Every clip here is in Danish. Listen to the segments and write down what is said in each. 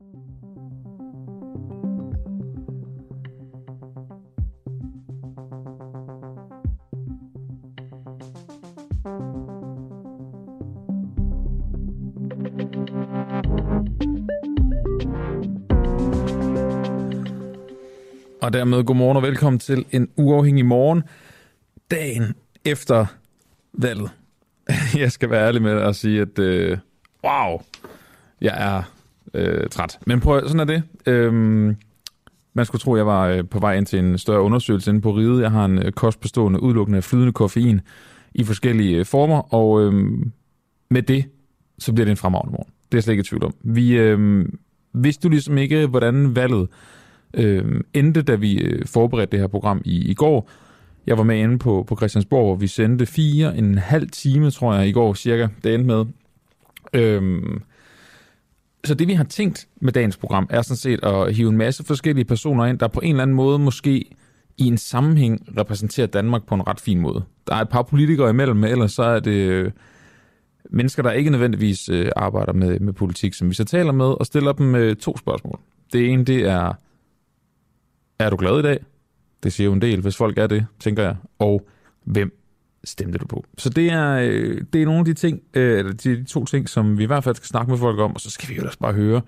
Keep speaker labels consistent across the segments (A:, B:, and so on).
A: Og dermed godmorgen og velkommen til en uafhængig morgen, dagen efter valget. Jeg skal være ærlig med at sige, at wow, jeg er træt. Men prøv, sådan er det. Man skulle tro, jeg var på vej ind til en større undersøgelse inde på Riget. Jeg har en kost bestående udelukkende af flydende koffein i forskellige former, og med det, så bliver det en fremragende morgen. Det er jeg slet ikke i tvivl om. Vi vidste du ligesom ikke, hvordan valget endte, da vi forberedte det her program i går. Jeg var med inde på Christiansborg, hvor vi sendte 4,5 time, tror jeg, i går cirka, det endte med. Så det, vi har tænkt med dagens program, er sådan set at hive en masse forskellige personer ind, der på en eller anden måde måske i en sammenhæng repræsenterer Danmark på en ret fin måde. Der er et par politikere imellem, men ellers så er det mennesker, der ikke nødvendigvis arbejder med politik, som vi så taler med, og stiller dem 2 spørgsmål. Det ene, det er du glad i dag? Det siger jo en del, hvis folk er det, tænker jeg. Og hvem stemte du på? Så det er nogle af de ting, eller de 2 ting, som vi i hvert fald skal snakke med folk om, og så skal vi jo ellers bare høre,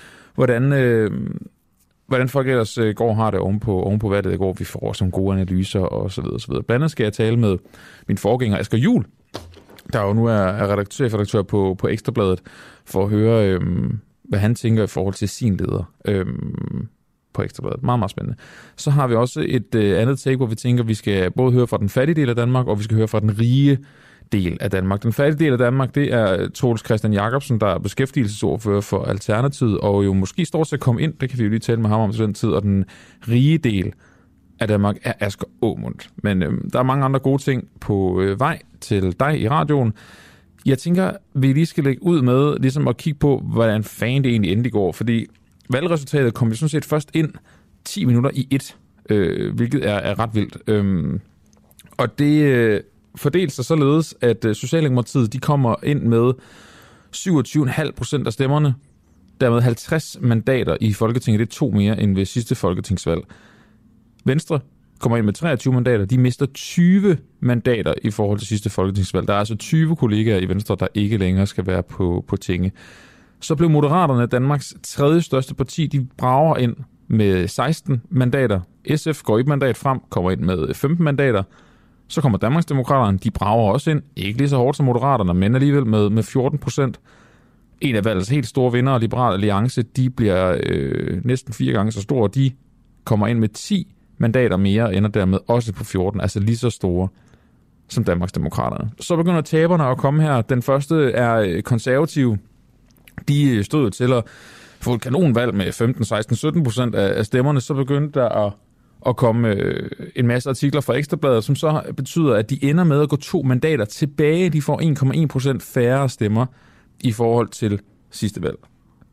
A: hvordan folk ellers går og har det oven på valget i går. Vi får også nogle gode analyser og så videre, så videre. Blandt andet skal jeg tale med min forgænger Asger Juhl, der jo nu er chefredaktør på Ekstrabladet, for at høre, hvad han tænker i forhold til sin leder på Ekstrabladet. Meget, meget spændende. Så har vi også et andet take, hvor vi tænker, at vi skal både høre fra den fattige del af Danmark, og vi skal høre fra den rige del af Danmark. Den fattige del af Danmark, det er Troels Christian Jacobsen, der er beskæftigelsesordfører for Alternativet, og jo måske står til at komme ind, det kan vi jo lige tale med ham om til den tid, og den rige del af Danmark er Asger Aamund. Men der er mange andre gode ting på vej til dig i radioen. Jeg tænker, vi lige skal lægge ud med ligesom at kigge på, hvordan fanden det egentlig endelig går, fordi valgresultatet kom jo sådan set først ind 10 minutter i 1, hvilket er ret vildt. Og det fordelte sig således, at Socialdemokratiet de kommer ind med 27,5% af stemmerne, dermed 50 mandater i Folketinget. Det er 2 mere end ved sidste folketingsvalg. Venstre kommer ind med 23 mandater. De mister 20 mandater i forhold til sidste folketingsvalg. Der er altså 20 kollegaer i Venstre, der ikke længere skal være på tinge. Så blev Moderaterne Danmarks 3. største parti. De brager ind med 16 mandater. SF går 1 mandat frem, kommer ind med 15 mandater. Så kommer Danmarksdemokraterne, de brager også ind. Ikke lige så hårdt som Moderaterne, men alligevel med 14%. En af valgets helt store vinder, Liberal Alliance, de bliver næsten 4 gange så store. De kommer ind med 10 mandater mere og ender dermed også på 14, altså lige så store som Danmarksdemokraterne. Så begynder taberne at komme her. Den første er konservative. De stod til at få et kanonvalg med 15, 16, 17% af stemmerne. Så begyndte der at komme en masse artikler fra Ekstrabladet, som så betyder, at de ender med at gå 2 mandater tilbage. De får 1,1% færre stemmer i forhold til sidste valg.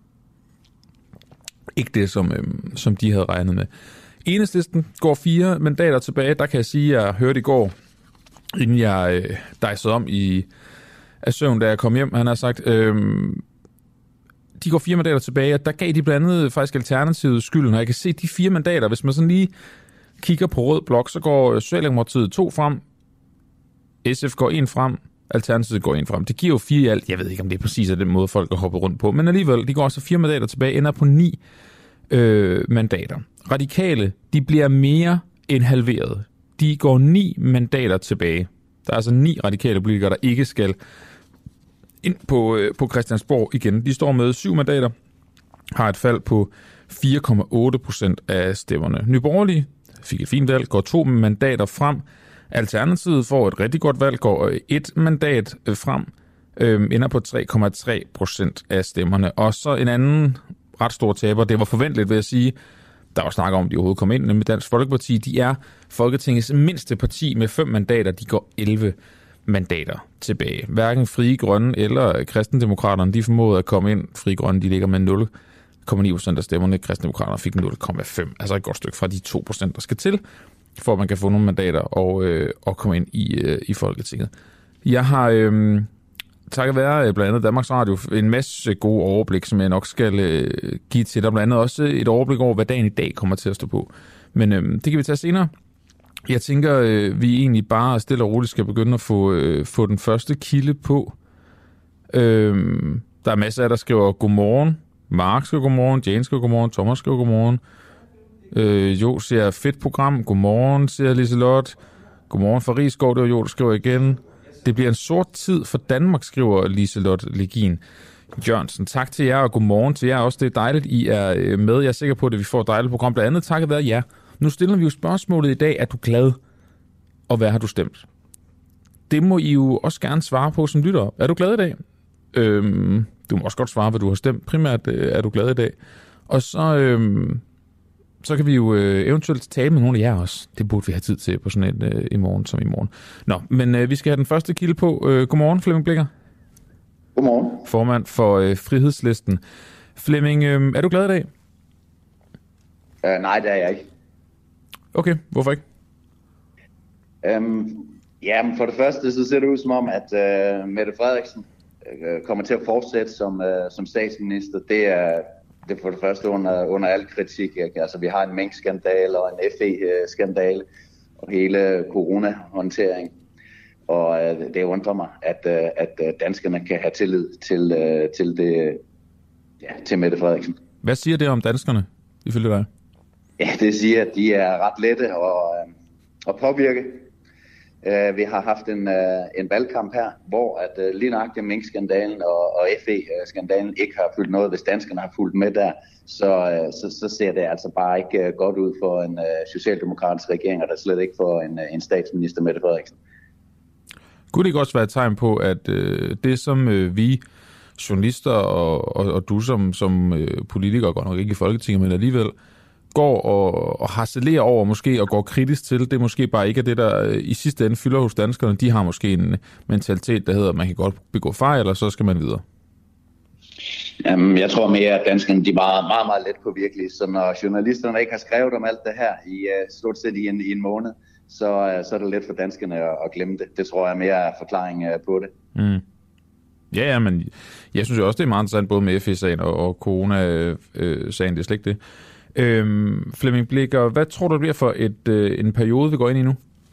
A: Ikke det, som de havde regnet med. Enhedslisten går 4 mandater tilbage. Der kan jeg sige, at jeg hørte i går, inden jeg dejsede om af søvn, da jeg kom hjem. Han har sagt, de går 4 mandater tilbage, og der gav de blandt andet faktisk Alternativet skylden. Og jeg kan se de 4 mandater, hvis man sådan lige kigger på rød blok, så går Socialdemokratiet 2 frem, SF går 1 frem, Alternativet går 1 frem. Det giver jo 4 i alt. Jeg ved ikke, om det er præcis af den måde, folk har hoppet rundt på. Men alligevel, de går også 4 mandater tilbage, ender på 9 mandater. Radikale, de bliver mere end halveret. De går 9 mandater tilbage. Der er altså 9 radikale politikere, der ikke skal ind på Christiansborg igen. De står med 7 mandater, har et fald på 4,8% af stemmerne. Nye Borgerlige fik et fint valg, går 2 mandater frem. Alternativet får et rigtig godt valg, går 1 mandat frem, ender på 3,3% af stemmerne. Og så en anden ret stor taber, det var forventeligt, vil jeg sige. Der var snak om, at de overhovedet kom ind, nemlig Dansk Folkeparti. De er Folketingets mindste parti med 5 mandater. De går 11 mandater tilbage. Hverken Frie Grønne eller Kristendemokraterne, de formåede at komme ind. Frie Grønne, de ligger med 0,9% af stemmerne. Kristendemokraterne fik 0,5%. Altså et godt stykke fra de 2%, der skal til, for at man kan få nogle mandater og komme ind i Folketinget. Jeg har takket være blandt andet Danmarks Radio en masse gode overblik, som jeg nok skal give til dig. Blandt andet også et overblik over, hvad dagen i dag kommer til at stå på. Men det kan vi tage senere. Jeg tænker, vi egentlig bare stille og roligt skal begynde at få den første kilde på. Der er masser af, der skriver godmorgen. Mark skriver godmorgen, Jane skriver godmorgen, Thomas skriver godmorgen. Jo siger fedt program. Godmorgen, siger Liselotte. Godmorgen fra Rigsgaard, det var Jo, der skriver igen. Det bliver en sort tid for Danmark, skriver Liselotte Legin Jørgensen. Tak til jer, og godmorgen til jer også. Det er dejligt, I er med. Jeg er sikker på, at vi får et dejligt program. Blandt andet takket være jer. Nu stiller vi jo spørgsmålet i dag. Er du glad? Og hvad har du stemt? Det må I jo også gerne svare på som lytter. Er du glad i dag? Du må også godt svare, hvad du har stemt. Primært er du glad i dag. Og så kan vi jo eventuelt tale med nogle af jer også. Det burde vi have tid til på sådan et i morgen som i morgen. Nå, men vi skal have den første kilde på. Godmorgen, Flemming Blicher.
B: Godmorgen.
A: Formand for Frihedslisten. Flemming, er du glad i dag?
B: Nej, det er jeg ikke.
A: Okay, hvorfor ikke?
B: For det første, så ser det ud som om, at Mette Frederiksen kommer til at fortsætte som statsminister. Det er for det første under al kritik. Altså, vi har en minkskandale og en FE-skandale og hele corona-håndtering. Og det undrer mig, at danskerne kan have tillid til Mette Frederiksen.
A: Hvad siger det om danskerne, ifølge dig?
B: Ja, det siger, at de er ret lette at påvirke. Vi har haft en valgkamp her, hvor at lige nøjagtigt minkskandalen og FE-skandalen ikke har fulgt noget. Hvis danskerne har fulgt med der, så ser det altså bare ikke godt ud for en socialdemokratisk regering, og der slet ikke for en statsminister, Mette Frederiksen.
A: Kunne det ikke også være et tegn på, at det som vi journalister og du som politikere, går nok ikke i Folketinget, men alligevel går og harcelerer over måske og går kritisk til, det måske bare ikke er det, der i sidste ende fylder hos danskerne. De har måske en mentalitet, der hedder, at man kan godt begå fejl, og så skal man videre.
B: Jamen, jeg tror mere, at danskerne de er meget, meget let på virkelig. Så når journalisterne ikke har skrevet om alt det her i stort set i en måned, så er det let for danskerne at glemme det. Det tror jeg mere er forklaring på det. Mm.
A: Ja, men jeg synes jo også, det er meget interessant, både med FE-sagen og corona-sagen, det er slet ikke det. Flemming Blicher, hvad tror du, det bliver for en periode, vi går ind i nu?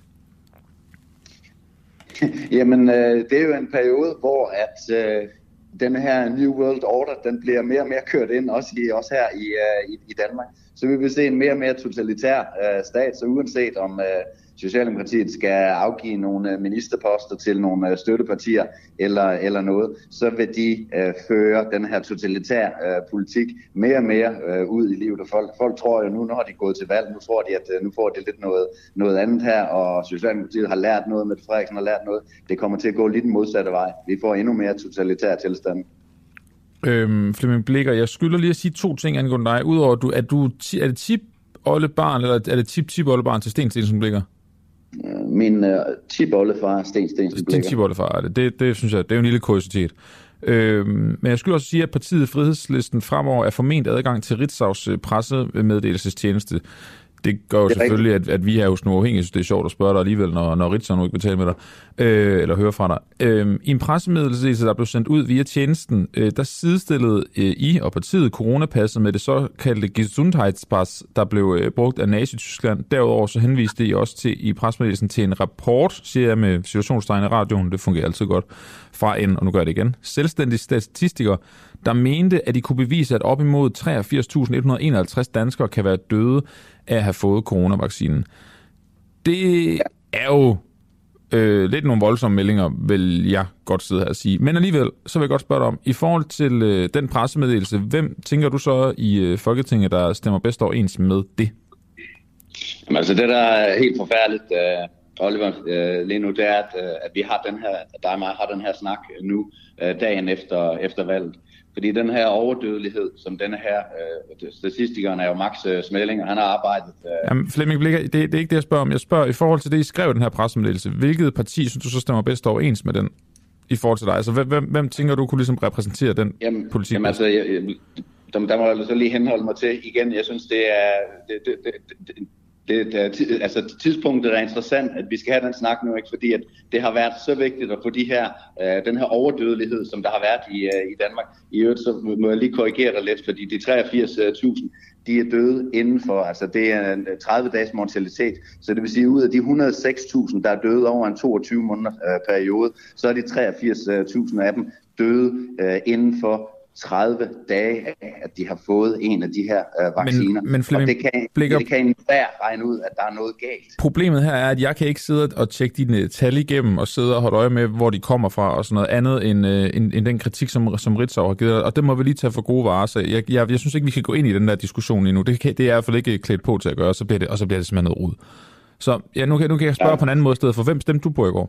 B: Jamen, det er jo en periode, hvor at den her New World Order, den bliver mere og mere kørt ind, også her i Danmark. Så vi vil se en mere og mere totalitær stat, så uanset om Socialdemokratiet skal afgive nogle ministerposter til nogle støttepartier eller noget, så vil de føre den her totalitær politik mere og mere ud i livet. Og folk tror jo nu, når de er gået til valg, nu tror de, at nu får de lidt noget andet her, og Socialdemokratiet har lært noget, Mette Frederiksen har lært noget. Det kommer til at gå lidt den modsatte vej. Vi får endnu mere totalitær tilstand.
A: Flemming Blicher, jeg skylder lige at sige 2 ting angående dig. Udover, er det tip-oldebarn, eller er det tip-oldebarn til Sten Steensen Blicher?
B: Min tip-oldefar, Sten Steensen Blicher.
A: Din tip-oldefar er det. Det synes jeg, det er jo en lille kuriositet. Men jeg skulle også sige, at partiet Frihedslisten fremover er forment adgang til Ritzaus pressemeddelelsestjeneste. Det gør jo selvfølgelig, at vi er hos nogle uafhængige, så det er sjovt at spørge dig alligevel, når Ritzau nu ikke vil tale med dig, eller høre fra dig. I en pressemeddelelse, der blev sendt ud via tjenesten, der sidestillede I og partiet coronapasset med det såkaldte Gesundheitspass, der blev brugt af Nazi-Tyskland. Derudover så henviste I også i pressemeddelelsen til en rapport, siger jeg med situationstegn i radioen, det fungerer altid godt, fra en, og nu gør jeg det igen, selvstændig statistiker, der mente, at de kunne bevise, at op imod 83.151 danskere kan være døde af at have fået coronavaccinen. Det er jo lidt nogle voldsomme meldinger, vil jeg godt sidde her og sige. Men alligevel, så vil jeg godt spørge dig om, i forhold til den pressemeddelelse, hvem tænker du så i Folketinget, der stemmer bedst overens med det?
B: Jamen, altså det, der er helt forfærdeligt, Oliver, lige nu, det er, at vi har den her, dig og mig har den her snak nu, dagen efter valget. Fordi den her overdødelighed, som denne her, statistikeren er jo Max Smelling, og han har arbejdet...
A: Jamen, Flemming Blicher, det er ikke det, jeg spørger om. Jeg spørger i forhold til det, I skrev den her pressemeddelelse. Hvilket parti synes du så stemmer bedst overens med den i forhold til dig? Altså, hvem tænker du kunne ligesom repræsentere den politik?
B: Jamen altså, der må jeg så lige henholde mig til igen. Jeg synes, det er... Altså tidspunktet er interessant, at vi skal have den snak nu, ikke? Fordi at det har været så vigtigt at få den her overdødelighed, som der har været i Danmark. I øvrigt så må jeg lige korrigere dig lidt, fordi de 83.000, de er døde inden for, altså det er en 30-dages mortalitet, så det vil sige, ud af de 106.000, der er døde over en 22 måneder periode, så er de 83.000 af dem døde inden for 30 dage af, at de har fået en af de her vacciner.
A: Men Flemming,
B: og det kan enhver regne ud, at der er noget galt.
A: Problemet her er, at jeg kan ikke sidde og tjekke dine tal igennem og sidde og holde øje med, hvor de kommer fra og sådan noget andet end den kritik, som Ritzau har givet. Og det må vi lige tage for gode varer. Så jeg synes ikke, vi kan gå ind i den der diskussion endnu. Det er i hvert fald ikke klædt på til at gøre, og så bliver det simpelthen noget rod. Så ja, nu kan jeg spørge på en anden måde stedet for. Hvem stemte du på i går?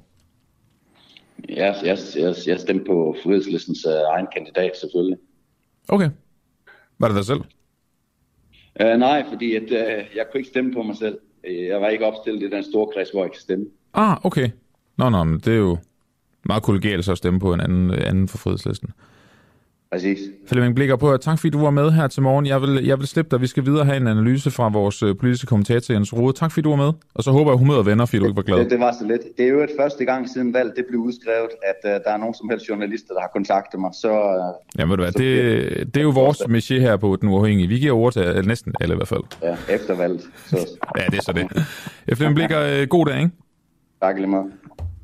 B: Jeg stemte på Frihedslistens egen kandidat, selvfølgelig.
A: Okay. Var det dig selv?
B: Nej, fordi at, jeg kunne ikke stemme på mig selv. Jeg var ikke opstillet i den store kreds, hvor jeg kan stemme.
A: Okay. Nå, men det er jo meget kollegialt så at stemme på en anden for Frihedslisten.
B: Præcis.
A: Flemming Blicher på, tak fordi du var med her til morgen. Jeg vil slippe dig. Vi skal videre have en analyse fra vores politiske kommentator Jens Rohde. Tak fordi du var med. Og så håber jeg, humøret vender, fordi du ikke var glad.
B: Det var så lidt. Det er jo et første gang siden valg, det blev udskrevet, at der er nogen som helst journalister, der har kontaktet mig.
A: Jamen ved du hvad, det er jo vores métier her på Den Uafhængige. Vi giver ord til næsten alle i hvert fald.
B: Ja, efter valget.
A: Ja, det er så det. Flemming Blicher, god dag, ikke?
B: Tak lige meget.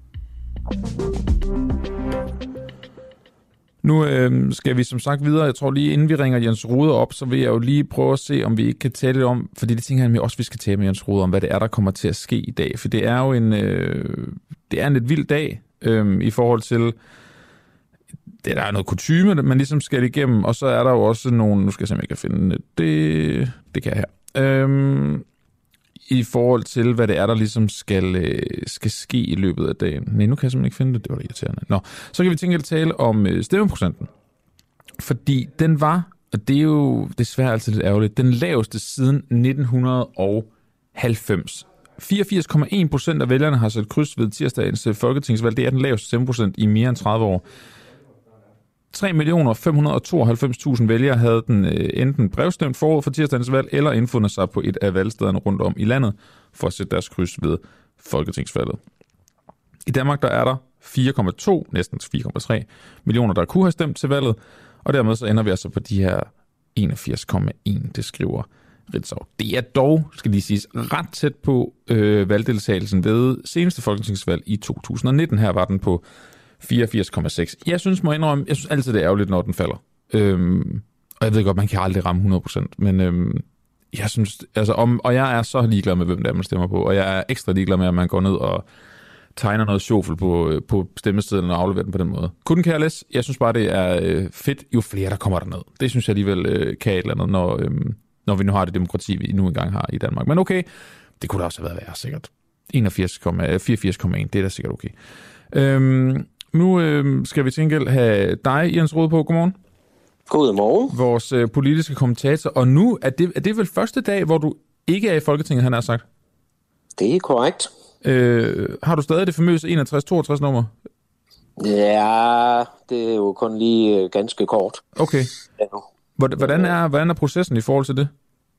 A: Nu skal vi som sagt videre. Jeg tror lige inden vi ringer Jens Rohde op, så vil jeg jo lige prøve at se, om vi ikke kan tale lidt om, fordi det tænker jeg også, vi skal tale med Jens Rohde om, hvad det er, der kommer til at ske i dag. For det er jo en lidt vild dag i forhold til, der er noget kutyme, man ligesom skal igennem, og så er der jo også nogle, nu skal jeg se, om jeg kan finde det kan jeg her. I forhold til, hvad det er, der ligesom skal ske i løbet af dagen. Nej, nu kan jeg simpelthen ikke finde det. Det var da irriterende. Nå, så kan vi tænke at tale om stemmeprocenten. Fordi den var, og det er jo desværre altid lidt ærgerligt, den laveste siden 1990. 84,1% af vælgerne har sat kryds ved tirsdagens folketingsvalg. Det er den laveste stemmeprocent i mere end 30 år. 3.592.000 vælgere havde den enten brevstemt forud for tirsdagens valg, eller indfundet sig på et af valgstederne rundt om i landet for at sætte deres kryds ved folketingsvalget. I Danmark der er der 4,2, næsten 4,3 millioner, der kunne have stemt til valget, og dermed så ender vi altså på de her 81,1, det skriver Ritzau. Det er dog, skal lige siges, ret tæt på valgdeltagelsen ved seneste folketingsvalg i 2019. Her var den på 84,6. Jeg synes altid, det er ærgerligt, når den falder. Og jeg ved godt, man kan aldrig ramme 100%, men jeg synes, altså og jeg er så ligeglad med, hvem der man stemmer på, og jeg er ekstra ligeglad med, at man går ned og tegner noget sjofel på stemmesedlen og afleverer den på den måde. Couldn't care less. Jeg synes bare, det er fedt, jo flere der kommer derned. Det synes jeg alligevel kan et eller andet, når vi nu har det demokrati, vi nu engang har i Danmark. Men okay, det kunne da også have været værre, sikkert. 84,1, det er da sikkert okay. Nu skal vi til gengæld have dig, Jens Rohde, på. Godmorgen.
C: Godmorgen.
A: Vores politiske kommentator. Og nu er det vel første dag, hvor du ikke er i Folketinget, han har sagt?
C: Det er korrekt.
A: Har du stadig det famøse 61-62 nummer?
C: Ja, det er jo kun lige ganske kort.
A: Okay. Hvordan er processen i forhold til det?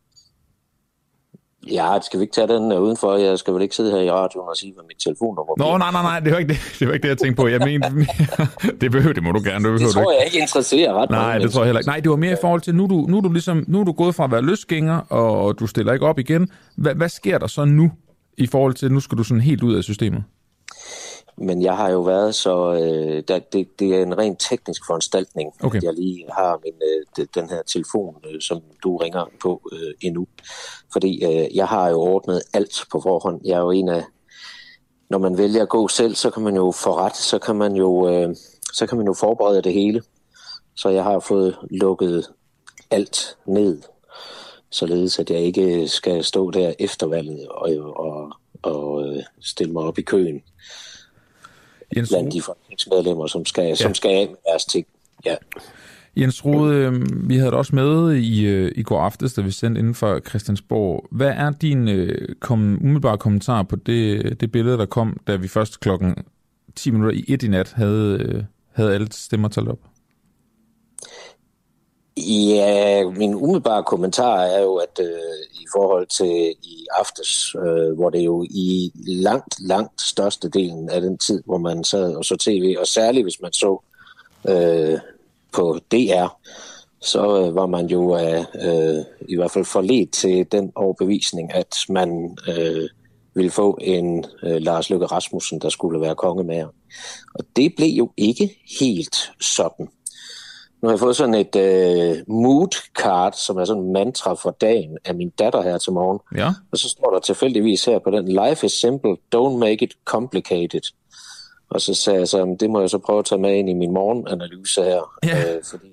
C: Ja, skal vi ikke tage den udenfor? Jeg skal vel ikke sidde her i radioen og sige, hvad mit telefonnummer bliver.
A: Nej, det var ikke det. Det var ikke det, jeg tænkte på. Jeg mener, det må du gerne.
C: Det tror jeg ikke interesserer ret meget.
A: Nej, det tror jeg heller ikke. Nej, det var mere i forhold til, nu er du gået fra at være løsgænger, og du stiller ikke op igen. Hvad sker der så nu, i forhold til, nu skal du sådan helt ud af systemet?
C: Men jeg har jo været så... det er en rent teknisk foranstaltning, okay. At jeg lige har den her telefon, som du ringer på endnu. Fordi jeg har jo ordnet alt på forhånd. Jeg er jo en af... Når man vælger at gå selv, så kan man jo få ret. Så kan man jo forberede det hele. Så jeg har fået lukket alt ned, således at jeg ikke skal stå der efter valget og stille mig op i køen.
A: Jens
C: blandt de folketingsmedlemmer, som skal af med deres ting. Ja.
A: Jens Rohde, vi havde dig også med i går aftes, da vi sendte inden for Christiansborg. Hvad er din umiddelbare kommentar på det billede, der kom, da vi først klokken 10:01 i nat havde alle stemmer talt op?
C: Ja, min umiddelbare kommentar er jo, at i forhold til i aftes, hvor det jo i langt størstedelen af den tid, hvor man sad og så tv, og særligt hvis man så på DR, så var man jo i hvert fald forledt til den overbevisning, at man ville få en Lars Løkke Rasmussen, der skulle være kongemager. Og det blev jo ikke helt sådan. Nu har jeg fået sådan et mood card, som er sådan en mantra for dagen af min datter her til morgen.
A: Ja.
C: Og så står der tilfældigvis her på den: Life is simple, don't make it complicated. Og så sagde jeg så, det må jeg så prøve at tage med ind i min morgenanalyse her. Ja. Fordi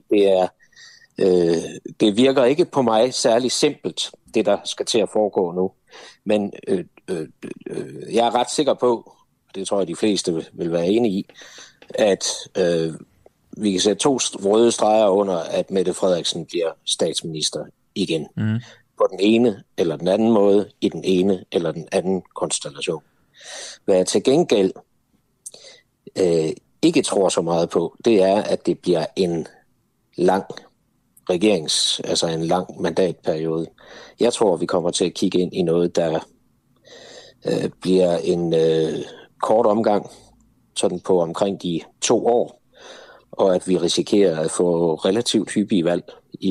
C: det virker ikke på mig særlig simpelt, det der skal til at foregå nu. Men jeg er ret sikker på, og det tror jeg de fleste vil være enige i, at vi kan sætte 2 røde streger under, at Mette Frederiksen bliver statsminister igen. Mm. På den ene eller den anden måde, i den ene eller den anden konstellation. Hvad jeg til gengæld ikke tror så meget på, det er, at det bliver en lang altså en lang mandatperiode. Jeg tror, vi kommer til at kigge ind i noget, der bliver en kort omgang, sådan på omkring de 2 år, og at vi risikerer at få relativt hyppige valg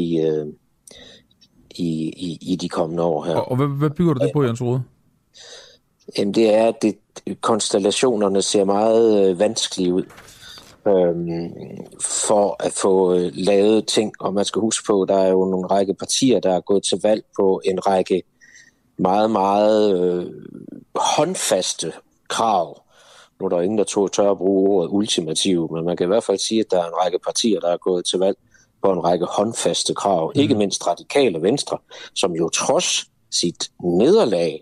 C: i de kommende år her.
A: Og hvad bygger du det på, Jens Rohde?
C: Jamen, det er, at konstellationerne ser meget vanskelige ud for at få lavet ting, og man skal huske på, der er jo nogle række partier, der er gået til valg på en række meget, meget håndfaste krav. Nu er der ingen, der tør at bruge ordet ultimative, men man kan i hvert fald sige, at der er en række partier, der er gået til valg på en række håndfaste krav. Ikke mindst Radikale Venstre, som jo trods sit nederlag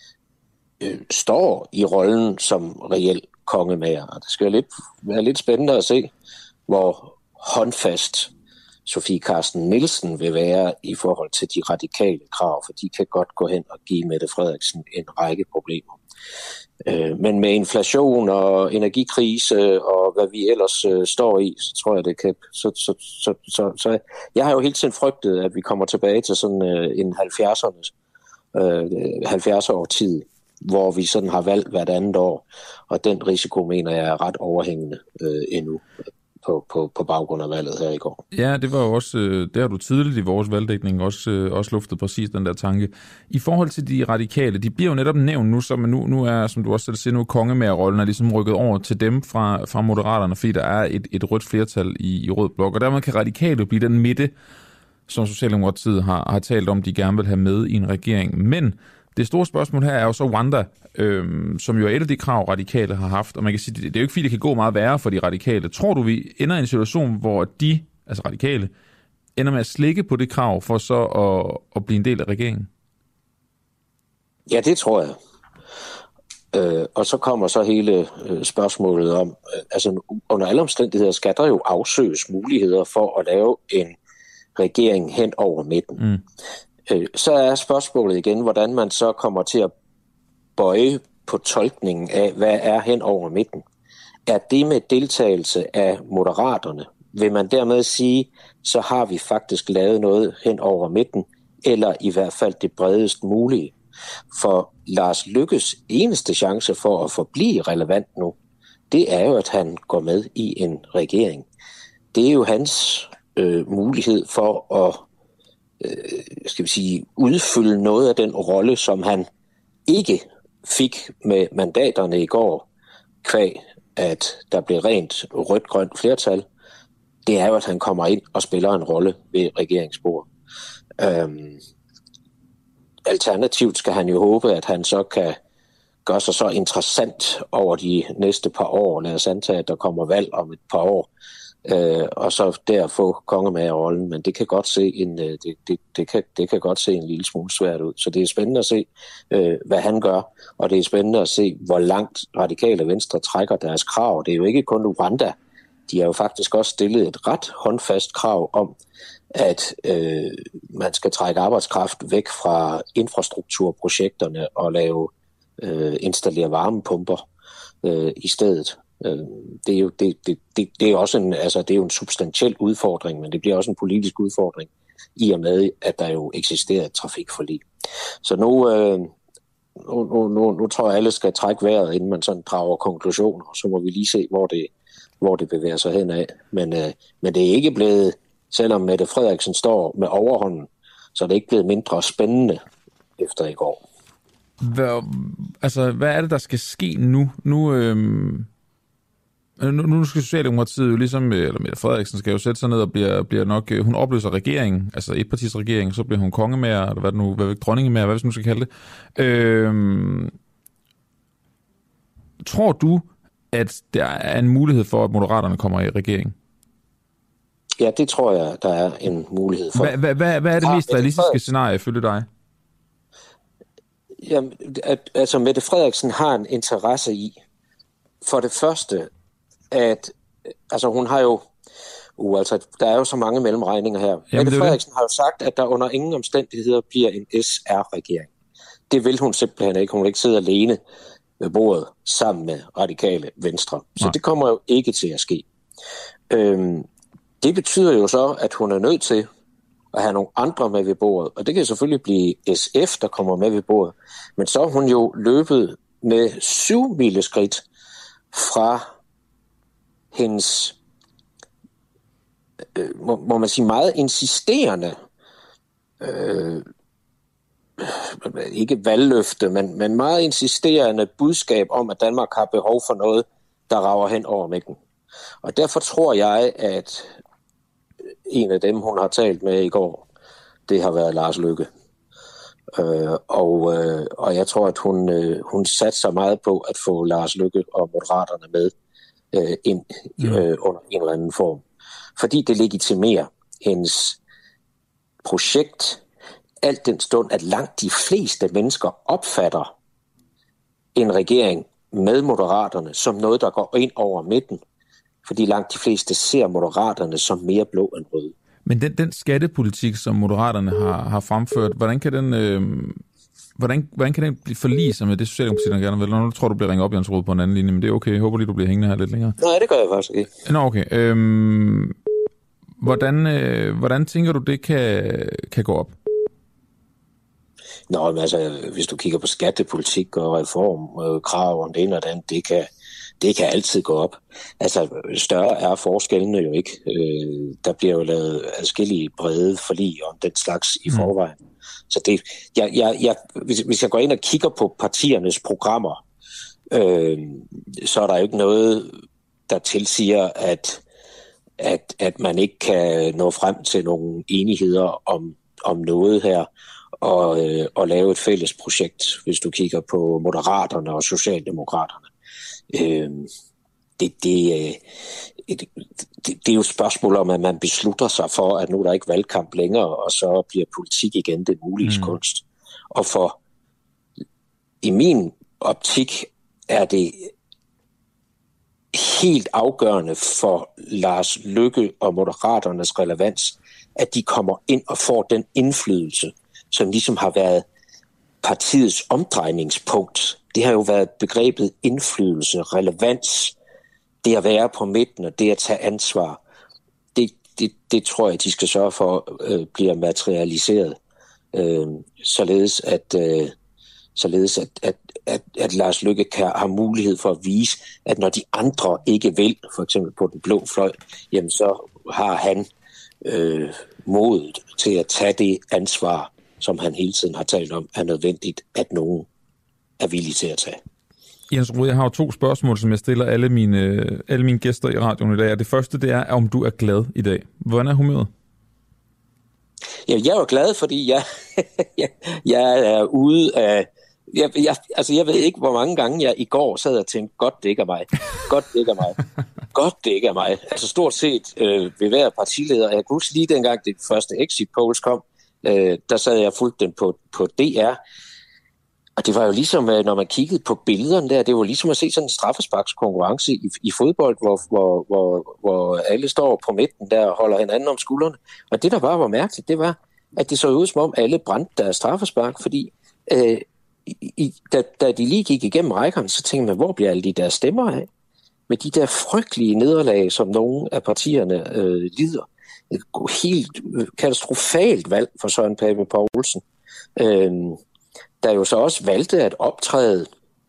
C: står i rollen som reel kongemager. Og det skal være lidt spændende at se, hvor håndfast Sofie Carsten Nielsen vil være i forhold til de radikale krav, for de kan godt gå hen og give Mette Frederiksen en række problemer. Men med inflation og energikrise og hvad vi ellers står i, så tror jeg, det kan... Så jeg har jo hele tiden frygtet, at vi kommer tilbage til sådan en 70'er tid, hvor vi sådan har valgt hvert andet år, og den risiko, mener jeg, er ret overhængende endnu på baggrund af valget her i går.
A: Ja, det var jo også, det har du tidligt i vores valgdækning også luftet præcis den der tanke. I forhold til de radikale, de bliver jo netop nævnt nu, så nu er, som du også selv siger, nu kongemagerrollen er ligesom rykket over til dem fra Moderaterne, fordi der er et rødt flertal i rød blok, og dermed kan radikale blive den midte, som Socialdemokratiet har talt om, de gerne vil have med i en regering. Men det store spørgsmål her er jo så Rwanda, som jo er et af de krav, radikale har haft, og man kan sige, det er jo ikke fordi, det kan gå meget værre for de radikale. Tror du, vi ender i en situation, hvor de, altså radikale, ender med at slikke på det krav, for så at blive en del af regeringen?
C: Ja, det tror jeg. Og så kommer så hele spørgsmålet om, altså under alle omstændigheder skal der jo afsøges muligheder for at lave en regering hen over midten. Mm. Så er spørgsmålet igen, hvordan man så kommer til at bøje på tolkningen af, hvad er hen over midten. Er det med deltagelse af Moderaterne? Vil man dermed sige, så har vi faktisk lavet noget hen over midten, eller i hvert fald det bredest mulige? For Lars Løkkes eneste chance for at forblive relevant nu, det er jo, at han går med i en regering. Det er jo hans mulighed for at udfylde noget af den rolle, som han ikke fik med mandaterne i går, kvæg at der blev rent rødt-grønt flertal. Det er jo, at han kommer ind og spiller en rolle ved regeringsbordet. Alternativt skal han jo håbe, at han så kan gøre sig så interessant over de næste par år. Lad os antage, at der kommer valg om et par år, og så der få kongemagerrollen, men det kan godt se det kan godt se en lille smule svært ud. Så det er spændende at se, hvad han gør, og det er spændende at se, hvor langt Radikale Venstre trækker deres krav. Det er jo ikke kun Rwanda. De har jo faktisk også stillet et ret håndfast krav om, at man skal trække arbejdskraft væk fra infrastrukturprojekterne og installere varmepumper i stedet. Det er jo også det er jo en substantiel udfordring, men det bliver også en politisk udfordring, i og med, at der jo eksisterer et trafikforlig. Så nu tror jeg, alle skal trække vejret, inden man sådan drager konklusioner, og så må vi lige se, hvor det bevæger sig henad. Men det er ikke blevet, selvom Mette Frederiksen står med overhånden, så er det ikke blevet mindre spændende efter i går.
A: Hvad er det, der skal ske nu? Nu skal Socialdemokratiet jo ligesom, eller Mette Frederiksen skal jo sætte sig ned og bliver nok, hun opløser regeringen, altså etpartis regering, så bliver hun kongemager, eller hvad dronningemager, hvad vi nu skal kalde det. Tror du, at der er en mulighed for, at Moderaterne kommer i regering?
C: Ja, det tror jeg, der er en mulighed for.
A: Hvad er det mest realistiske scenarie, følge dig?
C: Jamen, altså Mette Frederiksen har en interesse i, for det første, at altså hun har jo, der er jo så mange mellemregninger her. Mette Frederiksen har jo sagt, at der under ingen omstændigheder bliver en SR-regering. Det vil hun simpelthen ikke. Hun vil ikke sidde alene ved bordet sammen med Radikale Venstre. Så det kommer jo ikke til at ske. Det betyder jo så, at hun er nødt til at have nogle andre med ved bordet. Og det kan selvfølgelig blive SF, der kommer med ved bordet. Men så er hun jo løbet med 7-mileskridt fra hendes, må man sige, meget insisterende, ikke valgløfte, men meget insisterende budskab om, at Danmark har behov for noget, der rager hen over midten. Og derfor tror jeg, at en af dem, hun har talt med i går, det har været Lars Løkke. Og jeg tror, at hun satte sig meget på at få Lars Løkke og Moderaterne med ind under en eller anden form. Fordi det legitimerer hendes projekt, alt den stund, at langt de fleste mennesker opfatter en regering med Moderaterne som noget, der går ind over midten. Fordi langt de fleste ser Moderaterne som mere blå end røde.
A: Men den skattepolitik, som Moderaterne har fremført, hvordan kan den blive forlige sig med det Socialdemokratiet gerne vil? Nu tror du bliver ringet op, Jens Rohde, på en anden linje, men det er okay. Jeg håber lige, du bliver hængende her lidt længere.
C: Nej, det gør jeg faktisk ikke.
A: Nå, okay. Hvordan tænker du, det kan gå op?
C: Nå, men altså, hvis du kigger på skattepolitik og reformkrav om det ene og det andet, det kan altid gå op. Altså, større er forskellene jo ikke. Der bliver jo lavet adskillige brede forlig om den slags i forvejen. Så det, hvis jeg går ind og kigger på partiernes programmer, så er der jo ikke noget, der tilsiger, at man ikke kan nå frem til nogle enigheder om noget her, og lave et fælles projekt, hvis du kigger på Moderaterne og Socialdemokraterne. Det er jo et spørgsmål om, at man beslutter sig for, at nu er der ikke valgkamp længere, og så bliver politik igen det mulige kunst. Og i min optik er det helt afgørende for Lars Løkke og Moderaternes relevans, at de kommer ind og får den indflydelse, som ligesom har været partiets omdrejningspunkt. Det har jo været begrebet indflydelse, relevans, det at være på midten og det at tage ansvar. Det tror jeg, de skal sørge for bliver materialiseret, således at Lars Løkke har mulighed for at vise, at når de andre ikke vil, for eksempel på den blå fløj, jamen så har han modet til at tage det ansvar, som han hele tiden har talt om, er nødvendigt, at nogen er villige til at tage.
A: Jens Rohde, jeg har jo 2 spørgsmål, som jeg stiller alle mine gæster i radioen i dag. Det første, det er, om du er glad i dag. Hvordan er humøret?
C: Ja, jeg er jo glad, fordi jeg er ude af... Jeg ved ikke, hvor mange gange jeg i går sad og tænkte, godt det ikke er mig. Godt det ikke er mig. Godt det ikke er mig. Altså stort set ved hver partileder. Jeg kunne huske lige dengang det første exit polls kom, der sad jeg fulgt den på DR. Og det var jo ligesom, når man kiggede på billederne der, det var ligesom at se sådan en straffesparkskonkurrence i fodbold, hvor alle står på midten der og holder hinanden om skuldrene. Og det, der bare var mærkeligt, det var, at det så ud som om alle brændte deres straffespark, fordi da de lige gik igennem rækkerne, så tænkte man, hvor bliver alle de der stemmer af? med de der frygtelige nederlag, som nogle af partierne lider. Et helt katastrofalt valg for Søren Pape Poulsen, der jo så også valgte at optræde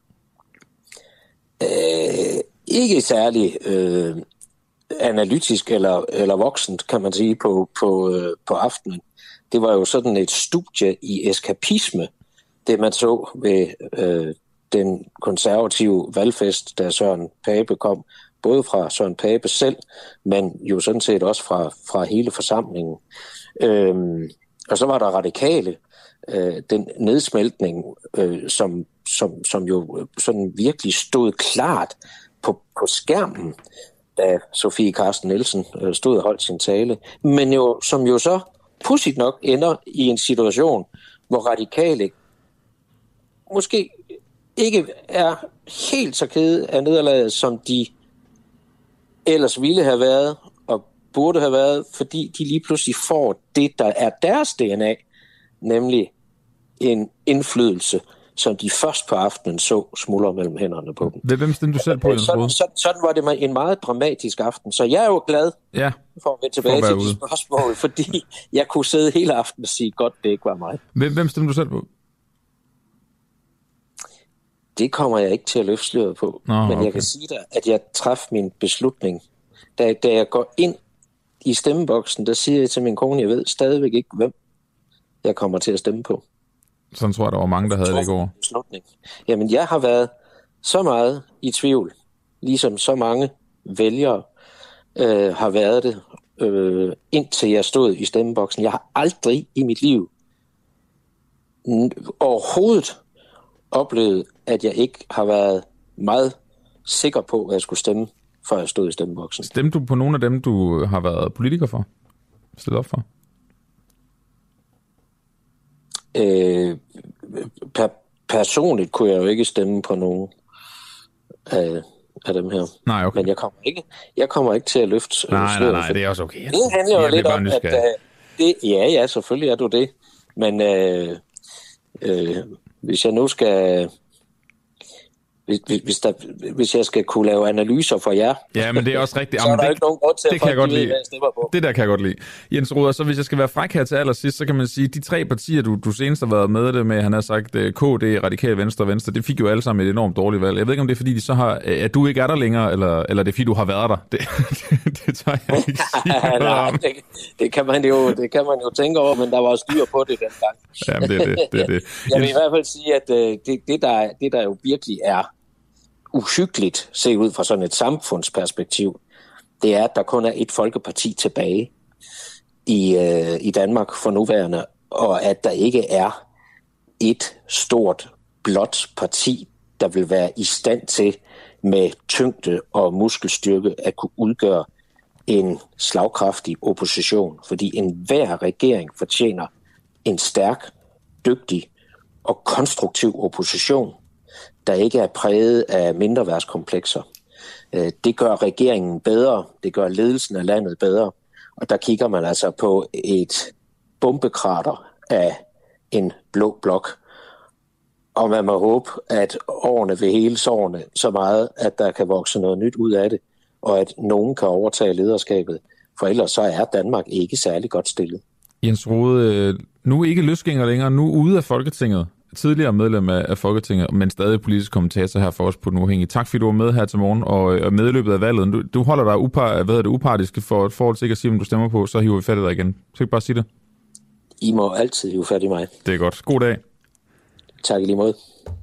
C: ikke særlig analytisk eller voksent, kan man sige, på aftenen. Det var jo sådan et studie i eskapisme, det man så ved den konservative valgfest, da Søren Pape kom, både fra Søren Pape selv, men jo sådan set også fra hele forsamlingen. Og så var der radikale, den nedsmeltning, som jo sådan virkelig stod klart på skærmen, da Sofie Carsten Nielsen stod og holdt sin tale, men jo, som jo så pudsigt nok ender i en situation, hvor radikale måske ikke er helt så kede af nederlaget, som de ellers ville have været og burde have været, fordi de lige pludselig får det, der er deres DNA, nemlig en indflydelse, som de først på aftenen så smuldre mellem hænderne på dem.
A: Hvem stemte du selv på, Jens Rohde?
C: Sådan var det en meget dramatisk aften, så jeg er jo glad for at vende tilbage til de spørgsmål, fordi jeg kunne sidde hele aftenen og sige, godt, det ikke var mig.
A: Hvem stemte du selv på?
C: Det kommer jeg ikke til at løfte sløret på, men jeg kan sige dig, at jeg træffede min beslutning. Da jeg går ind i stemmeboksen, der siger jeg til min kone, jeg ved stadigvæk ikke, hvem jeg kommer til at stemme på.
A: Sådan tror jeg, der var mange, der havde det i går.
C: Jamen, jeg har været så meget i tvivl, ligesom så mange vælgere har været det, indtil jeg stod i stemmeboksen. Jeg har aldrig i mit liv overhovedet oplevet, at jeg ikke har været meget sikker på, at jeg skulle stemme, før jeg stod i stemmeboksen.
A: Stemte du på nogle af dem, du har været politiker for? Stillet op for?
C: Personligt kunne jeg jo ikke stemme på nogen af dem her.
A: Nej, okay.
C: Men jeg kommer ikke til at løfte.
A: Nej, det er også okay.
C: Det handler jo lidt om, at ja, selvfølgelig er du det. Men hvis jeg nu skal... Hvis jeg skal kunne lave analyser for jer,
A: ja, men det er også rigtigt.
C: Så er der ikke nogen grund til,
A: det kan jeg godt lide.
C: På.
A: Det der kan jeg godt lide. Jens Rohde, så hvis jeg skal være fræk her til allersidst, så kan man sige, at de tre partier, du senest har været med det med, han har sagt KD, Radikale Venstre og Venstre, det fik jo alle sammen et enormt dårligt valg. Jeg ved ikke, om det er fordi, de så har, at du ikke er der længere, eller det er fordi, du har været der. Det tør jeg ikke sige
C: nej, det kan man jo tænke over, men der var styr på det dengang.
A: Jamen, det er det.
C: Jeg vil i hvert fald sige, at det der jo virkelig er uhyggeligt set ud fra sådan et samfundsperspektiv, det er, at der kun er et folkeparti tilbage i Danmark for nuværende, og at der ikke er et stort, blåt parti, der vil være i stand til med tyngde og muskelstyrke at kunne udgøre en slagkraftig opposition, fordi enhver regering fortjener en stærk, dygtig og konstruktiv opposition, der ikke er præget af mindreværdskomplekser. Det gør regeringen bedre, det gør ledelsen af landet bedre, og der kigger man altså på et bombekrater af en blå blok. Og man må håbe, at årene vil hele sårene så meget, at der kan vokse noget nyt ud af det, og at nogen kan overtage lederskabet, for ellers så er Danmark ikke særlig godt stillet.
A: Jens Rohde, nu ikke løsgænger længere, nu ude af Folketinget. Tidligere medlem af Folketinget, men stadig politisk kommentator her for os på Den Uafhængige. Tak fordi du var med her til morgen, og medløbet af valget. Du holder dig upartisk for et forhold til ikke at sige, om du stemmer på, så hiver vi fat i dig igen. Så ikke bare sige det?
C: I må altid hive fat i mig.
A: Det er godt. God dag.
C: Tak i lige måde.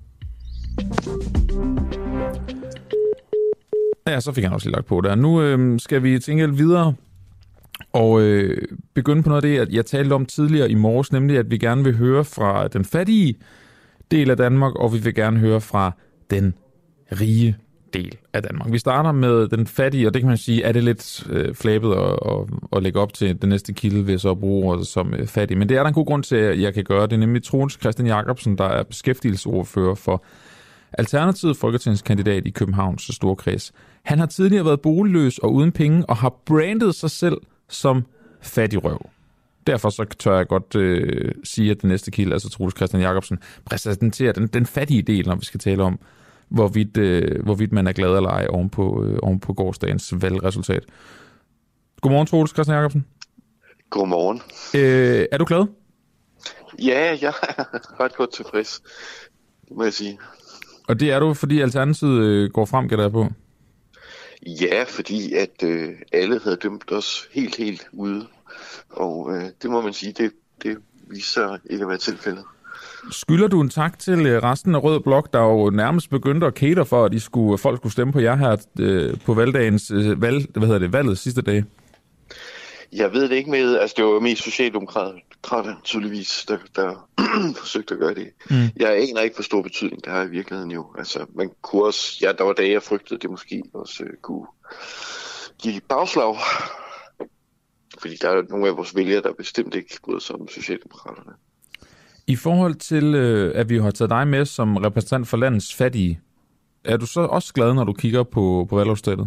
A: Ja, så fik han også lige lagt på der. Nu skal vi tænke videre og begynde på noget af det, jeg talte om tidligere i morges, nemlig at vi gerne vil høre fra den fattige del af Danmark, og vi vil gerne høre fra den rige del af Danmark. Vi starter med den fattige, og det kan man sige, er det lidt flabet at lægge op til den næste kilde, ved så bruge ordet som fattig. Men det er der en god grund til, at jeg kan gøre det, nemlig Troels Christian Jacobsen, der er beskæftigelsesordfører for Alternativet, folketingskandidat i Københavns Storkreds. Han har tidligere været boligløs og uden penge, og har brandet sig selv som fattigrøv. Derfor så tør jeg godt sige, at den næste kilde, altså Troels Christian Jacobsen, præsenterer den fattige del, når vi skal tale om, hvorvidt man er glad eller ej oven på gårsdagens valgresultat. Godmorgen, Troels Christian Jacobsen.
D: Godmorgen.
A: Er du glad?
D: Ja, jeg er ret godt tilfreds, må jeg sige.
A: Og det er du, fordi Alternativet går frem, gætter jeg på?
D: Ja, fordi at alle havde dømt os helt ude. Og det må man sige, det viser ikke at være tilfældet.
A: Skylder du en tak til resten af Rød Blok, der jo nærmest begyndte at cater for, at folk skulle stemme på jer her på valgdagens valget sidste dag?
D: Jeg ved det ikke med, altså det var mest socialdemokrater tydeligvis, der forsøgte at gøre det. Jeg aner ikke, hvor stor betydning det har i virkeligheden jo. Altså man kunne også, der var dage, jeg frygtede, det måske også kunne give bagslag. Fordi der er nogle af vores vælgere, der bestemt ikke bryder sig om socialdemokraterne.
A: I forhold til, at vi har taget dig med som repræsentant for landets fattige, er du så også glad, når du kigger på valgresultatet?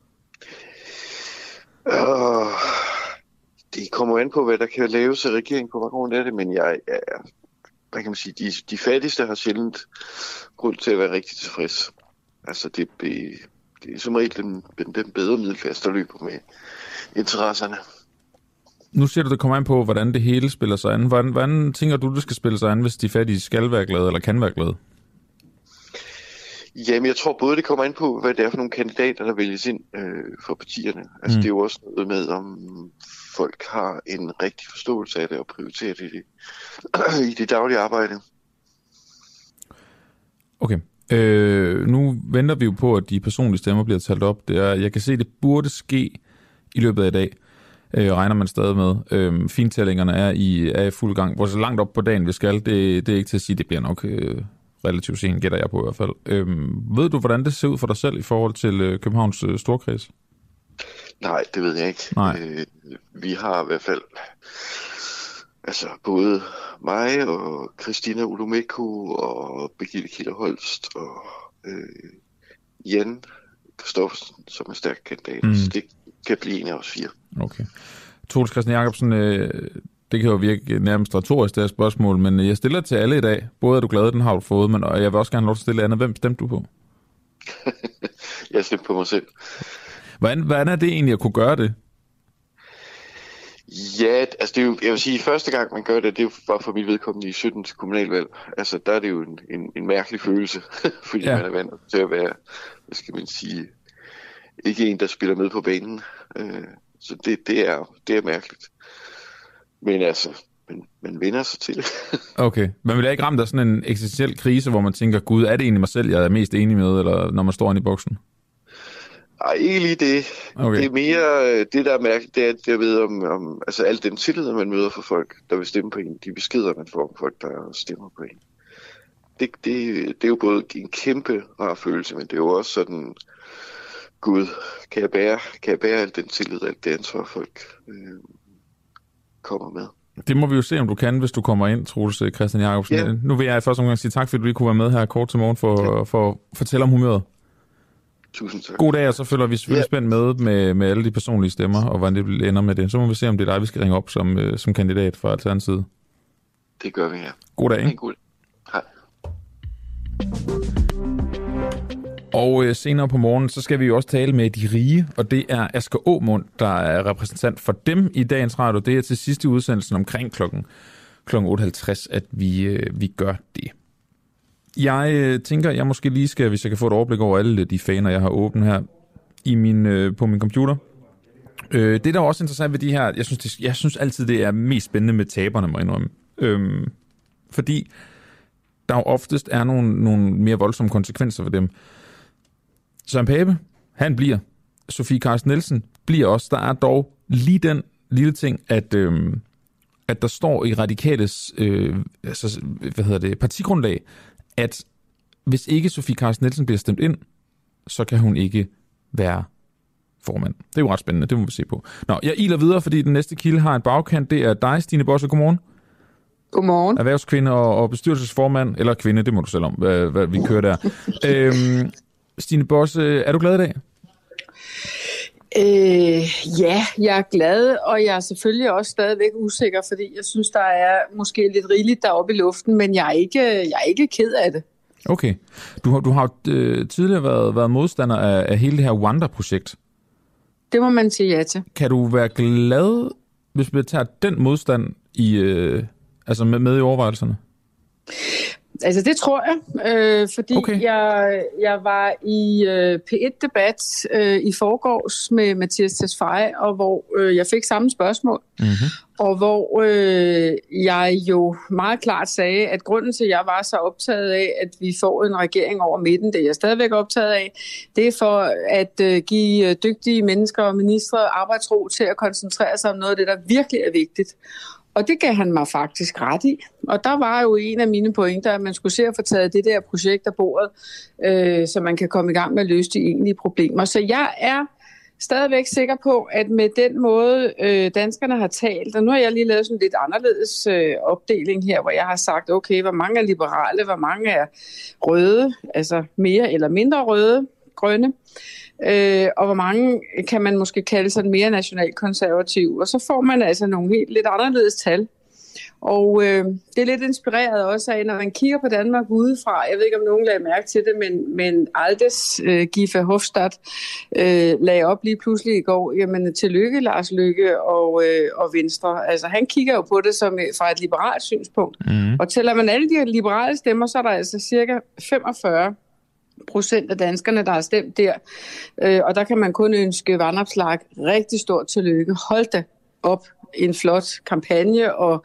D: Det kommer an på, hvad der kan laves af regeringen på baggrund af det, men hvad kan man sige, de fattigste har sjældent grund til at være rigtig tilfreds. Altså det er som regel den bedre middelklasse, der løber med interesserne.
A: Nu siger du, det kommer an på, hvordan det hele spiller sig an. Hvordan tænker du, det skal spille sig an, hvis de fattige skal være glade eller kan være glade?
D: Jamen, jeg tror både, det kommer an på, hvad det er for nogle kandidater, der vælges ind for partierne. Altså, det er jo også noget med, om folk har en rigtig forståelse af det og prioriterer det i det daglige arbejde.
A: Okay. Nu venter vi jo på, at de personlige stemmer bliver talt op. Jeg kan se, at det burde ske i løbet af i dag. Regner man stadig med. Fintællingerne er i fuld gang. Hvor så langt op på dagen vi skal, det er ikke til at sige, det bliver nok relativt sent, gætter jeg på i hvert fald. Ved du, hvordan det ser ud for dig selv i forhold til Københavns storkreds?
D: Nej, det ved jeg ikke. Vi har i hvert fald altså både mig og Christina Olumeko og Birgitte Killer Holst og Jan Kristoffersen, som er stærk kandidat. Så det kan blive en af os 4. Okay.
A: Troels Christian Jacobsen, det kan jo virke nærmest retorisk, det her spørgsmål, men jeg stiller til alle i dag. Både er du glad, den har du fået, men og jeg vil også gerne lov til at stille andet. Hvem stemte du på?
D: Jeg stemte på mig selv.
A: Hvordan er det egentlig at kunne gøre det?
D: Ja, altså det er jo, jeg vil sige, første gang man gør det, det var for mit vedkommende i 17 til kommunalvalg. Altså der er det jo en mærkelig følelse, fordi man er vant til at være, hvad skal man sige, ikke en, der spiller med på banen. Så det er mærkeligt. Men altså, man vender sig til det. Okay. Man vil ikke ramt af sådan en eksistentiel krise, hvor man tænker, gud, er det egentlig mig selv, jeg er mest enig med, eller når man står inde i boksen? Nej, ikke lige det. Okay. Det er mere, det der er mærkeligt, det er, at jeg ved om altså al den tillid, man møder for folk, der vil stemme på en, de beskeder, man får om folk, der stemmer på en. Det er jo både en kæmpe rar følelse, men det er jo også sådan, gud, kan jeg bære al den tillid, alt det ansvar, folk kommer med.
A: Det må vi jo se, om du kan, hvis du kommer ind, Troels Christian Jacobsen. Ja. Nu vil jeg i første omgang sige tak, fordi du lige kunne være med her kort til morgen for at fortælle om humøret.
D: Tusind tak.
A: God dag, og så følger vi selvfølgelig spændt med alle de personlige stemmer, og hvordan det ender med det. Så må vi se, om det er dig, vi skal ringe op som kandidat fra Alternativet.
D: Det gør vi, ja.
A: God dag, ikke?
D: God. Hej.
A: Og senere på morgen, så skal vi jo også tale med de rige, og det er Asger Aamund, der er repræsentant for dem i dagens radio. Det er til sidste udsendelsen omkring klokken 8.50, at vi gør det. Jeg tænker, jeg måske lige skal, hvis jeg kan få et overblik over alle de faner, jeg har åbent her på min computer. Det, der er også interessant ved de her, jeg synes altid, det er mest spændende med taberne, må jeg indrømme. Fordi der jo oftest er nogle mere voldsomme konsekvenser for dem. Søren Pape, han bliver. Sofie Carsten Nielsen bliver også. Der er dog lige den lille ting, at der står i Radikales partigrundlag, at hvis ikke Sofie Carsten Nielsen bliver stemt ind, så kan hun ikke være formand. Det er jo ret spændende, det må vi se på. Nå, jeg iler videre, fordi den næste kilde har en bagkant. Det er dig, Stine Bosse. Godmorgen.
E: Godmorgen.
A: Erhvervskvinde og bestyrelsesformand, eller kvinde, det må du selv om, hvad vi kører der. Stine Bosse, er du glad i dag?
E: Ja, jeg er glad, og jeg er selvfølgelig også stadigvæk usikker, fordi jeg synes, der er måske lidt rigeligt deroppe i luften, men jeg er ikke ked af det.
A: Okay. Du har tidligere været modstander af hele det her Rwanda-projekt.
E: Det må man sige ja til.
A: Kan du være glad, hvis vi tager den modstand med i overvejelserne?
E: Altså det tror jeg, fordi okay. jeg var i P1-debat i forgårs med Mathias Tesfaye, og hvor jeg fik samme spørgsmål, og hvor jeg jo meget klart sagde, at grunden til, at jeg var så optaget af, at vi får en regering over midten, det er jeg stadigvæk optaget af, det er for at give dygtige mennesker og ministre arbejdsro til at koncentrere sig om noget af det, der virkelig er vigtigt. Og det gav han mig faktisk ret i. Og der var jo en af mine pointer, at man skulle se at få taget det der projekt af bordet, så man kan komme i gang med at løse de egentlige problemer. Så jeg er stadigvæk sikker på, at med den måde, danskerne har talt, og nu har jeg lige lavet sådan en lidt anderledes opdeling her, hvor jeg har sagt, okay, hvor mange er liberale, hvor mange er røde, altså mere eller mindre røde, grønne, og hvor mange kan man måske kalde sådan mere nationalkonservativ, og så får man altså nogle helt lidt anderledes tal. Og det er lidt inspireret også af, når man kigger på Danmark udefra, jeg ved ikke, om nogen lagde mærke til det, men Aldes Guy Verhofstadt lagde op lige pludselig i går, jamen tillykke Lars Løkke og Venstre. Altså han kigger jo på det som fra et liberalt synspunkt. Og tæller man alle de her liberale stemmer, så er der altså cirka 45% af danskerne, der har stemt der. Og der kan man kun ønske Vanopslagh rigtig stort tillykke. Hold da op, en flot kampagne, og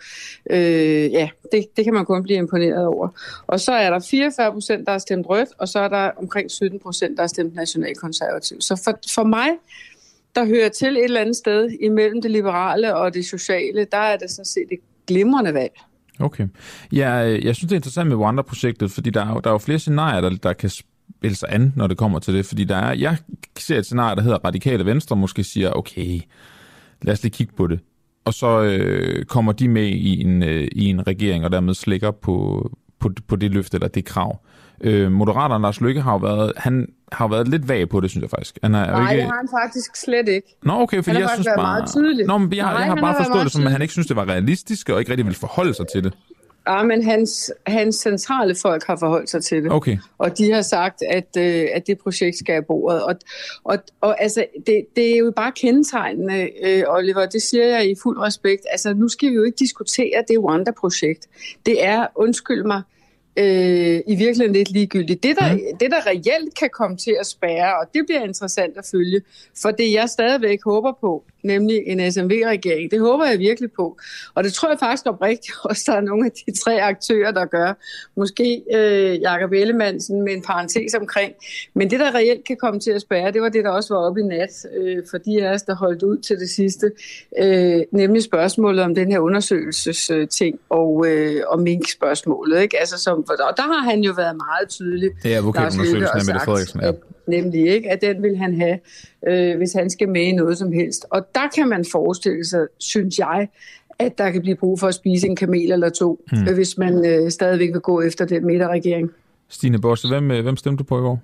E: det kan man kun blive imponeret over. Og så er der 44%, der har stemt rødt, og så er der omkring 17%, der har stemt nationalkonservativ. Så for mig, der hører til et eller andet sted imellem det liberale og det sociale, der er det sådan set et glimrende valg.
A: Okay. Jeg synes, det er interessant med Rwanda-projektet, fordi der er jo flere scenarier, der kan spille sig an, når det kommer til det. Fordi jeg ser et scenarie, der hedder Radikale Venstre, måske siger, okay, lad os lige kigge på det. Og så kommer de med i en regering, og dermed slækker på det løfte eller det krav. Moderateren Lars Løkke han har været lidt vag på det, synes jeg faktisk. Det
E: har han faktisk slet ikke.
A: Nå, okay, for jeg synes bare
E: meget tydelig.
A: Nå, men jeg har bare forstået det som, at han ikke synes, det var realistisk, og ikke rigtig ville forholde sig til det.
E: Ja, men hans centrale folk har forholdt sig til det.
A: Okay.
E: Og de har sagt, at det projekt skal af bordet. Og altså, det er jo bare kendetegnende, Oliver, det siger jeg i fuld respekt. Altså, nu skal vi jo ikke diskutere det Rwanda-projekt. Det er, undskyld mig, i virkeligheden lidt ligegyldigt. Det der reelt kan komme til at spærre, og det bliver interessant at følge, for det jeg stadigvæk håber på, nemlig en SMV-regering, det håber jeg virkelig på. Og det tror jeg faktisk oprigtigt også, der er nogle af de 3 aktører, der gør. Måske Jakob Ellemannsen med en parentes omkring. Men det, der reelt kan komme til at spærre, det var det, der også var oppe i nat, for de af os, der holdt ud til det sidste, nemlig spørgsmålet om den her undersøgelsesting og mink-spørgsmålet, ikke? Altså, og der har han jo været meget tydelig.
A: Det er advokatundersøgelsen af Mette Frederiksen, ja.
E: Nemlig ikke, at den vil han have, hvis han skal med i noget som helst. Og der kan man forestille sig, synes jeg, at der kan blive brug for at spise en kamel eller 2, hvis man stadigvæk vil gå efter den midterregering.
A: Stine Bosse, hvem stemte du på i går?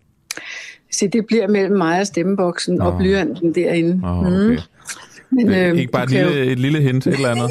E: Så det bliver mellem mig og stemmeboksen og blyanten derinde.
A: Okay. Men, ikke bare et lille hint, et eller andet.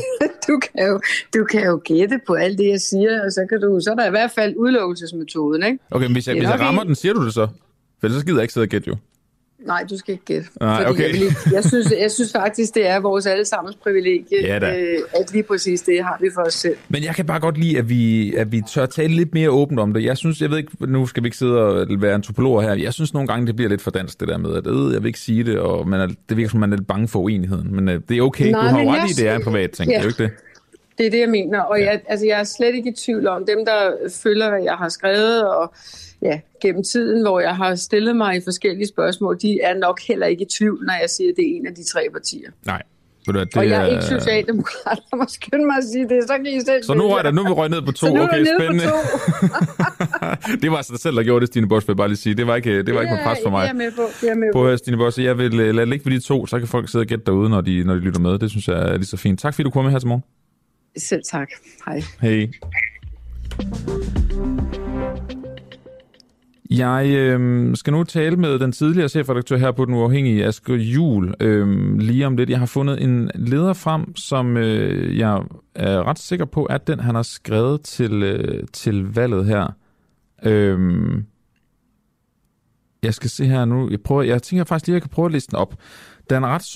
E: Du kan jo gætte på alt det, jeg siger, og så er der i hvert fald udelukkelsesmetoden, ikke?
A: Okay, men hvis jeg rammer den, siger du det så? For så gider jeg ikke sidde og gætte jo.
E: Nej, du skal ikke gætte.
A: Nej, okay.
E: Jeg synes faktisk, det er vores allesammens privilegie, at lige præcis det har vi for os selv.
A: Men jeg kan bare godt lide, at vi tør tale lidt mere åbent om det. Jeg ved ikke, nu skal vi ikke sidde og være antropologer her. Jeg synes nogle gange, det bliver lidt for dansk, det der med, at jeg vil ikke sige det, og det virker som, man er lidt bange for uenigheden. Men det er okay, nej, du har jo ret i, det er en privat ting, det er jo ikke det.
E: Det er det, jeg mener, og jeg er slet ikke i tvivl om dem, der følger, hvad jeg har skrevet, og gennem tiden, hvor jeg har stillet mig i forskellige spørgsmål, de er nok heller ikke i tvivl, når jeg siger, at det er en af de 3 partier.
A: Nej.
E: Og jeg er ikke socialdemokrat, der må skynde mig at sige det, så kan I selv.
A: Så nu er vi røget ned på 2, okay, spændende. Det var altså dig selv, der gjorde det, Stine Bosse, vil jeg bare lige sige. Det var ikke med pres for mig.
E: Det er med på.
A: Stine Bosse, jeg vil lade det ligge ved de 2, så kan folk sidde og gætte derude, når de lytter med. Det synes jeg er lige så fint. Tak fordi du kom med her til morgen.
E: Selv tak. Hej.
A: Hej. Jeg skal nu tale med den tidligere chefredaktør her på Den Uafhængige, Asger Juhl, lige om lidt. Jeg har fundet en leder frem, som jeg er ret sikker på, at den han har skrevet til valget her. Jeg skal se her nu. Jeg tænker faktisk lige, at jeg kan prøve at liste den op. Der er en ret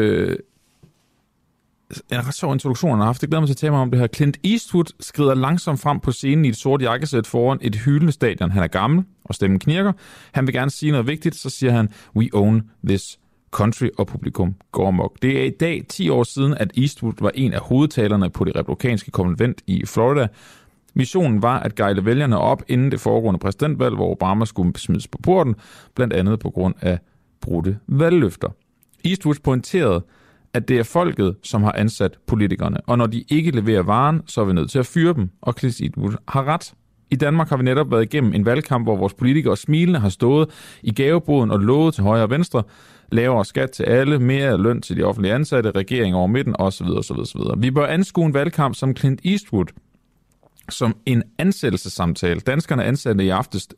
A: sjov introduktion, han har haft. Jeg glæder mig til at tale mig om det her. Clint Eastwood skrider langsomt frem på scenen i et sort jakkesæt foran et hyldende stadion. Han er gammel, og stemmen knirker. Han vil gerne sige noget vigtigt, så siger han, "We own this country", og publikum går amok. Det er i dag 10 år siden, at Eastwood var en af hovedtalerne på det republikanske konvent i Florida. Missionen var at gejle vælgerne op inden det foregående præsidentvalg, hvor Obama skulle smides på porten, blandt andet på grund af brudte valgløfter. Eastwood pointerede, at det er folket, som har ansat politikerne, og når de ikke leverer varen, så er vi nødt til at fyre dem, og Clint Eastwood har ret. I Danmark har vi netop været igennem en valgkamp, hvor vores politikere smilende har stået i gaveboden og lovet til højre og venstre, lavere skat til alle, mere løn til de offentlige ansatte, regering over midten osv. osv. Vi bør anskue en valgkamp som Clint Eastwood som en ansættelsessamtale. Danskerne ansatte i aftes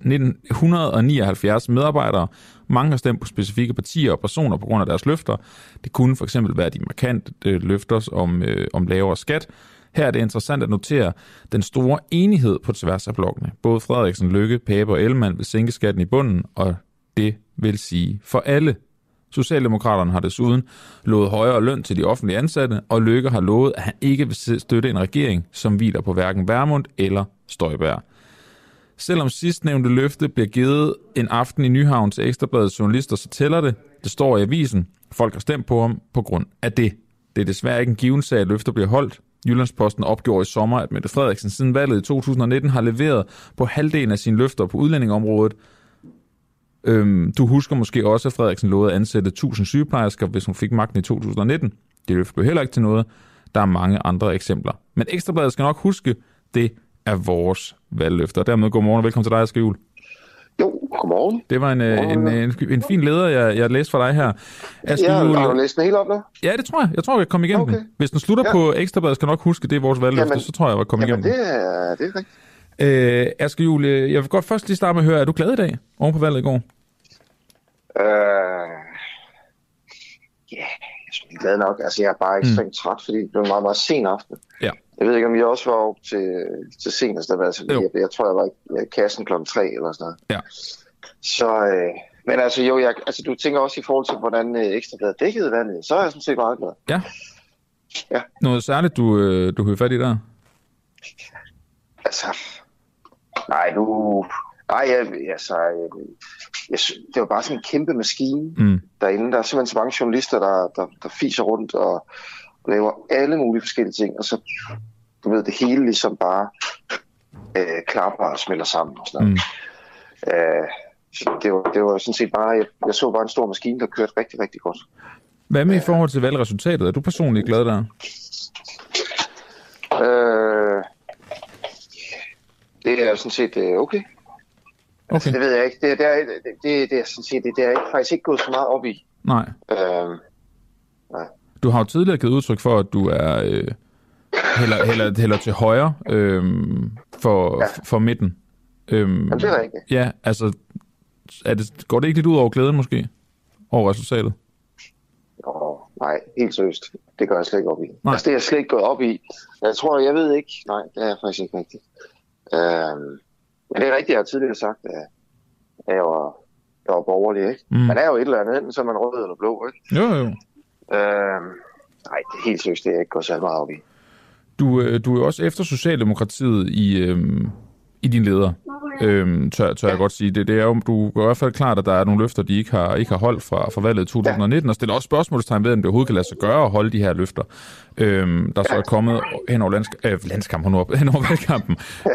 A: 179 medarbejdere. Mange har stemt på specifikke partier og personer på grund af deres løfter. Det kunne for eksempel være de markante løfter om lavere skat. Her er det interessant at notere den store enighed på tværs af blokkene. Både Frederiksen, Løkke, Pape og Ellemann vil sænke skatten i bunden, og det vil sige for alle. Socialdemokraterne har desuden lovet højere løn til de offentlige ansatte, og Løkke har lovet, at han ikke vil støtte en regering, som hviler på hverken Vermund eller Støjberg. Selvom sidstnævnte løfte bliver givet en aften i Nyhavn til Ekstrabladets journalister, så tæller det. Det står i avisen. Folk har stemt på ham på grund af det. Det er desværre ikke en given sag, at løfter bliver holdt. Jyllandsposten opgjorde i sommer, at Mette Frederiksen siden valget i 2019 har leveret på halvdelen af sine løfter på udlændingeområdet. Du husker måske også, at Frederiksen lovede at ansætte 1000 sygeplejersker, hvis hun fik magten i 2019. Det løfte blev heller ikke til noget. Der er mange andre eksempler. Men Ekstrabladet skal nok huske, det er vores valgløfter. Dermed godmorgen og velkommen til dig, Asger Juhl.
D: Jo, godmorgen.
A: Det var en fin leder, jeg læste for dig her.
D: Asger Juhl, har du læst den helt op nu?
A: Ja, det tror jeg. Jeg tror, jeg kom igennem den. Hvis den slutter på Ekstrabladet, skal nok huske, det er vores valgløfter, så tror jeg, jeg kom igennem den.
D: Det er rigtigt.
A: Asger Juhl, jeg vil godt først lige starte med at høre, er du glad i dag oven på valget i går?
D: Jeg er glad nok. Altså, jeg er bare ekstremt træt, fordi det blev en meget, meget sen aften.
A: Ja.
D: Jeg ved ikke, om I også var op til senest. Jeg tror, jeg var i kassen kl. 3 eller sådan noget.
A: Ja.
D: Så, men altså, du tænker også i forhold til, hvordan Ekstrabladet dækkede valget, så er jeg sådan set meget glad.
A: Ja. Noget særligt, du hører fat i der?
D: Altså, det var bare sådan en kæmpe maskine derinde. Der er simpelthen så mange journalister, der fiser rundt og laver alle mulige forskellige ting, og så, du ved, det hele ligesom bare klapper og smelter sammen og sådan noget. Det var sådan set bare, jeg så bare en stor maskine, der kørte rigtig, rigtig godt.
A: Hvad med i forhold til valgresultatet? Er du personligt glad der?
D: Det er sådan set okay. Altså, det ved jeg ikke. Det er sådan set, det er faktisk ikke gået så meget op i.
A: Nej.
D: Nej.
A: Du har jo tidligere givet udtryk for, at du er hælder til højre for midten.
D: Jamen, det er rigtigt.
A: Ja, altså, går det ikke lidt ud over glæden måske? Over resultatet?
D: Nej, helt seriøst. Det gør jeg slet ikke op i.
A: Nej.
D: Altså, det er jeg slet ikke gået op i. Jeg ved ikke. Nej, det er faktisk ikke rigtigt. Men det er rigtigt, jeg har tidligere sagt, at jeg var borgerlig, ikke? Man er jo et eller andet, enten så er man rød eller blå, ikke?
A: Jo.
D: Nej, det er helt seriøst, det er ikke gået så meget op i.
A: Du er også efter Socialdemokratiet i din leder, tør jeg godt sige. Det er jo, du går i hvert fald klart, at der er nogle løfter, de ikke har holdt fra valget i 2019, og stiller også spørgsmålstegn ved, om det overhovedet kan lade sig gøre at holde de her løfter, der så er kommet hen over hen over valgkampen.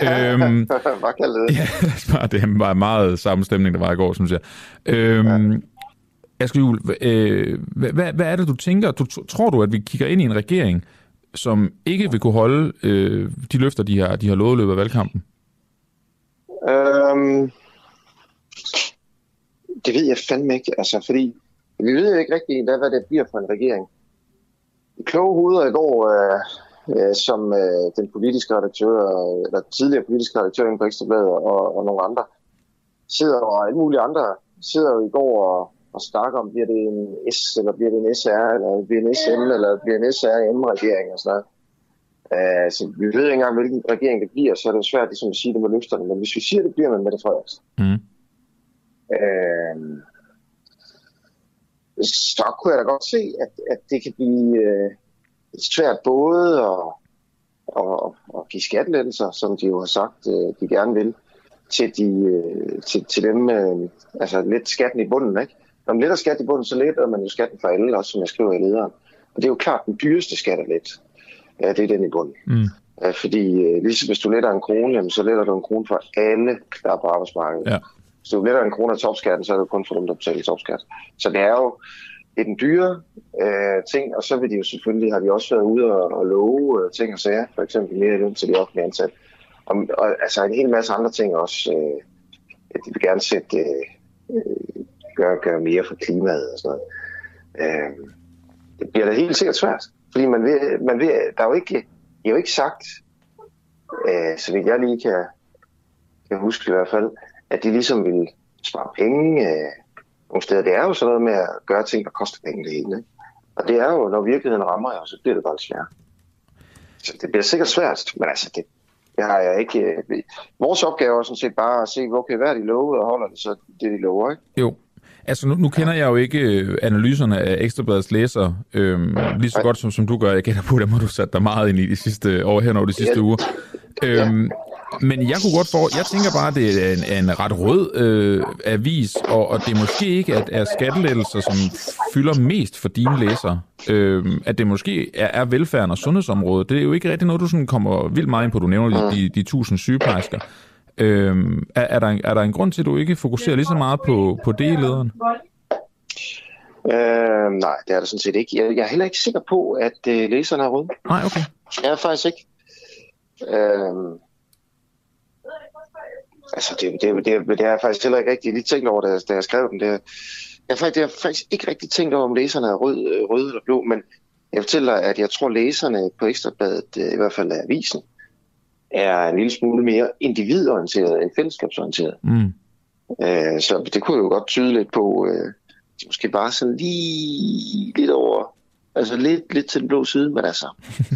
A: Det var meget samme stemning, der var i går, synes jeg. Asger Juhl, hvad er det, du tænker? Tror du, at vi kigger ind i en regering, som ikke vil kunne holde de løfter, de har lovet i løbet af valgkampen?
D: Det ved jeg fandme ikke, altså, fordi vi ved jo ikke rigtig, hvad det bliver for en regering. De kloge hoveder i går, som den politiske redaktør, eller tidligere politiske redaktør på Ekstrabladet og nogle andre, og alle mulige andre, sidder jo i går og snakker om, bliver det en S, eller bliver det en SR, eller bliver det en SN, eller bliver det en SRM-regering og sådan noget.
F: Så vi ved ikke engang, hvilken regering det bliver, så er det svært ligesom at sige det med løfterne. Men hvis vi siger, det bliver med Mette Frederiksen, så kunne jeg da godt se, at det kan blive svært både at give skattelettelser, som de jo har sagt, de gerne vil, til dem, altså lidt skatten i bunden, ikke? Når man letter skat i bunden, så letter man jo skatten for alle, også som jeg skriver i lederen. Og det er jo klart den dyreste skattelet. Ja, det er den i bunden. Fordi ligesom hvis du letter en krone, så letter du en krone for alle, der er på arbejdsmarkedet. Ja. Hvis du letter en krone af topskatten, så er det kun for dem, der betaler topskat. Så det er jo den dyre ting, og så vil de jo selvfølgelig, har de også været ude og love ting og sager, for eksempel mere løn til de offentlige ansatte. Og altså en hel masse andre ting også. De vil gerne sætte, gøre mere for klimaet og sådan noget. Det bliver da helt sikkert svært, fordi man vil, der er jo ikke sagt, så vidt jeg lige kan huske i hvert fald, at de ligesom vil spare penge nogle steder. Det er jo sådan noget med at gøre ting, der koster penge det hele. Ikke? Og det er jo, når virkeligheden rammer jer, så bliver det bare svært. Så det bliver sikkert svært, men altså det har jeg ikke. Vores opgave er sådan set bare at se, okay, hvad er de lovet, og holder det så det, de lover, ikke?
A: Jo. Altså, nu kender jeg jo ikke analyserne af Ekstra Bladets læsere lige så godt, som du gør. Jeg gætter på, der må du sætte dig meget ind i de sidste år hen over de sidste uger. Men jeg kunne godt jeg tænker bare, at det er en ret rød avis, og det er måske ikke er skattelettelser, som fylder mest for dine læsere. At det måske er velfærden og sundhedsområdet. Det er jo ikke rigtig noget, du sådan kommer vildt meget ind på. Du nævner de 1000 sygeplejersker. Er der en grund til, at du ikke fokuserer lige så meget på det i lederen?
F: Nej, det er der sådan set ikke. Jeg er heller ikke sikker på, at læserne er røde.
A: Nej, okay.
F: Jeg er faktisk ikke. Altså, det har jeg faktisk heller ikke rigtig lige tænkt over, da jeg skrev den. Jeg har faktisk ikke rigtig tænkt over, om læserne er røde eller blå, men jeg fortæller, at jeg tror, læserne på Ekstra Bladet, i hvert fald af avisen, er en lille smule mere individorienteret end fællesskabsorienteret. Så det kunne jo godt tyde lidt på, måske bare sådan lige lidt over, altså lidt til den blå side, men altså.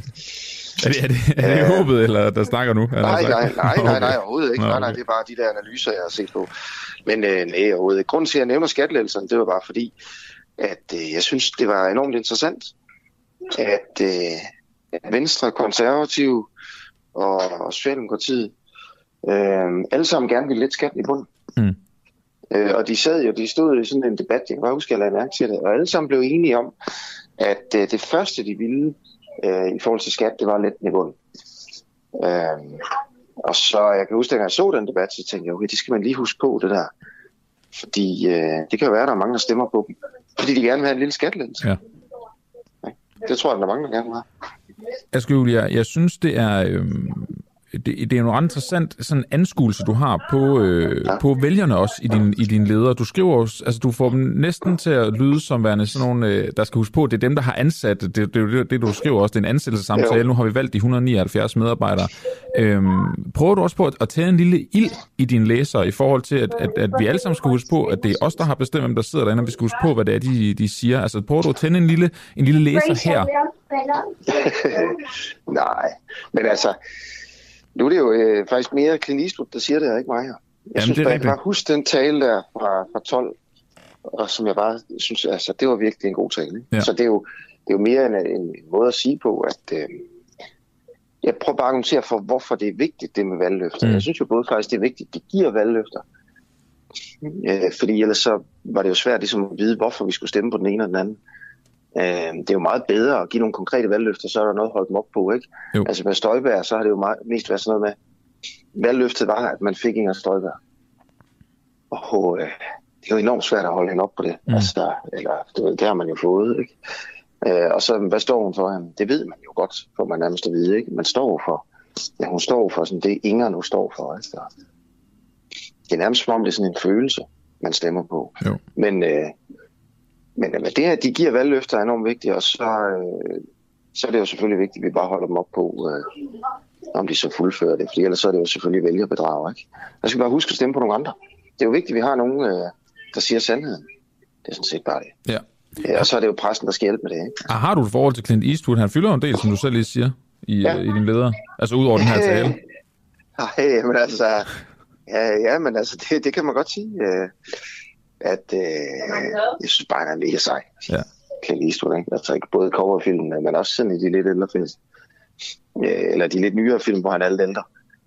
A: Er det håbet, eller der snakker nu?
F: Nej, overhovedet ikke. Nej, det er bare de der analyser, jeg har set på. Men nej, overhovedet ikke. Grunden til, at jeg nævner skattelettelserne, det var bare fordi, at jeg synes, det var enormt interessant, at Venstre, Konservative og Socialdemokratiet alle sammen gerne ville lidt skatten i bunden. Og de stod i sådan en debat, jeg kan bare huske, at jeg lagde mærke til det, og alle sammen blev enige om, at det første, de ville i forhold til skat, det var lidt i bunden. Og så, jeg kan huske, at jeg så den debat, så tænkte jeg, okay, det skal man lige huske på, det der. Fordi det kan jo være, at der er mange, der stemmer på dem, fordi de gerne vil have en lille skattelettelse. Ja. Det tror jeg, der er mange, der gerne vil have.
A: Asger Juhl, jeg synes, det er... Det er en ret interessant sådan anskuelse, du har på vælgerne også i din leder. Du skriver også, altså du får dem næsten til at lyde som værende sådan nogle, der skal huske på, det er dem, der har ansat. Det du skriver også, det er en ansættelsessamtale. Nu har vi valgt de 179 medarbejdere. Prøver du også på at tage en lille ild i dine læsere i forhold til, at vi alle sammen skal huske på, at det er os, der har bestemt, hvem der sidder derinde, og vi skal huske på, hvad det er, de siger. Altså prøver du at tænde en lille læser her?
F: Nej, men altså... Nu er det jo faktisk mere Clint Eastwood, der siger det her, ikke mig her. Jeg synes bare, jeg kan bare huske den tale der fra 12, og som jeg bare synes, altså det var virkelig en god tale. Ikke? Ja. Så det er jo mere en måde at sige på, at jeg prøver bare at argumentere for, hvorfor det er vigtigt, det med valgløfter. Jeg synes jo både faktisk, det er vigtigt, at de giver valgløfter. Fordi ellers så var det jo svært ligesom at vide, hvorfor vi skulle stemme på den ene og den anden. Det er jo meget bedre at give nogle konkrete valgløfter, så er der noget at holde dem op på, ikke? Jo. Altså med Støjberg, så har det jo mest været sådan noget med, valgløftet var, at man fik Inger Støjberg. Og det er jo enormt svært at holde hende op på det. Altså, det har man jo fået, ikke? Og så, hvad står hun for? Jamen, det ved man jo godt, for man nærmest at vide, ikke? Man står for, hun står for sådan det, Inger nu står for, ikke? Det er nærmest som om, det er sådan en følelse, man stemmer på. Jo. Men det, at de giver valgløfter, er enormt vigtigt, og så er det jo selvfølgelig vigtigt, at vi bare holder dem op på, om de så fuldfører det, fordi ellers så er det jo selvfølgelig vælgerbedrag, ikke? Der skal vi bare huske at stemme på nogle andre. Det er jo vigtigt, at vi har nogen, der siger sandheden. Det er sådan set bare det. Ja. Og så er det jo pressen, der skal hjælpe med det, ikke?
A: Har du et forhold til Clint Eastwood? Han fylder en del, som du selv lige siger. i din leder? Altså ud over den her tale?
F: Nej, men altså... Ja, men altså, det kan man godt sige. Jeg synes bare, han er mega sej.
A: Ja.
F: Clint Eastwood, ikke? Altså ikke både coverfilmen, men også sådan i de lidt ældre film. Eller de lidt nyere film, hvor han er lidt ældre.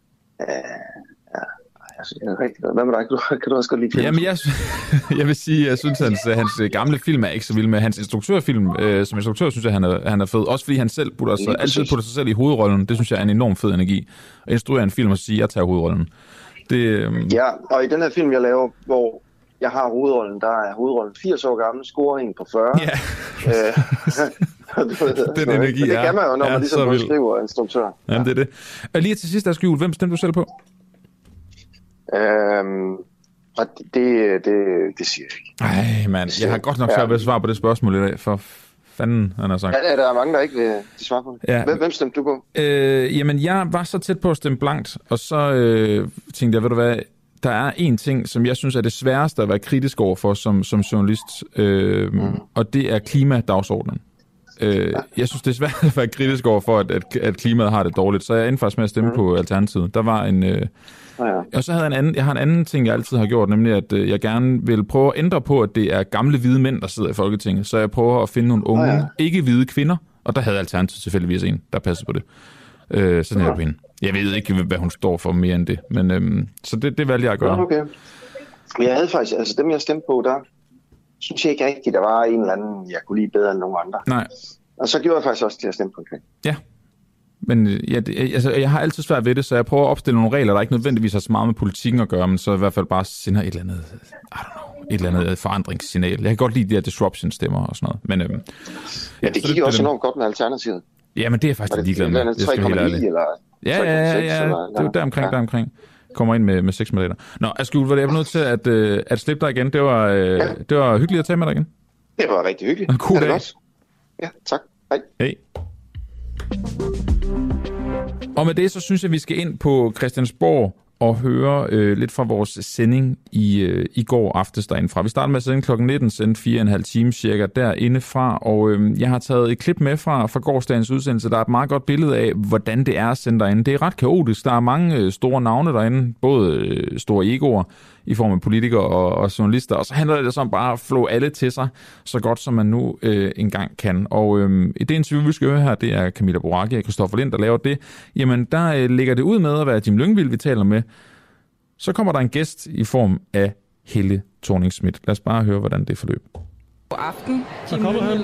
F: Altså, det er rigtig godt. Hvad med dig? Kan du også godt lide film?
A: Jamen, jeg vil sige, jeg synes, hans gamle film er ikke så vild med. Hans instruktørfilm, som instruktør, synes jeg, han er fed. Også fordi han selv altid putter sig selv i hovedrollen. Det synes jeg er en enorm fed energi. At instruere en film og sige, at jeg tager hovedrollen.
F: Ja, og i den her film, jeg laver, hvor jeg har hovedrollen, der er hovedrollen 80 år gammel, scorer en på 40.
A: Ja. Den energi,
F: det kan man jo, når man ligesom skriver instruktør.
A: Jamen, det er det. Og lige til sidst, der skjul, hvem stemte du selv på?
F: Og det siger jeg ikke.
A: Ej, mand, jeg har godt nok svært ved at svare på det spørgsmål i dag, for fanden, han har sagt.
F: Ja, der er mange, der ikke vil svare på det. Ja. Hvem stemte du på?
A: Jamen, jeg var så tæt på at stemme blankt, og så tænkte jeg, ved du hvad, der er en ting, som jeg synes er det sværeste at være kritisk overfor som journalist, og det er klimadagsordenen. Jeg synes, det er svært at være kritisk overfor, at klimaet har det dårligt, så jeg endte faktisk med at stemme på Alternativet. Der var en... Og så havde jeg har en anden ting, jeg altid har gjort, nemlig at jeg gerne vil prøve at ændre på, at det er gamle hvide mænd, der sidder i Folketinget. Så jeg prøver at finde nogle unge, ikke hvide kvinder, og der havde Alternativet tilfældigvis en, der passede på det. Sådan er jeg på hende. Jeg ved ikke, hvad hun står for mere end det, men så det valgte jeg at gøre.
F: Okay. Jeg havde faktisk, altså dem jeg stemte på, der synes jeg ikke rigtigt, der var en eller anden, jeg kunne lide bedre end nogen andre.
A: Nej.
F: Og så gjorde jeg faktisk også til at stemme på en. Ja.
A: Men jeg har altid svært ved det, så jeg prøver at opstille nogle regler, der ikke nødvendigvis har så meget med politikken at gøre, men så i hvert fald bare sender et eller andet forandringssignal. Jeg kan godt lide de her disruption-stemmer og sådan noget. Men,
F: det gik jo også enormt godt med Alternativet.
A: Ja, men det er faktisk ligeglad med. Det skal helt ærligt. Ja, det er jo deromkring. Kommer ind med 6 mandater. Nå, Askjul, var det jeg nødt til at slippe dig igen? Det var hyggeligt at tage med dig igen.
F: Det var rigtig hyggeligt.
A: God dag.
F: Ja, tak. Hej.
A: Hej. Og med det, så synes jeg, vi skal ind på Christiansborg og høre lidt fra vores sending i går aftes derindefra. Vi starter med at sende kl. 19, sendte 4,5 timer cirka derindefra, og jeg har taget et klip med fra gårsdagens udsendelse. Der er et meget godt billede af, hvordan det er at sende derinde. Det er ret kaotisk. Der er mange store navne derinde, både store egoer i form af politikere og journalister, og så handler det om bare at flå alle til sig, så godt som man nu engang kan. Og i det interview, vi skal høre her, det er Camilla Boracchi og Christoffer Lind, der laver det. Jamen, der ligger det ud med at være Jim Lyngvild, vi taler med. Så kommer der en gæst i form af Helle Thorning-Schmidt. Lad os bare høre, hvordan det forløb.
G: God aften, Jim Lyngvild.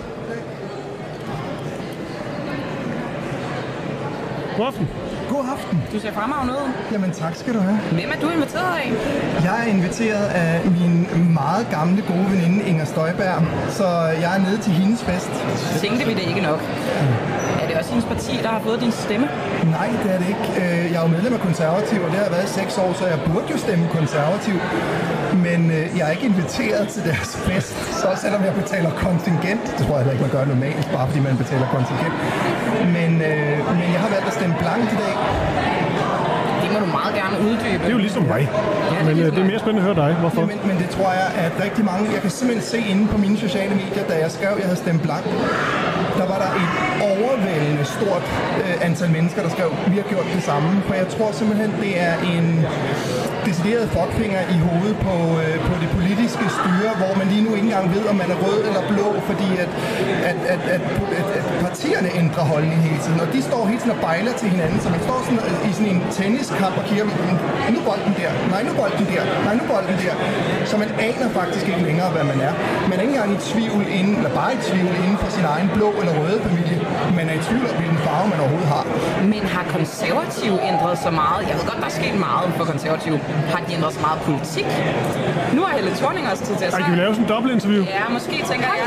H: God aften.
G: God aften. Du ser fremragende ud.
H: Jamen tak skal du have.
G: Hvem er du inviteret af?
H: Jeg er inviteret af min meget gamle gode veninde Inger Støjberg, så jeg er nede til hendes fest.
G: Tænkte vi det ikke nok? Er det også hendes parti, der har fået din stemme?
H: Nej, det er det ikke. Jeg er jo medlem af Konservativ, og det har været 6 år, så jeg burde jo stemme Konservativ. Men jeg er ikke inviteret til deres fest, så selvom jeg betaler kontingent, det tror jeg heller ikke, man gør normalt, bare fordi man betaler kontingent. Men jeg har valgt at stemme blankt i dag.
G: Det må du meget gerne uddybe.
H: Det er jo ligesom mig.
G: Ja,
H: men det er mere spændende at høre dig. Hvorfor?
G: Ja,
H: men det tror jeg, at rigtig mange... Jeg kan simpelthen se inde på mine sociale medier, da jeg skrev, at jeg havde stemt blankt. Der var der et overvældende stort antal mennesker, der skrev, vi har gjort det samme. For jeg tror simpelthen, det er en decideret fuckfinger i hovedet på det politiske styre, hvor man lige nu ikke engang ved, om man er rød eller blå, fordi at partierne ændrer holdning hele tiden. Og de står hele tiden og bejler til hinanden, så man står sådan i sådan en tenniskamp og kigger, nu bolden der, nej nu bolden der, nej nu bolden der. Så man aner faktisk ikke længere, hvad man er. Man er ikke engang i tvivl inden, eller bare i tvivl inden for sin egen blå eller røde familie. Man er i tvivl om, hvilken farve man overhovedet har.
G: Men har konservativ ændret så meget? Jeg ved godt, der er sket meget for konservativ. Har de ændret så meget politik? Nu har Helle Thorning også tid til at sige.
H: Kan vi lave sådan en dobbeltinterview?
G: Ja, måske tænker jeg.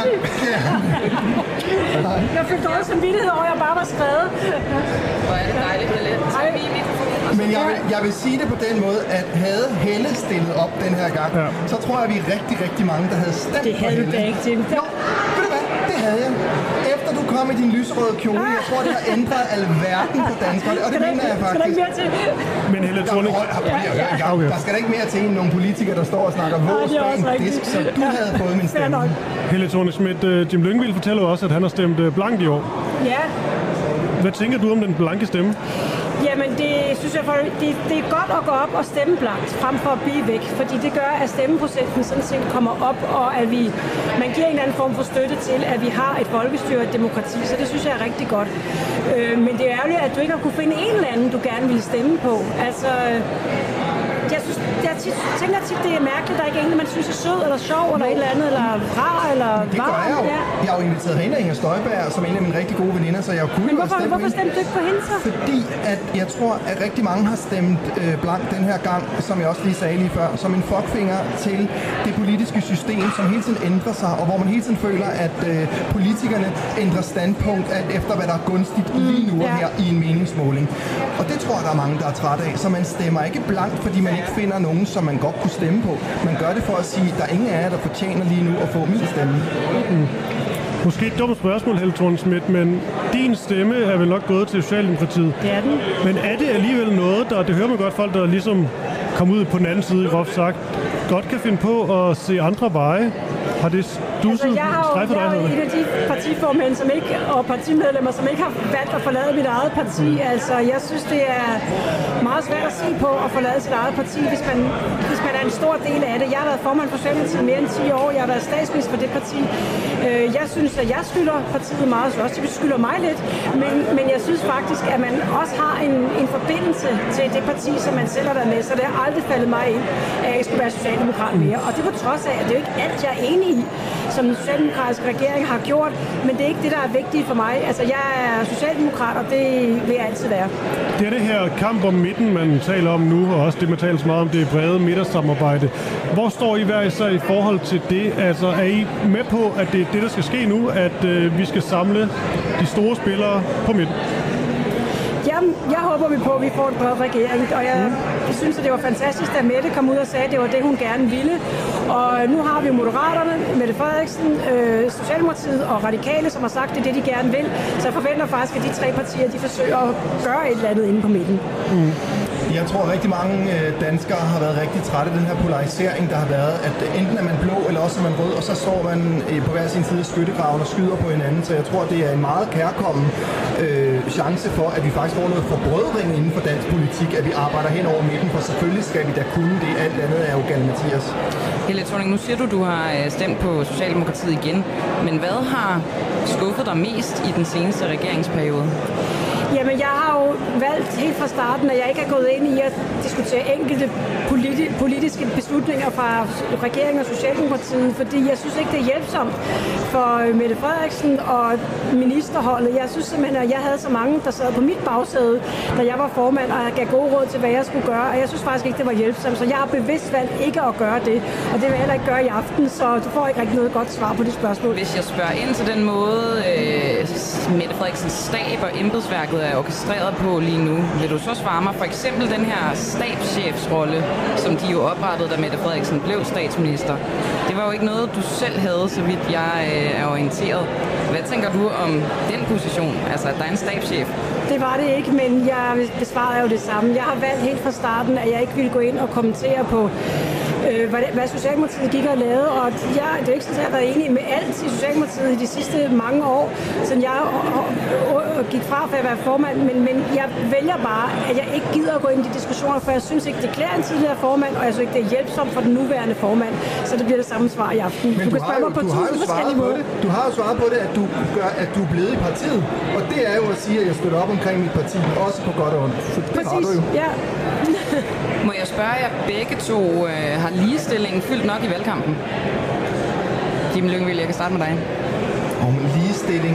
I: Jeg følte også samvittighed over, at jeg bare var skrevet.
G: Hvor er det dejligt, Helle.
H: Men jeg vil sige det på den måde, at havde Helle stillet op den her gang, så tror jeg, at vi er rigtig, rigtig mange, der havde stemt
I: det havde
H: på Helle.
I: Det havde du da ikke til.
H: Jo, ved du hvad? Det havde jeg. Efter du kom i din lyserøde kjole, jeg tror, det har ændret alverden på danskere, og det mener jeg faktisk.
I: Skal der ikke mere til?
H: Men Helle Thorning... Der skal der ikke mere til end nogle politikere, der står og snakker vås bag en disk, så du havde fået min stemme.
J: Helle Thorning-Schmidt, Jim Lyngvild fortæller også, at han har stemt blankt i år.
I: Ja.
J: Hvad tænker du om den blanke stemme?
I: Jamen, det synes jeg, det er godt at gå op og stemme blankt, frem for at blive væk. Fordi det gør, at stemmeprocenten sådan set kommer op, og at man giver en eller anden form for støtte til, at vi har et folkestyre og et demokrati. Så det synes jeg er rigtig godt. Men det er ærgerligt, at du ikke har kunne finde en eller anden, du gerne ville stemme på. Altså, jeg tænker tit, det er mærkeligt, at der ikke er en, man synes er sød, eller sjov, eller et eller andet, eller rar, eller varm.
H: Det gør jeg jo. Ja. Jeg har jo inviteret hende Inger Støjberg, som er en af mine rigtig gode veninder, så jeg kunne jo stemme.
I: Hvorfor stemte du ikke på hende så?
H: Fordi at jeg tror, at rigtig mange har stemt blankt den her gang, som jeg også lige sagde lige før, som en fuckfinger til det politiske system, som hele tiden ændrer sig, og hvor man hele tiden føler, at politikerne ændrer standpunkt alt efter, hvad der er gunstigt lige nu her i en meningsmåling. Og det tror jeg, der er mange, der er trætte af. Så man stemmer ikke blankt, fordi man ikke finder nogen, som man godt kunne stemme på. Man gør det for at sige, at der er ingen af jer, der fortjener lige nu at få min stemme.
J: Måske et dumt spørgsmål, Helle Thorning-Schmidt, men din stemme er vel nok gået til Socialdemokratiet.
I: Det er den.
J: Men er det alligevel noget, det hører man godt folk, der ligesom kom ud på den anden side, groft sagt, godt kan finde på at se andre veje? Har det stusset strejfet dig?
I: Jeg er en af de partiformænd og partimedlemmer, som ikke har valgt at forlade mit eget parti. Altså, jeg synes, det er meget svært at se på at forlade sit eget parti, hvis man er en stor del af det. Jeg har været formand for Socialdemokratiet mere end 10 år. Jeg har været statsminister for det parti. Jeg synes, at jeg skylder partiet meget, så også de skylder mig lidt. Men jeg synes faktisk, at man også har en forbindelse til det parti, som man selv har været med. Så det har aldrig faldet mig ind, at jeg skulle være socialdemokrat mere. Og det på trods af, at det er jo ikke alt, jeg er enig i, som den socialdemokratiske regering har gjort. Men det er ikke det, der er vigtigt for mig. Altså, jeg er socialdemokrat, og det vil jeg altid være.
J: Det er det her kamp om midten, man taler om nu, og også det, man taler så meget om, det brede midtersamarbejde. Hvor står I hver især i forhold til det? Altså, er I med på, at det er det, der skal ske nu, at vi skal samle de store spillere på midten?
I: Jamen, jeg håber vi på, at vi får en bred regering, og jeg synes, at det var fantastisk, da Mette kom ud og sagde, at det var det, hun gerne ville. Og nu har vi Moderaterne, Mette Frederiksen, Socialdemokratiet og Radikale, som har sagt, at det er det, de gerne vil. Så jeg forventer faktisk, at de tre partier, de forsøger at gøre et eller andet inde på midten.
H: Jeg tror, at rigtig mange danskere har været rigtig trætte af den her polarisering, der har været, at enten er man blå, eller også er man rød, og så står man på hver sin side af skyttegraven og skyder på hinanden. Så jeg tror, det er en meget kærkommen chance for, at vi faktisk får noget forbrødring inden for dansk politik, at vi arbejder hen over midten, for selvfølgelig skal vi da kunne det. Alt andet er jo Mathias.
G: Helle Thorning, nu siger du har stemt på Socialdemokratiet igen, men hvad har skuffet dig mest i den seneste regeringsperiode?
I: Jamen, jeg har jo valgt helt fra starten, at jeg ikke er gået ind i at diskutere enkelte politiske beslutninger fra regeringen og Socialdemokratiet, fordi jeg synes ikke, det er hjælpsomt for Mette Frederiksen og ministerholdet. Jeg synes simpelthen, at jeg havde så mange, der sad på mit bagsæde, da jeg var formand, og jeg gav gode råd til, hvad jeg skulle gøre, og jeg synes faktisk ikke, det var hjælpsomt, så jeg har bevidst valgt ikke at gøre det, og det vil jeg heller ikke gøre i aften, så du får ikke rigtig noget godt svar på det spørgsmål.
G: Hvis jeg spørger ind til den måde, Mette Frederiksens stab og embedsværket er orkestreret på lige nu, vil du så svare mig for eksempel den her stabschefsrolle, som de jo oprettede, da Mette Frederiksen blev statsminister. Det var jo ikke noget, du selv havde, så vidt jeg er orienteret. Hvad tænker du om den position, altså at der er en stabschef?
I: Det var det ikke, men jeg besvarede jo det samme. Jeg har valgt helt fra starten, at jeg ikke ville gå ind og kommentere på hvad Socialdemokratiet gik og lavede, og det er ikke sådan, at jeg har været enig med alt i Socialdemokratiet i de sidste mange år, siden jeg gik fra for at være formand, men jeg vælger bare, at jeg ikke gider at gå ind i de diskussioner, for jeg synes ikke, det klæder en tidligere formand, og jeg synes ikke, det er hjælpsomt for den nuværende formand, så det bliver det samme svar i aften.
H: Men du kan spørge mig på 1000 forskellige måder. Du har jo svaret på det, at du er blevet i partiet, og det er jo at sige, at jeg støtter op omkring mit parti, også på godt og ondt. Det har du jo.
I: Ja.
G: Må jeg spørge jer begge to, har ligestillingen fyldt nok i valgkampen? Jim Lyngvild, jeg kan starte med dig.
H: Om ligestilling,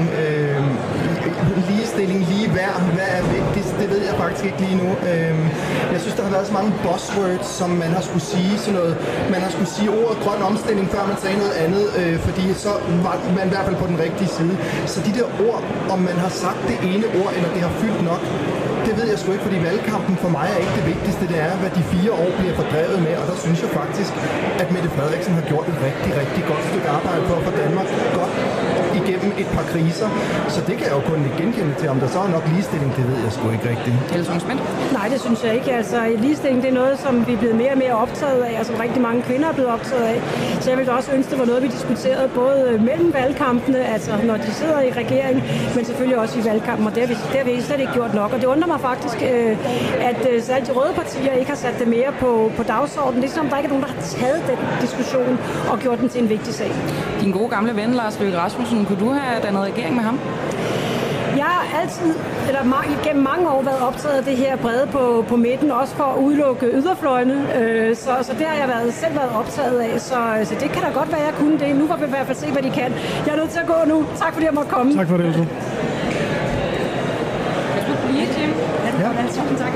H: lige værd, hvad er vigtigst, det ved jeg faktisk ikke lige nu. Jeg synes, der har været så mange buzzwords, som man har skulle sige sådan noget. Man har skulle sige ordet grøn omstilling, før man sagde noget andet, fordi så var man i hvert fald på den rigtige side. Så de der ord, om man har sagt det ene ord, eller det har fyldt nok, det ved jeg sgu ikke, fordi valgkampen for mig er ikke det vigtigste. Det er, hvad de 4 år bliver fordrevet med, og der synes jeg faktisk, at Mette Frederiksen har gjort et rigtig, rigtig godt stykke arbejde for at få Danmark godt igennem et par kriser. Så det kan jeg jo kun genkende til. Om der så er nok ligestilling, det ved jeg sgu ikke rigtigt.
I: Nej, det synes jeg ikke. Altså, ligestilling, det er noget, som vi er blevet mere og mere optaget af, og som rigtig mange kvinder er blevet optaget af. Så jeg vil også ønske, det var noget, vi diskuterede både mellem valgkampene, altså når de sidder i regeringen, men selvfølgelig også i valgkampen, og det har vi slet ikke gjort nok. Og det undrer mig faktisk, at særligt de røde partier ikke har sat det mere på dagsordenen. Det er som, der ikke er nogen, der har taget den diskussion og gjort den til en vigtig sag.
G: Din gode gamle ven, Lars Løkke Rasmussen, kunne du have dannet regering med ham?
I: Jeg har altid, gennem mange år, været optaget af det her brede på midten, også for at udelukke yderfløjene. Så det har jeg selv været optaget af. Så det kan da godt være, at jeg kunne det. Nu får vi i hvert fald se, hvad de kan. Jeg er nødt til at gå nu. Tak fordi jeg måtte komme.
J: Tak for det, Elsa.
I: Tak.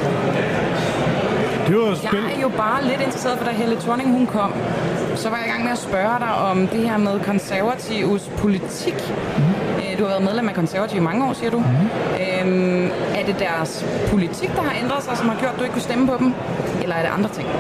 G: Jeg er jo bare lidt interesseret, for da Helle Thorning hun kom, så var jeg i gang med at spørge dig om det her med konservatives politik. Du har været medlem af konservative i mange år, siger du. Er det deres politik, der har ændret sig, som har gjort, at du ikke kunne stemme på dem? Eller er det andre ting?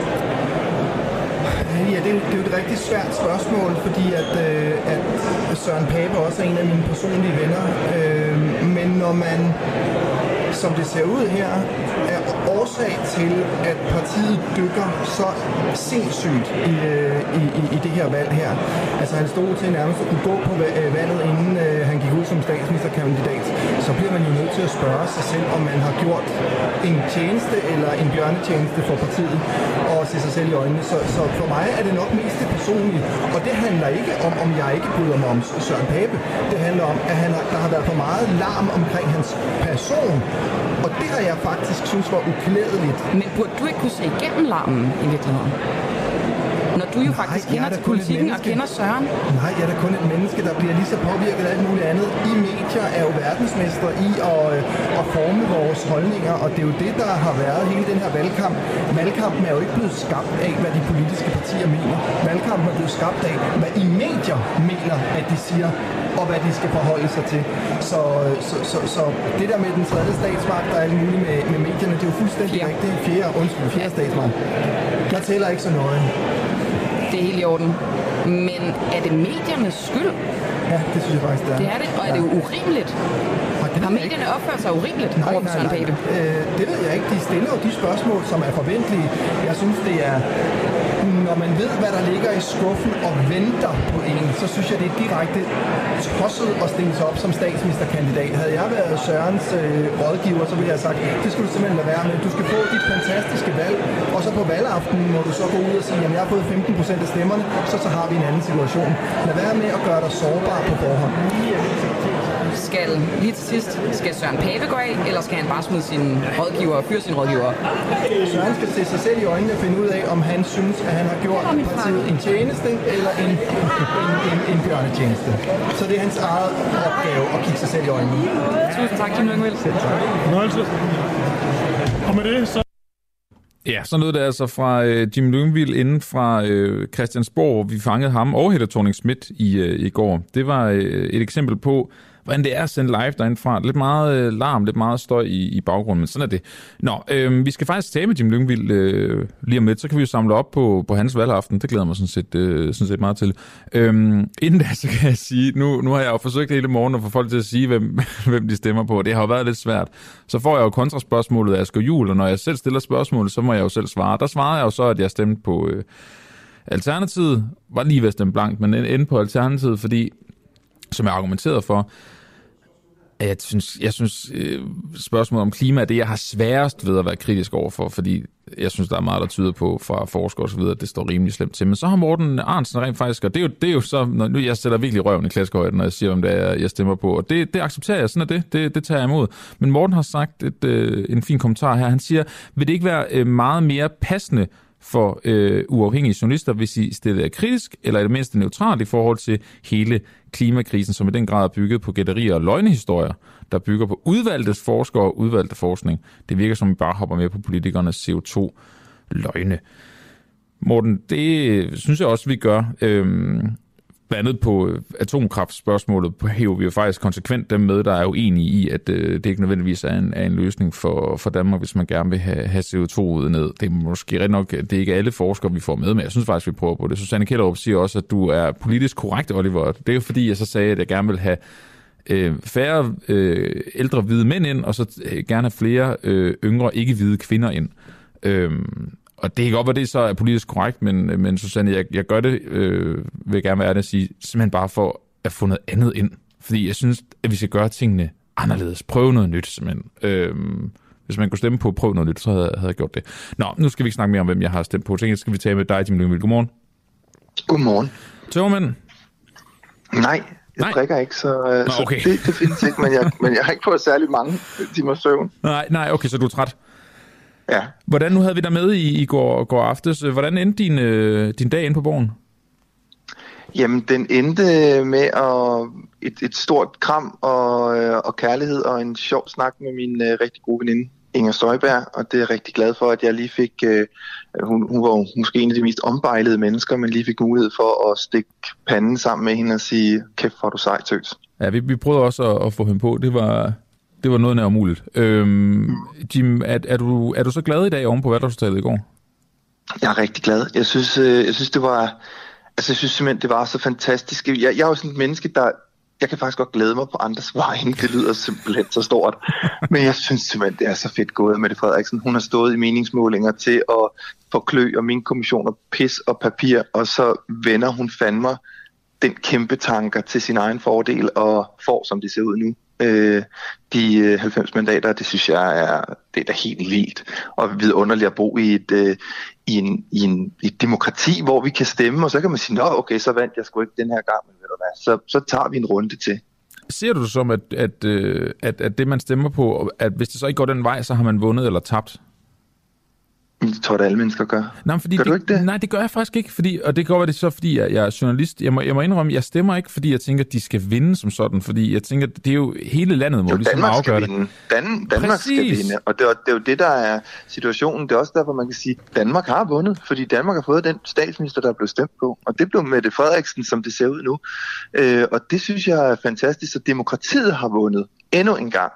H: Ja, det er jo et rigtig svært spørgsmål, fordi at Søren Pape også er en af mine personlige venner. Men når man, som det ser ud her, er årsag til, at partiet dykker så sindssygt i det her valg her. Altså han stod til nærmest at kunne gå på valget, inden han gik ud som statsministerkandidat. Så bliver man jo nødt til at spørge sig selv, om man har gjort en tjeneste eller en bjørnetjeneste for partiet og se sig selv i øjnene. Så for mig er det nok mest det personlige. Og det handler ikke om jeg ikke bryder mig om Søren Pape. Det handler om, at der har været for meget larm omkring hans person. Og det har jeg faktisk synes var uklædeligt.
G: Men burde du ikke kunne se igennem larmen i virkeligheden? Når du jo faktisk kender til politikken og kender Søren.
H: Nej, jeg er da kun et menneske, der bliver lige så påvirket af alt muligt andet. I medier er jo verdensmester i at forme vores holdninger, og det er jo det, der har været hele den her valgkamp. Valgkampen er jo ikke blevet skabt af, hvad de politiske partier mener. Valgkampen er blevet skabt af, hvad I medier mener, at de siger, og hvad de skal forholde sig til. Så det der med den tredje statsmagt, der er alt muligt med medierne, det er jo fuldstændig rigtigt. Fjerde statsmagt. Jeg tæller ikke så nøje.
G: Det er helt i orden. Men er det mediernes skyld?
H: Ja, det synes jeg faktisk, det er.
G: Det er det, og er det jo urimeligt? Har medierne opført sig urimeligt over for Søren Pape?
H: Det ved jeg ikke. De stiller jo de spørgsmål, som er forventelige. Jeg synes, det er... Når man ved, hvad der ligger i skuffen og venter på en, så synes jeg, det er direkte tosset at stille sig op som statsministerkandidat. Havde jeg været Sørens rådgiver, så ville jeg have sagt, det skulle du simpelthen lade være med. Du skal få dit fantastiske valg, og så på valgaftenen må du så gå ud og sige, jamen jeg har fået 15% af stemmerne, så har vi en anden situation. Lad være med at gøre dig sårbar på forhånd.
G: Lige til sidst, skal Søren Pape gå af, eller skal han bare smide sine rådgiver og fyre sine rådgiver?
H: Søren skal se sig selv i øjnene og finde ud af, om han synes, at han har gjort partiet en tjeneste eller en bjørnetjeneste. Så det er hans eget opgave at kigge sig selv i øjnene.
G: Tusind tak, Jim Lyngvild.
J: Fornøjelse. Og med det, så...
A: Ja, så lød det altså fra Jim Lyngvild inden fra Christiansborg, hvor vi fangede ham og Helle Thorning-Schmidt i går. Det var et eksempel på, hvordan det er at sende live derindefra. Lidt meget larm, lidt meget støj i baggrunden, men sådan er det. Nå, vi skal faktisk tale med Jim Lyngvild lige om lidt, så kan vi jo samle op på hans valgaften. Det glæder mig sådan set meget til. Inden da, så kan jeg sige, nu har jeg jo forsøgt hele morgen at få folk til at sige, hvem de stemmer på. Det har jo været lidt svært. Så får jeg jo kontraspørgsmålet af Asger Juhl, og når jeg selv stiller spørgsmålet, så må jeg jo selv svare. Der svarede jeg jo så, at jeg stemte på Alternativet. Var lige ved at stemme blankt, men endte på Alternativet, fordi, som jeg argumenterede for, jeg synes spørgsmålet om klima er det, jeg har sværest ved at være kritisk overfor, fordi jeg synes, der er meget, der tyder på fra forskere og så videre, at det står rimelig slemt til. Men så har Morten Arntzen rent faktisk, og det er jo så, nu jeg sætter virkelig røven i klaskehøjden, når jeg siger, om det er, jeg stemmer på, og det accepterer jeg, sådan er det tager jeg imod. Men Morten har sagt en fin kommentar her. Han siger, vil det ikke være meget mere passende for uafhængige journalister, hvis I stiller er kritisk, eller i det mindste neutralt i forhold til hele klimakrisen, som i den grad er bygget på gætterier og løgnehistorier, der bygger på udvalgte forskere og udvalgte forskning. Det virker som, I bare hopper med på politikernes CO2-løgne. Morten, det synes jeg også, vi gør. blandt andet på atomkraftspørgsmålet hæver vi jo faktisk konsekvent dem med, der er uenige i, at det ikke nødvendigvis er en løsning for Danmark, hvis man gerne vil have CO2 ud ned. Det er måske rigtig nok, det er ikke alle forskere, vi får med, men jeg synes faktisk, vi prøver på det. Susanne Kjellerup siger også, at du er politisk korrekt, Oliver. Det er jo fordi, jeg så sagde, at jeg gerne vil have færre ældre hvide mænd ind, og så gerne have flere yngre ikke-hvide kvinder ind. Og det kan godt være, det så er politisk korrekt, men Susanne, jeg gør det, vil jeg gerne være ærlig at sige, simpelthen bare for at få noget andet ind. Fordi jeg synes, at vi skal gøre tingene anderledes. Prøve noget nyt, simpelthen. Hvis man kunne stemme på prøve noget nyt, så havde jeg gjort det. Nå, nu skal vi ikke snakke mere om, hvem jeg har stemt på. Så skal vi tale med dig, Jim Lyngvild. Godmorgen.
K: Godmorgen.
A: Tømmermænd?
K: Nej. Jeg drikker ikke, så, okay. Så det findes ikke, men jeg har ikke fået særlig mange timer søvn.
A: Nej, okay, så du er træt.
K: Ja.
A: Hvordan, nu havde vi dig med i går aftes. Hvordan endte din dag inde på Borgen?
K: Jamen, den endte med et stort kram og kærlighed og en sjov snak med min rigtig gode veninde, Inger Støjberg, og det er jeg rigtig glad for, at jeg lige fik, hun var måske en af de mest ombejlede mennesker, men lige fik mulighed for at stikke panden sammen med hende og sige, kæft hvor du sej, tøs.
A: Ja, vi prøvede også at få hende på, det var noget nær umuligt. Jim, er du så glad i dag oven på valgresultatet i går?
K: Jeg er rigtig glad. Jeg synes det var, jeg synes simpelthen, det var så fantastisk. Jeg er jo sådan et menneske, jeg kan faktisk godt glæde mig på andres vegne. Det lyder simpelthen så stort. Men jeg synes simpelthen, det er så fedt gået af Mette Frederiksen. Hun har stået i meningsmålinger til at forklø og mine kommissioner pis og papir, og så vender hun fandme den kæmpe tanker til sin egen fordel og får, som det ser ud nu, de 90 mandater. Det synes jeg det er da helt vildt og vidunderligt at bo i et demokrati, hvor vi kan stemme, og så kan man sige, nå okay, så vandt jeg sgu ikke den her gang, men ved du hvad, så tager vi en runde til.
A: Ser du det som, at det man stemmer på, at hvis det så ikke går den vej, så har man vundet eller tabt?
K: Det tror jeg, alle mennesker gør.
A: Nej, fordi
K: gør du ikke det?
A: Nej, det gør jeg faktisk ikke, og det går, det så, fordi jeg er journalist. Jeg må indrømme, jeg stemmer ikke, fordi jeg tænker, at de skal vinde som sådan, fordi jeg tænker, det er jo hele landet, hvor ligesom afgør det.
K: Danmark skal vinde, og det er jo det, der er situationen. Det er også derfor, man kan sige, at Danmark har vundet, fordi Danmark har fået den statsminister, der er blevet stemt på, og det blev Mette Frederiksen, som det ser ud nu. Og det synes jeg er fantastisk, så demokratiet har vundet endnu en gang.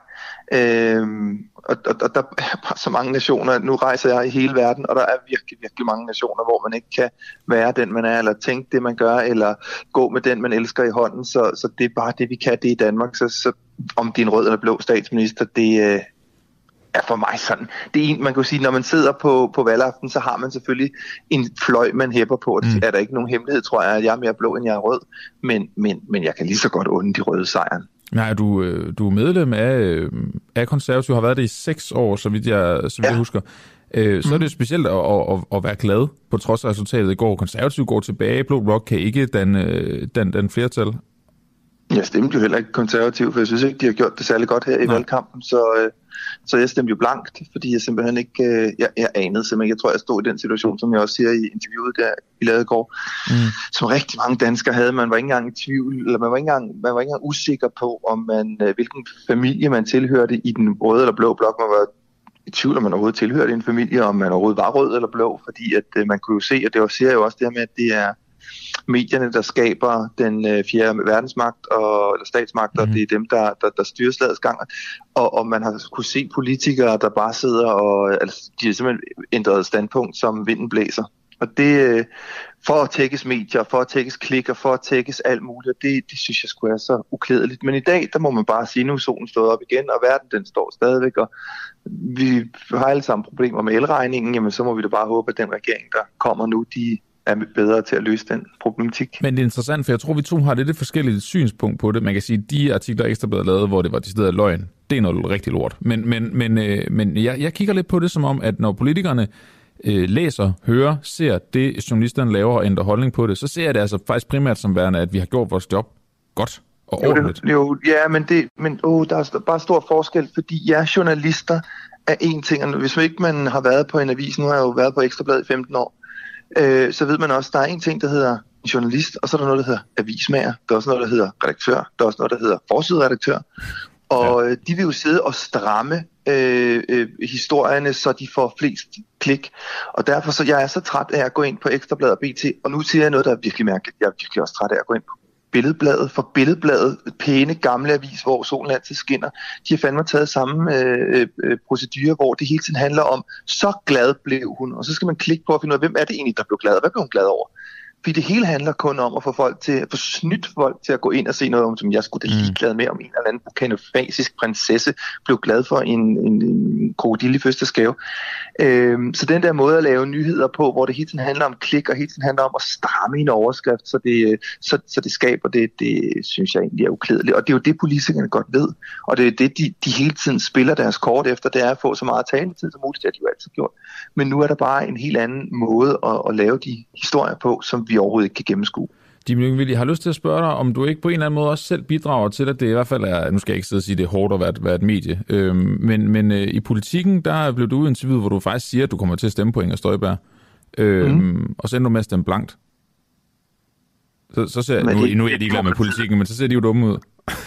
K: Og der er bare så mange nationer. Nu rejser jeg i hele verden, og der er virkelig, virkelig mange nationer, hvor man ikke kan være den, man er, eller tænke det, man gør, eller gå med den, man elsker i hånden. Så det er bare det, vi kan, det i Danmark. Så om det er en rød eller blå statsminister, det er for mig sådan. Det er en, man kan sige, når man sidder på valgaften, så har man selvfølgelig en fløj, man hæpper på. Det er der ikke nogen hemmelighed, tror jeg, at jeg er mere blå, end jeg er rød. Men jeg kan lige så godt unde de røde sejren.
A: Nej, du er medlem af Konservativ, har været det i 6 år, så vidt jeg husker. Så er det specielt at være glad, på trods af resultatet i går. Konservativ går tilbage, Blå Blok kan ikke danne flertal.
K: Jeg stemte jo heller ikke Konservativ, for jeg synes ikke, de har gjort det særlig godt her i valgkampen, så jeg stemte jo blankt, fordi jeg simpelthen ikke, jeg anede simpelthen, jeg tror, jeg stod i den situation, som jeg også siger i interviewet, der vi lavede i går, som rigtig mange danskere havde. Man var ikke engang i tvivl, eller man var ikke engang usikker på, hvilken familie man tilhørte i den røde eller blå blok. Man var i tvivl, om man overhovedet tilhørte en familie, om man overhovedet var rød eller blå, fordi at man kunne jo se, og det siger jo også det her med, at det er medierne, der skaber den fjerde verdensmagt eller statsmagt, og det er dem, der styrer slagets gang. Og man har kunne se politikere, der bare sidder de har simpelthen ændret standpunkt, som vinden blæser. Og det for at tækkes medier, for at tækkes klikker, for at tækkes alt muligt, det synes jeg sgu er så uklædeligt. Men i dag, der må man bare sige, nu er solen stået op igen, og verden den står stadigvæk, og vi har alle sammen problemer med elregningen, jamen så må vi da bare håbe, at den regering, der kommer nu, de er bedre til at løse den problematik.
A: Men det er interessant, for jeg tror, vi to har lidt forskelligt synspunkt på det. Man kan sige, at de artikler, Ekstra Bladet lavet, hvor det var decideret løgn, det er noget rigtig lort. Men jeg kigger lidt på det som om, at når politikerne læser, hører, ser det, journalisterne laver og ændrer holdning på det, så ser jeg det altså faktisk primært som værende, at vi har gjort vores job godt og ordentligt.
K: Der er bare stor forskel, fordi journalister er en ting, og hvis man har været på en avis, nu har jeg jo været på Ekstra Bladet i 15 år, så ved man også, at der er en ting, der hedder journalist, og så er der noget, der hedder avismager. Der er også noget, der hedder redaktør. Der er også noget, der hedder forsideredaktør. Og de vil jo sidde og stramme historierne, så de får flest klik. Og derfor så jeg er så træt af at gå ind på Ekstra Bladet og BT, og nu siger jeg noget, der er virkelig mærkeligt. Jeg er virkelig også træt af at gå ind Billedbladet, for Billedbladet, pæne gamle avis, hvor solen altid skinner. De har fandme taget samme procedure, hvor det hele tiden handler om, så glad blev hun. Og så skal man klikke på at finde ud af, hvem er det egentlig, der blev glad? Hvad blev hun glad over? Fordi det hele handler kun om at få snydt folk til at gå ind og se noget om, som jeg skulle da ligeglad med, om en eller anden bukanofasisk prinsesse blev glad for en krokodille i fødselsdagsgave. Så den der måde at lave nyheder på, hvor det hele tiden handler om klik, og hele tiden handler om at stramme en overskrift, så det skaber det synes jeg egentlig er uklædeligt. Og det er jo det, politikerne godt ved. Og det er det, de hele tiden spiller deres kort efter, det er at få så meget taletid som muligt, det har de jo altid gjort. Men nu er der bare en helt anden måde at lave de historier på, som vi overhovedet ikke kan gennemskue.
A: Jim Lyngvild, jeg har lyst til at spørge dig, om du ikke på en eller anden måde også selv bidrager til, at det i hvert fald er, nu skal jeg ikke sidde og sige, det er hårdt at være et medie, men i politikken, der blev du interviewet, hvor du faktisk siger, at du kommer til at stemme på Inger Støjberg, og så ender du med at stemme blankt. Så ser nu er jeg ligeglad med politikken, men så ser de jo dumme ud.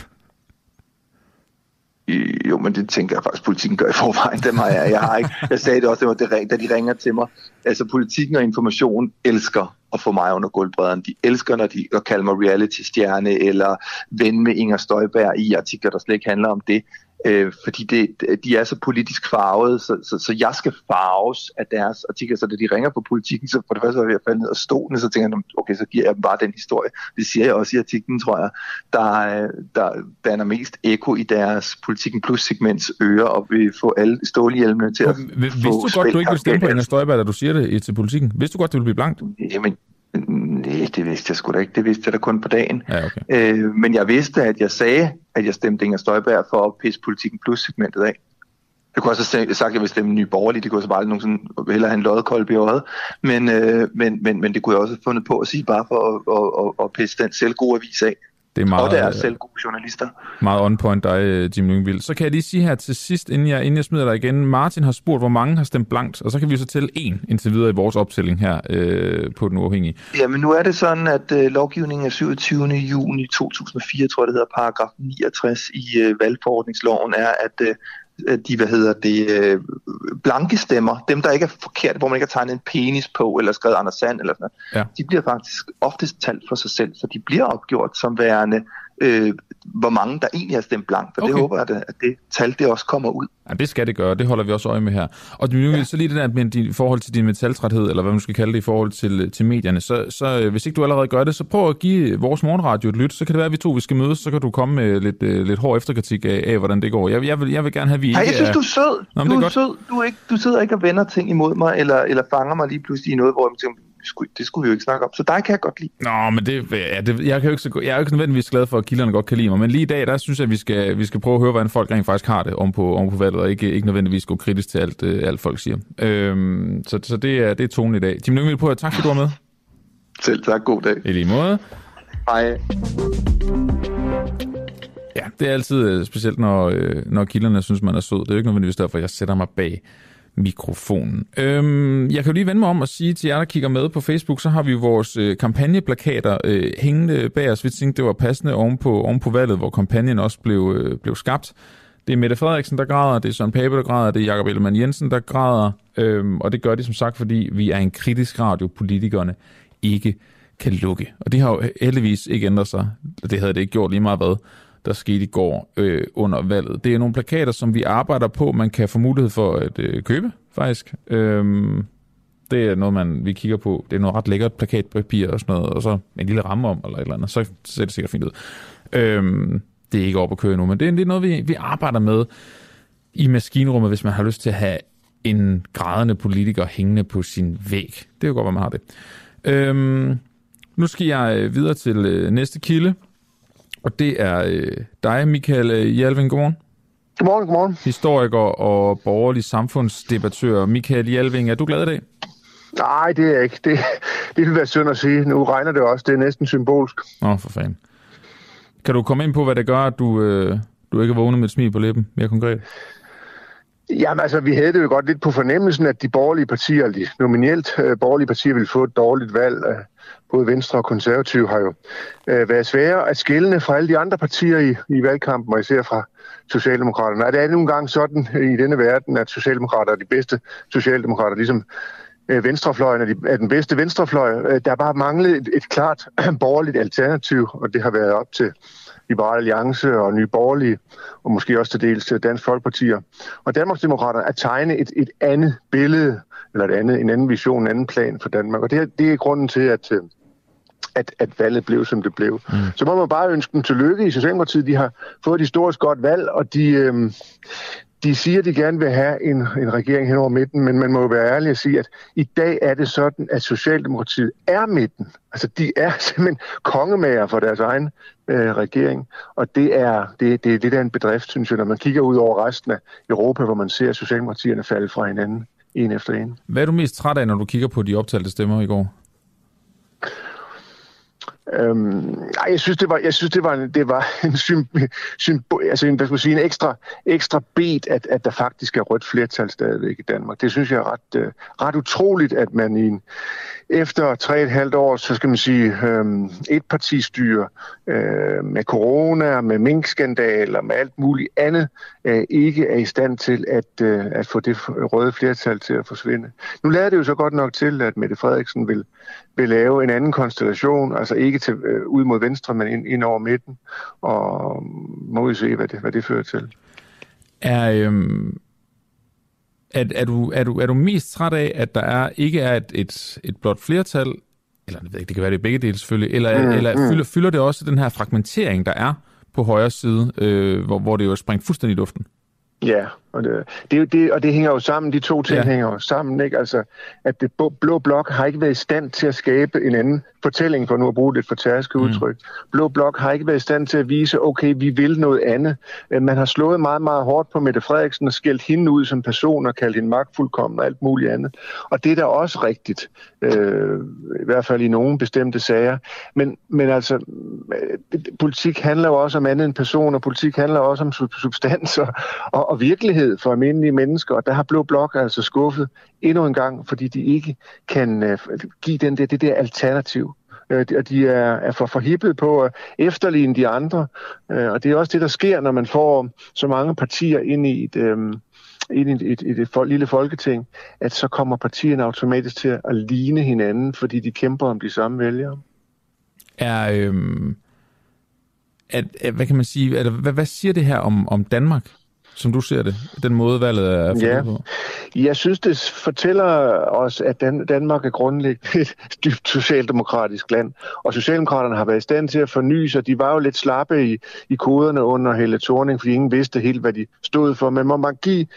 K: Jo, men det tænker jeg faktisk, politikken gør i forvejen. Jeg sagde det også, da de ringer til mig. Altså, politikken og information elsker at få mig under gulvbrædderne. De elsker, når de kalder mig reality-stjerne eller ven med Inger Støjberg i artikler, der slet ikke handler om det. Fordi de er så politisk farvede, så jeg skal farves af deres artikler. Så da de ringer på politikken, så for det første var jeg ved at falde ned af stolen, så tænker jeg, okay, så giver jeg dem bare den historie. Det siger jeg også i artiklen, tror jeg, der danner mest eko i deres Politikken Plus-segments ører, og vil få alle stålhjelmene til at
A: Vidste du godt, du ikke vil stemme på Inger Støjberg, da du siger det til politikken? Vidste du godt, det ville blive blankt?
K: Jamen, nej, det vidste jeg sgu da ikke. Det vidste jeg da kun på dagen.
A: Ja, okay.
K: Men jeg vidste, at jeg sagde, at jeg stemte Inger Støjberg for at pisse Politikken Plus-segmentet af. Jeg kunne også have sagt, at jeg ville stemme Nye Borgerlige. Det kunne så bare aldrig nogensinde hellere have en loddekolbe i øjet. Men det kunne jeg også have fundet på at sige, bare for at pisse den selv gode avis af.
A: Det er meget,
K: og der er selv gode journalister.
A: Meget on point dig, Jim Lyngvild. Så kan jeg lige sige her til sidst, inden jeg smider dig igen. Martin har spurgt, hvor mange har stemt blankt, og så kan vi jo så tælle en indtil videre i vores optælling her på Den Uafhængige.
K: Jamen nu er det sådan, at lovgivningen af 27. juni 2004, tror jeg det hedder, paragraf 69 i valgforordningsloven er, at de, blanke stemmer, dem der ikke er forkerte, hvor man ikke har tegnet en penis på, eller skrevet Anders Sand, eller sådan noget, de bliver faktisk oftest talt for sig selv, så de bliver opgjort som værende, hvor mange der egentlig har stemt blankt, og det håber jeg, at det tal det også kommer ud.
A: Ja, det skal det gøre, det holder vi også øje med her. Og så lige det der med i forhold til din metaltræthed, eller hvad man skal kalde det, i forhold til medierne, så hvis ikke du allerede gør det, så prøv at give vores morgenradio et lyt, så kan det være, at vi skal mødes, så kan du komme med lidt hård efterkritik af hvordan det går. Jeg vil gerne have, at vi ikke...
K: Jeg synes, du er sød. Nå, du er sød. Du sidder ikke og vender ting imod mig, eller fanger mig lige pludselig i noget, hvor jeg tænker, det skulle vi jo ikke snakke om. Så dig kan jeg godt lide.
A: Nå, men jeg er jo ikke nødvendigvis glad for, at kilderne godt kan lide mig. Men lige i dag, der synes jeg, at vi skal prøve at høre, hvordan folk rent faktisk har det om på valget, og ikke nødvendigvis gå kritisk til alt folk siger. Så det er tonen i dag. Jim Lyngvild på, tak fordi du var med.
K: Selv tak, god dag.
A: I lige måde.
K: Hej.
A: Ja, det er altid specielt, når kilderne synes, man er sød. Det er jo ikke nødvendigvis derfor, jeg sætter mig bag mikrofonen. Jeg kan jo lige vende mig om og sige til jer, der kigger med på Facebook, så har vi jo vores kampagneplakater hængende bag os. Vi tænkte, det var passende oven på valget, hvor kampagnen også blev skabt. Det er Mette Frederiksen, der græder, det er Søren Pape, der græder, det er Jakob Ellemann-Jensen, der græder, og det gør de som sagt, fordi vi er en kritisk radio, politikerne ikke kan lukke. Og det har jo heldigvis ikke ændret sig. Det havde det ikke gjort lige meget hvad der skete i går under valget. Det er nogle plakater, som vi arbejder på, man kan få mulighed for at købe, faktisk. Det er noget, vi kigger på. Det er noget ret lækkert plakatpapir og sådan noget, og så en lille ramme om, eller et eller andet, så ser det sikkert fint ud. Det er ikke op at køre nu, men det er noget, vi arbejder med i maskinrummet, hvis man har lyst til at have en grædende politiker hængende på sin væg. Det er jo godt, hvor man har det. Nu skal jeg videre til næste kilde, og det er dig, Michael Jalving. Godmorgen.
L: Godmorgen.
A: Historiker og borgerlig samfundsdebattør. Michael Jalving, er du glad i dag?
L: Nej, det er jeg ikke. Det vil være synd at sige. Nu regner det også. Det er næsten symbolsk.
A: For fanden. Kan du komme ind på, hvad det gør, at du ikke er vågnet med et smil på læben, mere konkret?
L: Jamen altså, vi havde det jo godt lidt på fornemmelsen, at de borgerlige partier, de nominelt borgerlige partier, ville få et dårligt valg. Både Venstre og Konservative har jo været svære at skelne fra alle de andre partier i valgkampen, og især fra Socialdemokraterne. Og det er nogle gange sådan i denne verden, at Socialdemokrater er de bedste Socialdemokrater, ligesom venstrefløjen er den bedste venstrefløj. Der er bare manglet et klart borgerligt alternativ, og det har været op til Liberal Alliance og Nye Borgerlige, og måske også til dels til Dansk Folkeparti. Og Danmarksdemokraterne at tegne et andet billede, eller en anden vision, en anden plan for Danmark. Og det er grunden til, at valget blev, som det blev. Så må man bare ønske dem tillykke i Socialdemokratiet. De har fået et historisk godt valg, og de siger, at de gerne vil have en regering hen over midten, men man må jo være ærlig at sige, at i dag er det sådan, at Socialdemokratiet er midten. Altså, de er simpelthen kongemager for deres egen regering, og det er lidt af en bedrift, synes jeg, når man kigger ud over resten af Europa, hvor man ser Socialdemokratierne falde fra hinanden, en efter en.
A: Hvad er du mest træt af, når du kigger på de optalte stemmer i går?
L: Jeg synes det var en ekstra bed, at der faktisk er rødt flertal stadigvæk i Danmark. Det synes jeg er ret utroligt, at man efter 3,5 år, så skal man sige, etpartistyre med corona, med minkskandaler, med alt muligt andet, ikke er i stand til at få det røde flertal til at forsvinde. Nu lader det jo så godt nok til, at Mette Frederiksen vil lave en anden konstellation, altså ikke ud mod venstre, men ind over midten, og må vi se, hvad det fører til.
A: Er du mest træt af, at der ikke er et blot flertal, eller jeg ved ikke, det kan være det begge dele selvfølgelig, eller fylder det også den her fragmentering, der er på højre side, hvor det jo er sprængt fuldstændig i luften?
L: Ja, og det hænger jo sammen, de to ting hænger jo sammen, ikke? Altså, at det blå blok har ikke været i stand til at skabe en anden fortælling, for nu at bruge det fortærske udtryk. Blå blok har ikke været i stand til at vise, okay, vi vil noget andet. Man har slået meget, meget hårdt på Mette Frederiksen og skældt hende ud som person og kaldt hende magtfuldkommen og alt muligt andet. Og det er da også rigtigt, i hvert fald i nogle bestemte sager. Men altså, politik handler jo også om andet end personer, politik handler også om substanser og virkelighed for almindelige mennesker, og der har Blå Blok altså skuffet endnu en gang, fordi de ikke kan give det der alternativ. Og de er for forhippet på at efterligne de andre, og det er også det, der sker, når man får så mange partier ind i et lille folketing, at så kommer partierne automatisk til at ligne hinanden, fordi de kæmper om de samme vælgere.
A: Hvad kan man sige? Hvad siger det her om Danmark, som du ser det, den måde valget er fundet på?
L: Jeg synes, det fortæller os, at Danmark er grundlæggende et dybt socialdemokratisk land, og Socialdemokraterne har været i stand til at forny sig. De var jo lidt slappe i koderne under Helle Thorning, fordi ingen vidste helt, hvad de stod for. Men må man give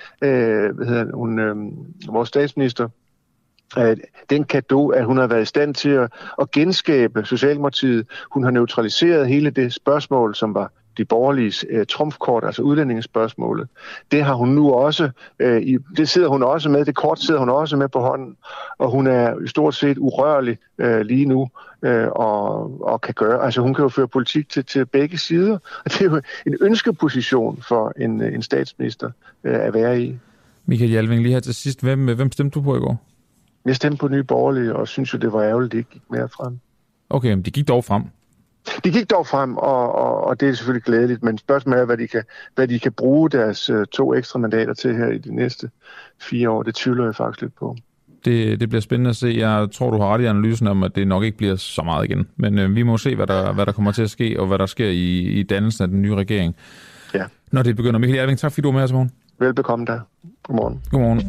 L: vores statsminister den cadeau, at hun har været i stand til at genskabe Socialdemokratiet. Hun har neutraliseret hele det spørgsmål, som var de borgerliges trumfkort, altså udlændingsspørgsmålet. Det har hun nu også, det sidder hun også med, det kort sidder hun også med på hånden, og hun er stort set urørlig lige nu, og kan gøre, altså hun kan jo føre politik til begge sider, og det er jo en ønskeposition for en statsminister at være i.
A: Michael Jalving, lige her til sidst, hvem stemte du på i går?
L: Jeg stemte på Nye Borgerlige, og synes jo, det var ærgerligt, det ikke gik mere frem.
A: Okay, men det gik dog frem.
L: De gik dog frem, og det er selvfølgelig glædeligt, men spørgsmålet er, hvad de kan bruge deres 2 ekstra mandater til her i de næste 4 år. Det tvivler jeg faktisk lidt på.
A: Det bliver spændende at se. Jeg tror, du har ret i analysen om, at det nok ikke bliver så meget igen. Men vi må se, hvad der kommer til at ske, og hvad der sker i dannelsen af den nye regering.
L: Ja.
A: Når det begynder. Michael Jalving, tak fordi du var med her til morgen.
L: Velbekomme der. Godmorgen.
A: Godmorgen.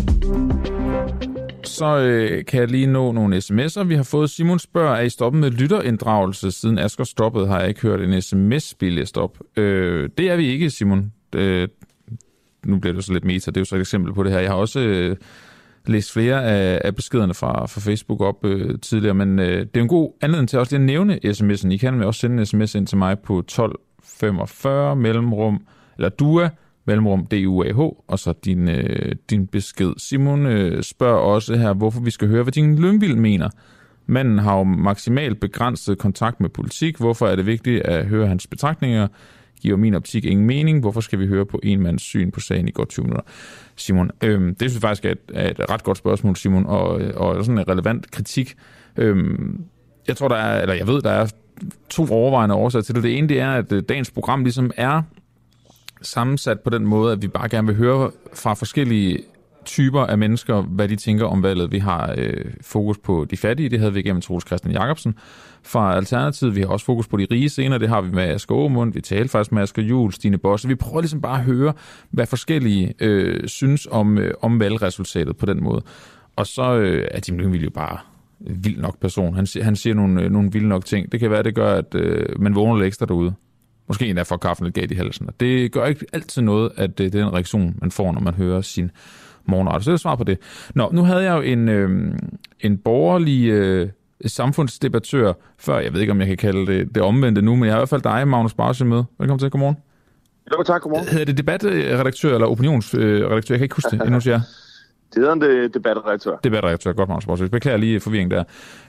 A: Så kan jeg lige nå nogle sms'er. Vi har fået Simon spørger, er I stoppet med lytterinddragelse? Siden Asger stoppede, har jeg ikke hørt en sms-spil læst op. Det er vi ikke, Simon. Nu bliver det så lidt meta, det er jo så et eksempel på det her. Jeg har også læst flere af beskederne fra Facebook op tidligere, men det er en god anledning til også lige at nævne sms'en. I kan også sende en sms ind til mig på 1245 mellemrum, eller DUA, mellemrum DUAH, og så din besked. Simon spørger også her, hvorfor vi skal høre, hvad din Lyngvild mener. Manden har jo maksimalt begrænset kontakt med politik. Hvorfor er det vigtigt at høre hans betragtninger? Giver min optik ingen mening. Hvorfor skal vi høre på en mands syn på sagen i godt 20 minutter? Simon, det synes jeg faktisk er et ret godt spørgsmål, Simon, og sådan en relevant kritik. Jeg tror, jeg ved, der er 2 overvejende årsager til det. Det ene, det er, at dagens program ligesom er sammensat på den måde, at vi bare gerne vil høre fra forskellige typer af mennesker, hvad de tænker om valget. Vi har fokus på de fattige, det havde vi igennem Troels Christian Jacobsen fra Alternativet. Vi har også fokus på de rige senere, det har vi med Asger Aamund. Vi taler faktisk med Asger Juhl, Stine Bosse. Vi prøver ligesom bare at høre, hvad forskellige synes om valgresultatet på den måde. Og så er Jim Lyngvild jo bare vild nok person. Han siger nogle vilde nok ting. Det kan være, det gør, at man vågner lidt ekstra derude. Måske endda får kaffen lidt galt i halsen. Det gør ikke altid noget, at det er den reaktion, man får, når man hører sin morgenradio. Så det er svar på det. Nå, nu havde jeg jo en borgerlig samfundsdebattør før. Jeg ved ikke, om jeg kan kalde det omvendte nu, men jeg har i hvert fald dig, Magnus Barsøe, med. Velkommen til. Godmorgen.
M: Jo, tak. Godmorgen.
A: Hedder det debatredaktør eller opinionsredaktør? Jeg kan ikke huske det endnu, siger jeg.
M: Det hedder en debatredaktør.
A: Debatredaktør, godt, Magnus Barsøe. Beklager lige forvirring der.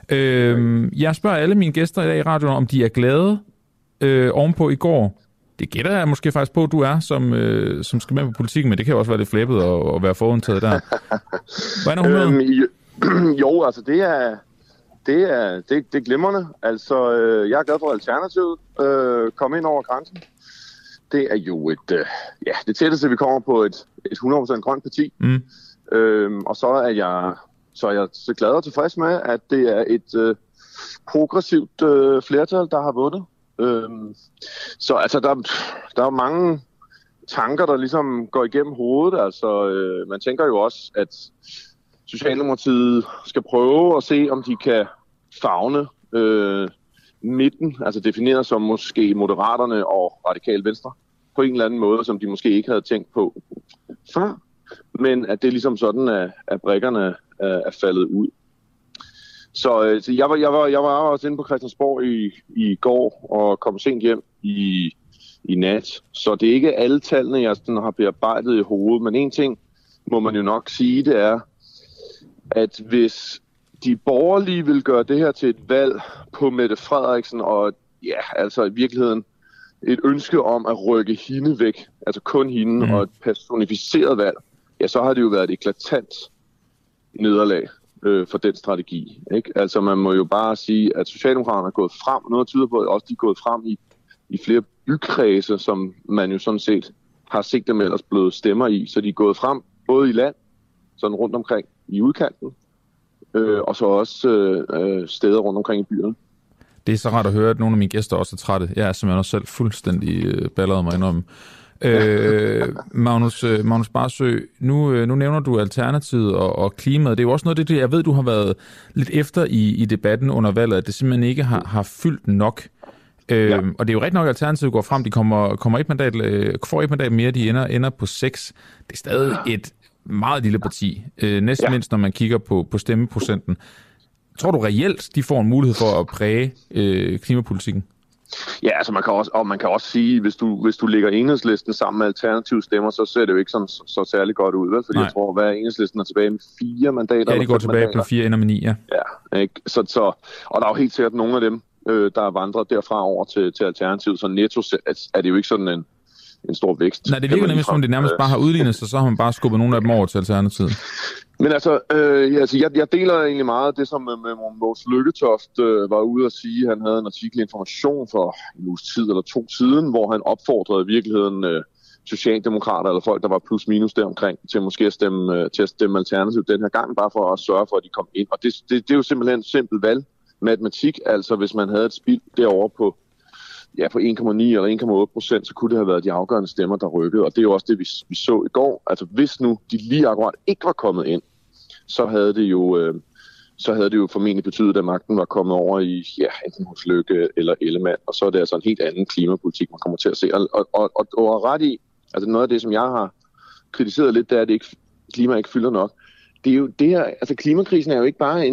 A: Jeg spørger alle mine gæster i dag i radioen, om de er glade ovenpå i går. Det gætter jeg måske faktisk på, at du er, som skal med på politikken, men det kan jo også være lidt flæbet og være forundtaget der. Hvordan er
M: hun jo, altså det er glimrende. Altså, jeg er glad for Alternativet. Komme ind over grænsen. Det er jo det tætteste, vi kommer på et 100% grønt parti. Og så er jeg så glad og tilfreds med, at det er et progressivt flertal, der har vundet. Så altså, der er mange tanker, der ligesom går igennem hovedet. Altså, man tænker jo også, at Socialdemokratiet skal prøve at se, om de kan favne midten, altså defineret som måske Moderaterne og Radikale Venstre, på en eller anden måde, som de måske ikke havde tænkt på før. Men at det er ligesom sådan, at brikkerne er faldet ud. Så jeg var også inde på Christiansborg i går og kom sent hjem i nat. Så det er ikke alle tallene, jeg sådan har bearbejdet i hovedet. Men en ting må man jo nok sige, det er, at hvis de borgerlige vil gøre det her til et valg på Mette Frederiksen, og ja, altså i virkeligheden et ønske om at rykke hende væk, altså kun hende og et personificeret valg, ja, så har det jo været et eklatant nederlag for den strategi. Ikke? Altså man må jo bare sige, at Socialdemokraterne er gået frem, noget tyder på, at også de er gået frem i flere bykredse, som man jo sådan set har set dem ellers blevet stemmer i. Så de er gået frem både i land, sådan rundt omkring i udkanten, og så også steder rundt omkring i byerne.
A: Det er så rart at høre, at nogle af mine gæster også er trætte. Jeg er simpelthen også selv fuldstændig balleret mig indom. Magnus Barsøe, nu nævner du Alternativet og klimaet. Det er jo også noget af det, jeg ved, du har været lidt efter i debatten under valget, at det simpelthen ikke har fyldt nok. Og det er jo rigtig nok, at Alternativet går frem. De får et mandat mere, de ender på 6. Det er stadig et meget lille parti. Næsten mindst, når man kigger på stemmeprocenten. Tror du reelt, de får en mulighed for at præge klimapolitikken?
M: Ja, altså man kan også sige, hvis du lægger Enhedslisten sammen med alternative stemmer, så ser det jo ikke så særlig godt ud, vel? Fordi jeg tror, at Enhedslisten er tilbage med 4 mandater. Ja,
A: de går tilbage på 4, ender med 9, ja.
M: Ja, ikke? Og der er jo helt sikkert nogle af dem, der er vandret derfra over til Alternativet, så netto er det jo ikke sådan en stor vækst.
A: Nej, det virker nemlig som, det nærmest bare har udlignet sig, så har man bare skubbet nogle af dem over til Alternativet.
M: Men altså, jeg deler egentlig meget det, som Mogens Lykketoft var ude at sige. Han havde en artikel i Information for en uges tid eller 2 siden, hvor han opfordrede i virkeligheden socialdemokrater eller folk, der var plus minus deromkring, til måske at stemme Alternativet den her gang, bare for at sørge for, at de kom ind. Og det er jo simpelthen simpel valgmatematik. Altså, hvis man havde et spild derovre på 1,9 eller 1,8%, så kunne det have været de afgørende stemmer, der rykkede. Og det er jo også det, vi så i går. Altså hvis nu de lige akkurat ikke var kommet ind, så havde det jo formentlig betydet, at magten var kommet over i enten hos Løkke eller Ellemann. Og så er det altså en helt anden klimapolitik, man kommer til at se. Og ret i, altså noget af det, som jeg har kritiseret lidt, det er, at klima ikke fylder nok. Det er jo det her, altså klimakrisen er jo ikke bare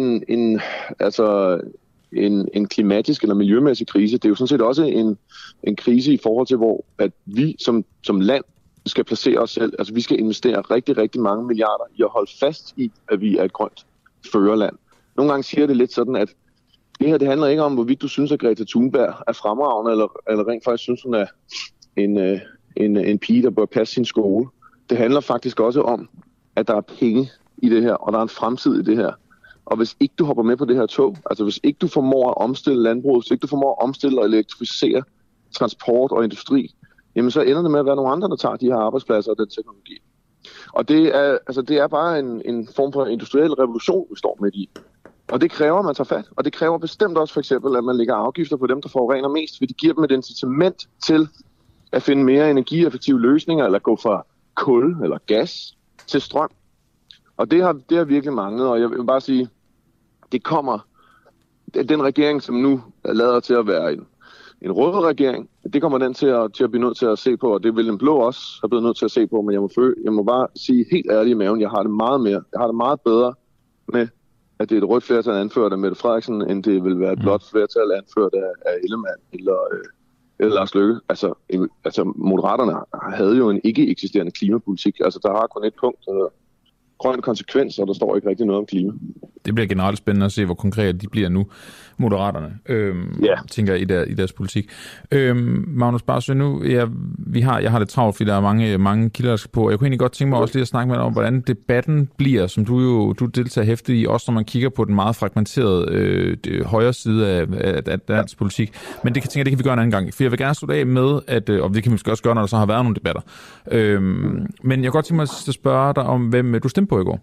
M: en klimatisk eller miljømæssig krise. Det er jo sådan set også en krise i forhold til, hvor at vi som land skal placere os selv. Altså vi skal investere rigtig, rigtig mange milliarder i at holde fast i, at vi er et grønt førerland. Nogle gange siger det lidt sådan, at det handler ikke om, hvorvidt du synes, at Greta Thunberg er fremragende, eller rent faktisk synes, hun er en pige, der bør passe sin skole. Det handler faktisk også om, at der er penge i det her, og der er en fremtid i det her. Og hvis ikke du hopper med på det her tog, altså hvis ikke du formår at omstille landbruget, hvis ikke du formår at omstille og elektrificere transport og industri, jamen så ender det med at være nogle andre, der tager de her arbejdspladser og den teknologi. Og det er bare en form for industriel revolution, vi står midt i. Og det kræver, at man tager fat. Og det kræver bestemt også for eksempel, at man lægger afgifter på dem, der forurener mest, fordi det giver dem et incitament til at finde mere energieffektive løsninger, eller gå fra kul eller gas til strøm. Og det har virkelig manglet, og jeg vil bare sige, det kommer, den regering, som nu lader til at være en rød regering, det kommer den til at blive nødt til at se på, og det vil den blå også have blevet nødt til at se på, men jeg må bare sige helt ærligt i maven, jeg har det meget bedre med, at det er et rødt flertal anført af Mette Frederiksen, end det vil være et blåt flertal anført af Ellemann eller Lars Løkke. Altså Moderaterne havde jo en ikke eksisterende klimapolitik. Altså der har kun et punkt, der hedder grøn konsekvens, og der står ikke rigtig noget om klima.
A: Det bliver generelt spændende at se, hvor konkret de bliver nu, Moderaterne, tænker jeg, i deres politik. Magnus Barsøe, nu, jeg har lidt travlt, fordi der er mange kilder, der skal på. Jeg kunne egentlig godt tænke mig også lige at snakke med dig om, hvordan debatten bliver, som du deltager hæftigt i, også når man kigger på den meget fragmenterede højre side af dansk politik. Men det kan vi gøre en anden gang. For jeg vil gerne slutte af med, og det kan vi måske også gøre, når der så har været nogle debatter. Men jeg kan godt tænke mig at spørge dig om, hvem du stemte på i går.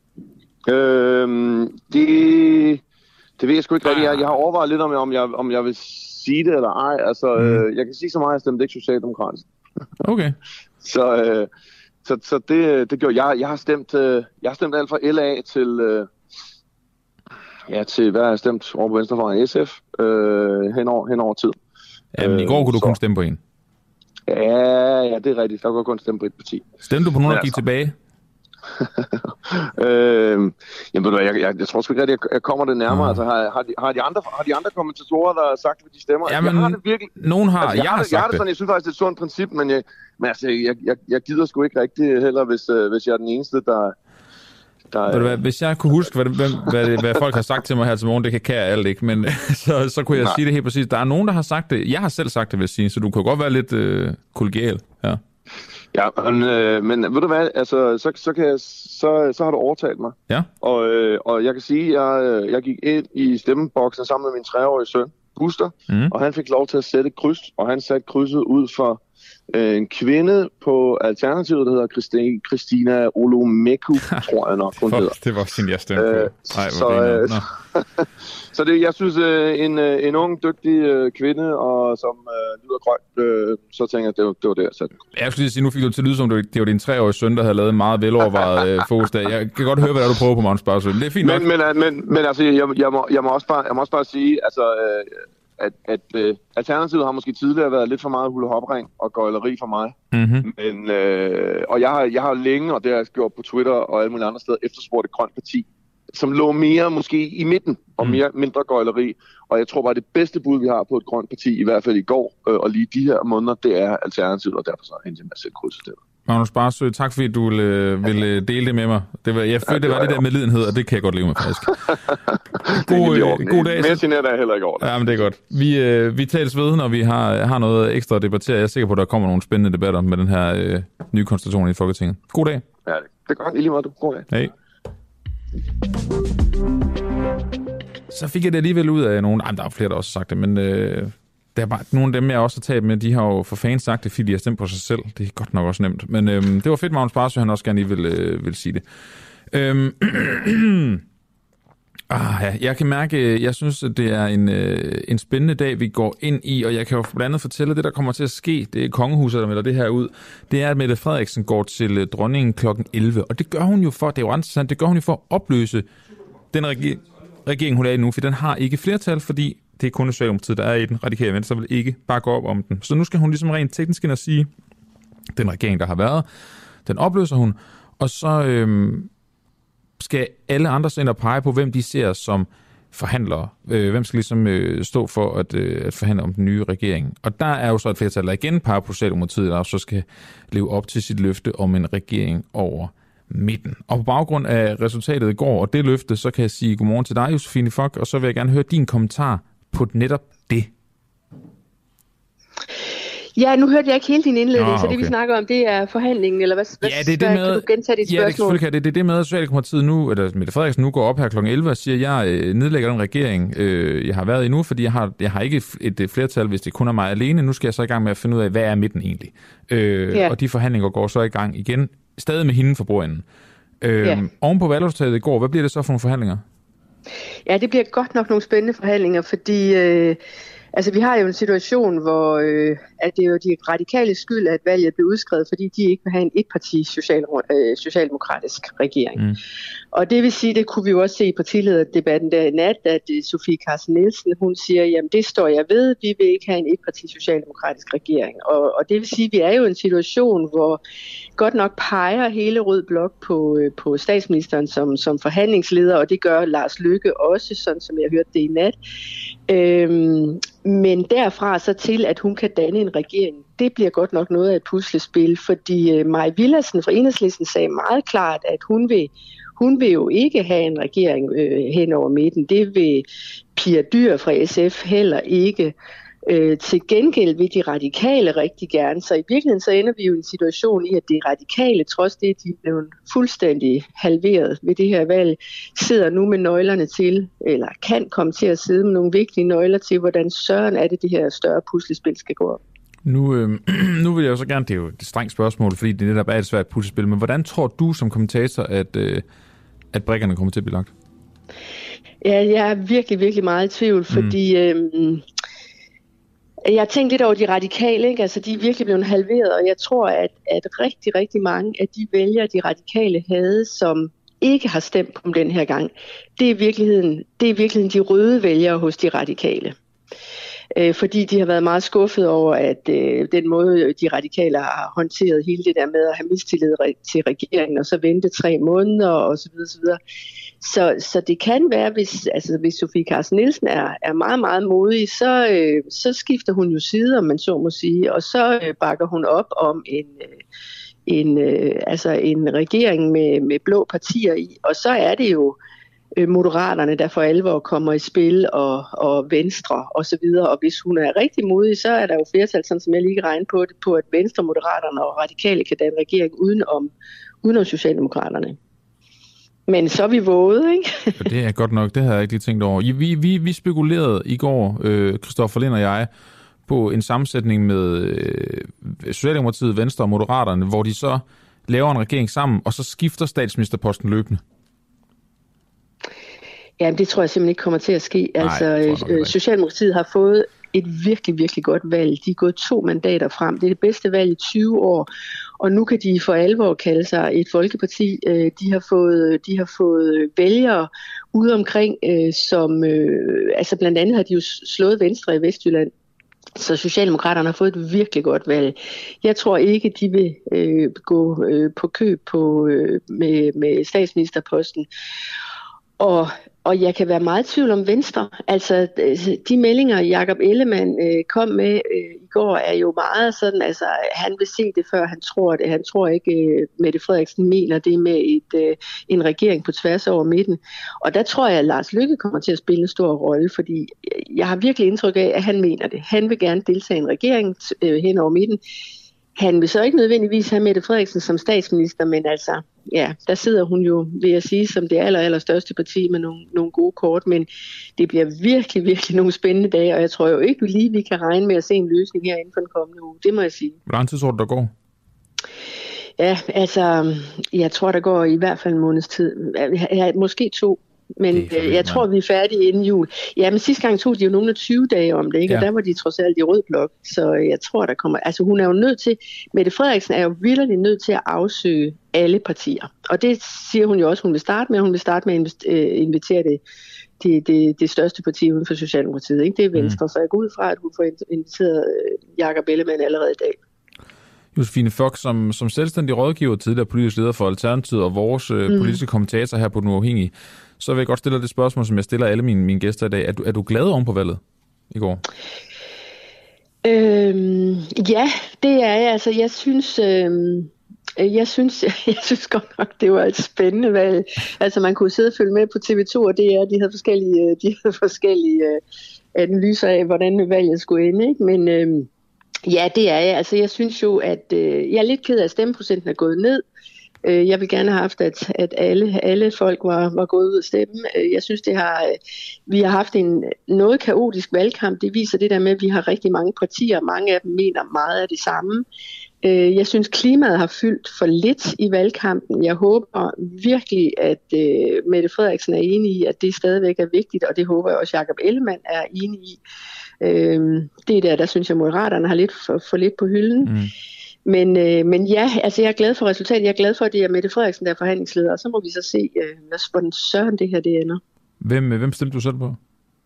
M: Det ved jeg sgu ikke rigtigt. Jeg har overvejet lidt om jeg vil sige det eller ej. Altså, jeg kan sige så meget, at jeg stemte ikke socialdemokratisk.
A: Okay.
M: Så det gjorde jeg. Jeg har stemt alt fra LA til hvad har jeg stemt over på venstrefløjen, SF hen over tid.
A: Jamen i går kunne du kun stemme på en.
M: Ja, det er rigtigt. Der kunne jeg kun stemme på et parti.
A: Stemte du på nogen, der gik tilbage?
M: Jamen, jeg tror sgu ikke, at jeg kommer det nærmere. Altså, har de andre kommentatorer, der har sagt, hvad de stemmer?
A: Jamen,
M: jeg har det virkelig.
A: Nogen har.
M: Altså, jeg har det sådan, jeg synes faktisk, det er et sundt princip, men jeg gider sgu ikke rigtig heller, hvis jeg er den eneste, der
A: hvis jeg kunne huske, hvad folk har sagt til mig her til morgen, det kan jeg alt ikke, men så kunne jeg sige det helt præcis. Der er nogen, der har sagt det. Jeg har selv sagt det, vil jeg sige, så du kan godt være lidt kollegial. Ja.
M: Ja, men ved du hvad, altså, så har du overtalt mig.
A: Ja.
M: Og jeg kan sige, at jeg gik ind i stemmeboksen sammen med min 3-årige søn, Buster, og han fik lov til at sætte et kryds, og han satte krydset ud for en kvinde på Alternativet, der hedder Christina Olomeku, tror jeg nok, hun hedder.
A: Det var sin jeg stemte på.
M: Så det, jeg synes, en ung, dygtig kvinde, og som lyder grønt, så tænker jeg, det var det, jeg satte.
A: Jeg skulle lige sige, nu fik du til at lyde som, det var din 3-årige søn, der havde lavet en meget velovervejet fodslag. Jeg kan godt høre, hvad du prøver på, Magnus Barsøe. Det er fint nok.
M: Men altså, jeg må også bare sige, altså, at Alternativet har måske tidligere været lidt for meget hulehopring og gøjleri for mig. Mm-hmm. Men, og jeg har længe, og det har jeg gjort på Twitter og alle mulige andre steder, efterspurgt et grønt parti, som lå mere måske i midten og mindre gøjleri. Og jeg tror bare, det bedste bud, vi har på et grønt parti, i hvert fald i går og lige de her måneder, det er Alternativet, og derfor så endte jeg med at sætte krydsstedet.
A: Magnus Barsøe, tak fordi du ville dele det med mig. Jeg følte, det var det der medlidenhed, og det kan jeg godt leve med, faktisk. God dag.
M: Mere generet er heller ikke over det.
A: Ja, men det er godt. Vi tales ved, når vi har noget ekstra at debattere. Jeg er sikker på, at der kommer nogle spændende debatter med den her nye konstellation i Folketinget. God dag.
M: Ja, det er godt. I lige måde, du. God dag.
A: Hej. Så fik jeg det alligevel ud af nogen. Der er flere, der også har sagt det, men der er bare nogle af dem, jeg også har talt med, de har jo for fans sagt det, fordi de har stemt på sig selv. Det er godt nok også nemt. Men det var fedt, Magnus Barsøe, han også gerne lige vil sige det. Jeg kan mærke, jeg synes, at det er en spændende dag, vi går ind i, og jeg kan jo blandt andet fortælle, at det, der kommer til at ske, det er kongehuset, der melder det her ud, det er, at Mette Frederiksen går til dronningen kl. 11, og det gør hun jo for, det er jo ret interessant, det gør hun jo for at opløse den regering, hun er i nu, for den har ikke flertal, fordi det er kun Socialdemokratiet, der er i den. Radikale Venstre vil ikke bare gå op om den. Så nu skal hun ligesom rent teknisk ind og sige, den regering, der har været, den opløser hun, og så skal alle andre så ind og pege på, hvem de ser som forhandlere. Hvem skal ligesom stå for at forhandle om den nye regering. Og der er jo så et flertal, der igen peger på Socialdemokratiet, der så skal leve op til sit løfte om en regering over midten. Og på baggrund af resultatet i går og det løfte, så kan jeg sige godmorgen til dig, Josefine Fock, og så vil jeg gerne høre din kommentar på netop det.
N: Ja, nu hørte jeg ikke hele din indledning, så det vi snakker om, det er forhandlingen, eller hvad?
A: Ja, det er det med,
N: kan du gentage dit spørgsmål?
A: Ja, det er det med, at Socialdemokratiet nu, eller Mette Frederiksen nu går op her kl. 11 og siger, at jeg nedlægger den regering, jeg har været i nu, fordi jeg har ikke et flertal, hvis det kun er mig alene. Nu skal jeg så i gang med at finde ud af, hvad er midten egentlig? Og de forhandlinger går så i gang igen stadig med hende for bordenden. Oven på valgresultatet i går, hvad bliver det så for nogle forhandlinger?
N: Ja, det bliver godt nok nogle spændende forhandlinger, fordi vi har jo en situation, hvor at det er jo de radikale skyld, at valget blev udskrevet, fordi de ikke vil have en etparti socialdemokratisk regering. Og det vil sige, det kunne vi jo også se i partilederdebatten der i nat, at Sofie Carsten Nielsen, hun siger, jamen det står jeg ved, vi vil ikke have en etparti socialdemokratisk regering. Og det vil sige, at vi er jo i en situation, hvor godt nok peger hele Rød Blok på statsministeren som forhandlingsleder, og det gør Lars Løkke også, sådan som jeg hørte det i nat. Men derfra så til, at hun kan danne en regering, det bliver godt nok noget af et puslespil, fordi Mai Villadsen fra Enhedslisten sagde meget klart, at hun vil jo ikke have en regering hen over midten. Det vil Pia Dyhr fra SF heller ikke. Til gengæld vil de radikale rigtig gerne, så i virkeligheden så ender vi jo i en situation i, at de radikale, trods det, de er blevet fuldstændig halveret ved det her valg, sidder nu med nøglerne til, eller kan komme til at sidde med nogle vigtige nøgler til, hvordan søren er det her større puslespil skal gå op.
A: Nu vil jeg jo så gerne, det er jo et strengt spørgsmål, fordi det netop er et svært puslespil, men hvordan tror du som kommentator, at brikkerne kommer til at blive lagt?
N: Ja, jeg er virkelig, virkelig meget i tvivl, fordi jeg har tænkt lidt over de radikale, ikke? Altså de er virkelig blevet halveret, og jeg tror, at rigtig, rigtig mange af de vælgere, de radikale havde, som ikke har stemt på dem den her gang, det er i virkeligheden de røde vælgere hos de radikale. Fordi de har været meget skuffet over, at den måde, de radikale har håndteret hele det der med at have mistillid til regeringen, og så vente 3 måneder, og så videre, så videre. Så det kan være, hvis Sofie Carsten Nielsen er meget, meget modig, så skifter hun jo side, om man så må sige, og så bakker hun op om en regering med blå partier i, og så er det jo Moderaterne, der for alvor kommer i spil, og Venstre og så videre. Og hvis hun er rigtig modig, så er der jo flertal, sådan som jeg lige kan regne på, at Venstre, Moderaterne og Radikale kan danne regering udenom Socialdemokraterne. Men så er vi våget, ikke?
A: Det er godt nok, det havde jeg ikke lige tænkt over. Vi spekulerede i går, Christoffer Lind og jeg, på en sammensætning med Socialdemokratiet, Venstre og Moderaterne, hvor de så laver en regering sammen, og så skifter statsministerposten løbende.
N: Ja, det tror jeg simpelthen ikke kommer til at ske. Nej, Socialdemokratiet har fået et virkelig, virkelig godt valg. De er gået 2 mandater frem. Det er det bedste valg i 20 år. Og nu kan de for alvor kalde sig et folkeparti. De har fået vælgere ude omkring, som blandt andet har de jo slået Venstre i Vestjylland. Så Socialdemokraterne har fået et virkelig godt valg. Jeg tror ikke, de vil gå på køb med statsministerposten. Og jeg kan være meget i tvivl om Venstre. Altså, de meldinger, Jakob Ellemann kom med i går, er jo meget sådan, altså, han vil se det, før han tror det. Han tror ikke, Mette Frederiksen mener det med en regering på tværs over midten. Og der tror jeg, at Lars Løkke kommer til at spille en stor rolle, fordi jeg har virkelig indtryk af, at han mener det. Han vil gerne deltage i en regering hen over midten. Han vil så ikke nødvendigvis have Mette Frederiksen som statsminister, men altså, ja, der sidder hun jo, vil jeg sige, som det allerstørste parti med nogle gode kort, men det bliver virkelig, virkelig nogle spændende dage, og jeg tror jo ikke lige, vi kan regne med at se en løsning her inden for den kommende uge. Det må jeg sige.
A: Hvor lang tid tror du, der går?
N: Ja, altså, jeg tror, der går i hvert fald en måneds tid. Måske 2. Men jeg tror, vi er færdige inden jul. Ja, men sidste gang tog de jo nogle af 20 dage om det, ikke? Ja. Og der var de trods alt i Rød Blok. Så jeg tror, der kommer... Altså, hun er jo nødt til... Mette Frederiksen er jo virkelig nødt til at afsøge alle partier. Og det siger hun jo også, hun vil starte med. Hun vil starte med at invitere det største parti uden for Socialdemokratiet, ikke? Det er Venstre. Så jeg går ud fra, at hun får inviteret Jakob Ellemann allerede i dag.
A: Josefine Fock, som selvstændig rådgiver, tidligere politisk leder for Alternativet og vores politiske kommentator her på Den Uafhængige, så vil jeg godt stille det spørgsmål, som jeg stiller alle mine gæster i dag. Er du glad oven på valget i går?
N: Ja, det er jeg. Altså, jeg synes godt nok, det var et spændende valg. Altså, man kunne sidde og følge med på TV2 og DR. De havde forskellige analyser af, hvordan valget skulle ende, ikke? Men ja, det er jeg. Altså, jeg synes jo, at jeg er lidt ked af, at stemmeprocenten er gået ned. Jeg vil gerne have haft, at alle folk var gået ud og stemme. Jeg synes, vi har haft en noget kaotisk valgkamp. Det viser det der med, at vi har rigtig mange partier. Mange af dem mener meget af det samme. Jeg synes, klimaet har fyldt for lidt i valgkampen. Jeg håber virkelig, at Mette Frederiksen er enig i, at det stadigvæk er vigtigt, og det håber jeg også, Jakob Ellemann er enig i. Det der synes jeg, Moderaterne har lidt for lidt på hylden. Men ja, altså jeg er glad for resultatet. Jeg er glad for, at det er Mette Frederiksen, der er forhandlingsleder, og så må vi så se, hvordan søren det her det ender.
A: Hvem stemte du selv på?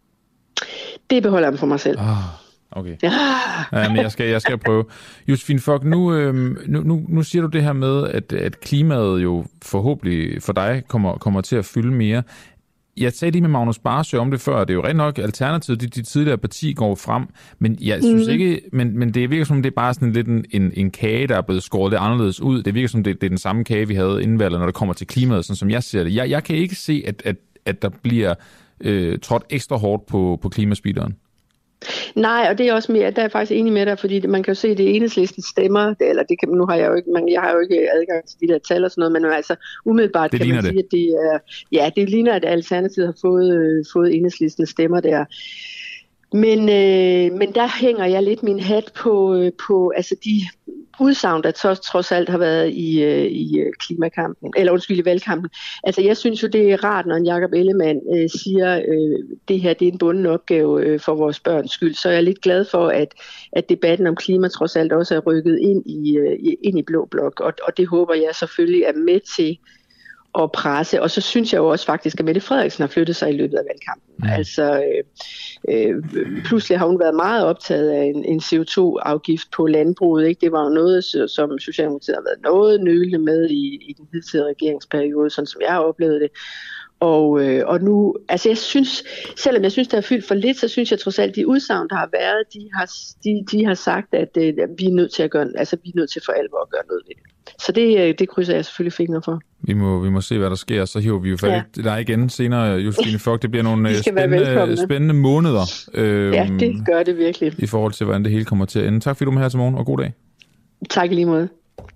N: Det beholder jeg for mig selv.
A: Okay. Ja, men jeg skal prøve. Josephine Fock, nu siger du det her med, at klimaet jo forhåbentlig for dig kommer til at fylde mere. Jeg sagde lige med Magnus Barsøe om det før, det er jo rent nok alternativet, de tidligere parti går frem, men jeg synes ikke, men det virker som, det er bare sådan lidt en kage, der er blevet skåret lidt anderledes ud. Det virker som, det er den samme kage, vi havde inden valget, når det kommer til klimaet, sådan som jeg ser det. Jeg kan ikke se, at der bliver trådt ekstra hårdt på klimaspeederen.
N: Nej, og det er også mere, der er faktisk enig med dig, fordi man kan jo se, det er Enhedslistens stemmer, eller det kan, nu har jeg jo ikke, jeg har jo ikke adgang til de der tal og sådan noget, men altså umiddelbart det kan man sige, at det er, ja, det ligner, at Alternativet har fået Enhedslistens stemmer der. Men der hænger jeg lidt min hat på altså de udsagn, der trods alt har været i klimakampen, eller undskyld, i valgkampen. Altså jeg synes jo, det er rart, når en Jakob Ellemann siger, det her det er en bunden opgave for vores børns skyld. Så jeg er lidt glad for, at debatten om klima trods alt også er rykket ind i Blå Blok, og det håber jeg selvfølgelig er med til at presse. Og så synes jeg jo også faktisk, at Mette Frederiksen har flyttet sig i løbet af valgkampen. Altså pludselig har hun været meget optaget af en CO2-afgift på landbruget. Ikke? Det var jo noget, som Socialdemokratiet har været noget nølende med i den hidtidige regeringsperiode, sådan som jeg har oplevet det. Og nu, altså jeg synes, selvom jeg synes, der er fyldt for lidt, så synes jeg trods alt, de udsagn, der har været, de har sagt, at vi er nødt til at gøre, altså vi er nødt til for alvor at gøre noget ved det. Så det krydser jeg selvfølgelig fingre for. Vi
A: må se, hvad der sker, så hiver vi jo fat i dig igen senere, Josephine Fock. Det bliver nogle spændende måneder.
N: Ja, det gør det virkelig.
A: I forhold til, hvordan det hele kommer til at ende. Tak fordi du er med her til morgen, og god dag.
N: Tak i lige måde.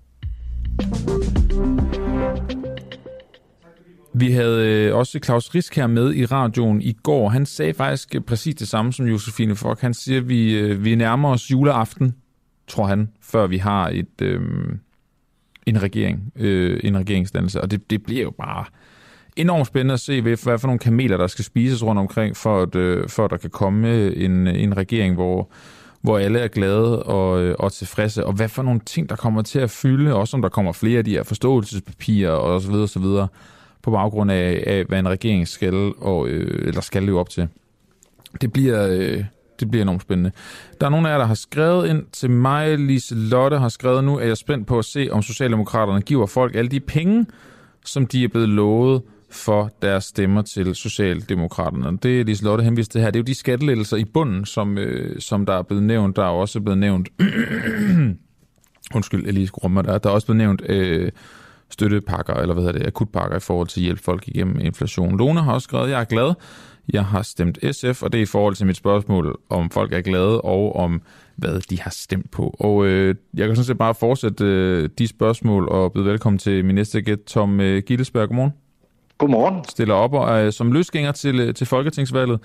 A: Vi havde også Claus Risk her med i radioen i går. Han sagde faktisk præcis det samme som Josephine Fock. Han siger, at vi nærmer os juleaften, tror han, før vi har en regeringsdannelse. Og det bliver jo bare enormt spændende at se, hvad for nogle kameler, der skal spises rundt omkring, for at der kan komme en regering, hvor alle er glade og tilfredse, og hvad for nogle ting, der kommer til at fylde, også om der kommer flere af de her forståelsespapirer og så videre, så videre, på baggrund af hvad en regering skal leve op til. Det bliver enormt spændende. Der er nogle af jer, der har skrevet ind til mig. Lise Lotte har skrevet, nu er jeg spændt på at se, om Socialdemokraterne giver folk alle de penge, som de er blevet lovet for deres stemmer til Socialdemokraterne. Det er Lise Lotte henvist til her. Det er jo de skattelettelser i bunden, som der er blevet nævnt. Der er også blevet nævnt undskyld, jeg lige skulle rumme der. Der er også blevet nævnt støttepakker, eller akutpakker i forhold til at hjælpe folk igennem inflation. Lone har også skrevet, jeg er glad. Jeg har stemt SF, og det er i forhold til mit spørgsmål, om folk er glade, og om hvad de har stemt på. Og jeg kan sådan set bare fortsætte de spørgsmål, og byde velkommen til min næste gæst, Tom Gillesberg. Godmorgen.
O: Godmorgen.
A: Stiller op og er som løsgænger til Folketingsvalget,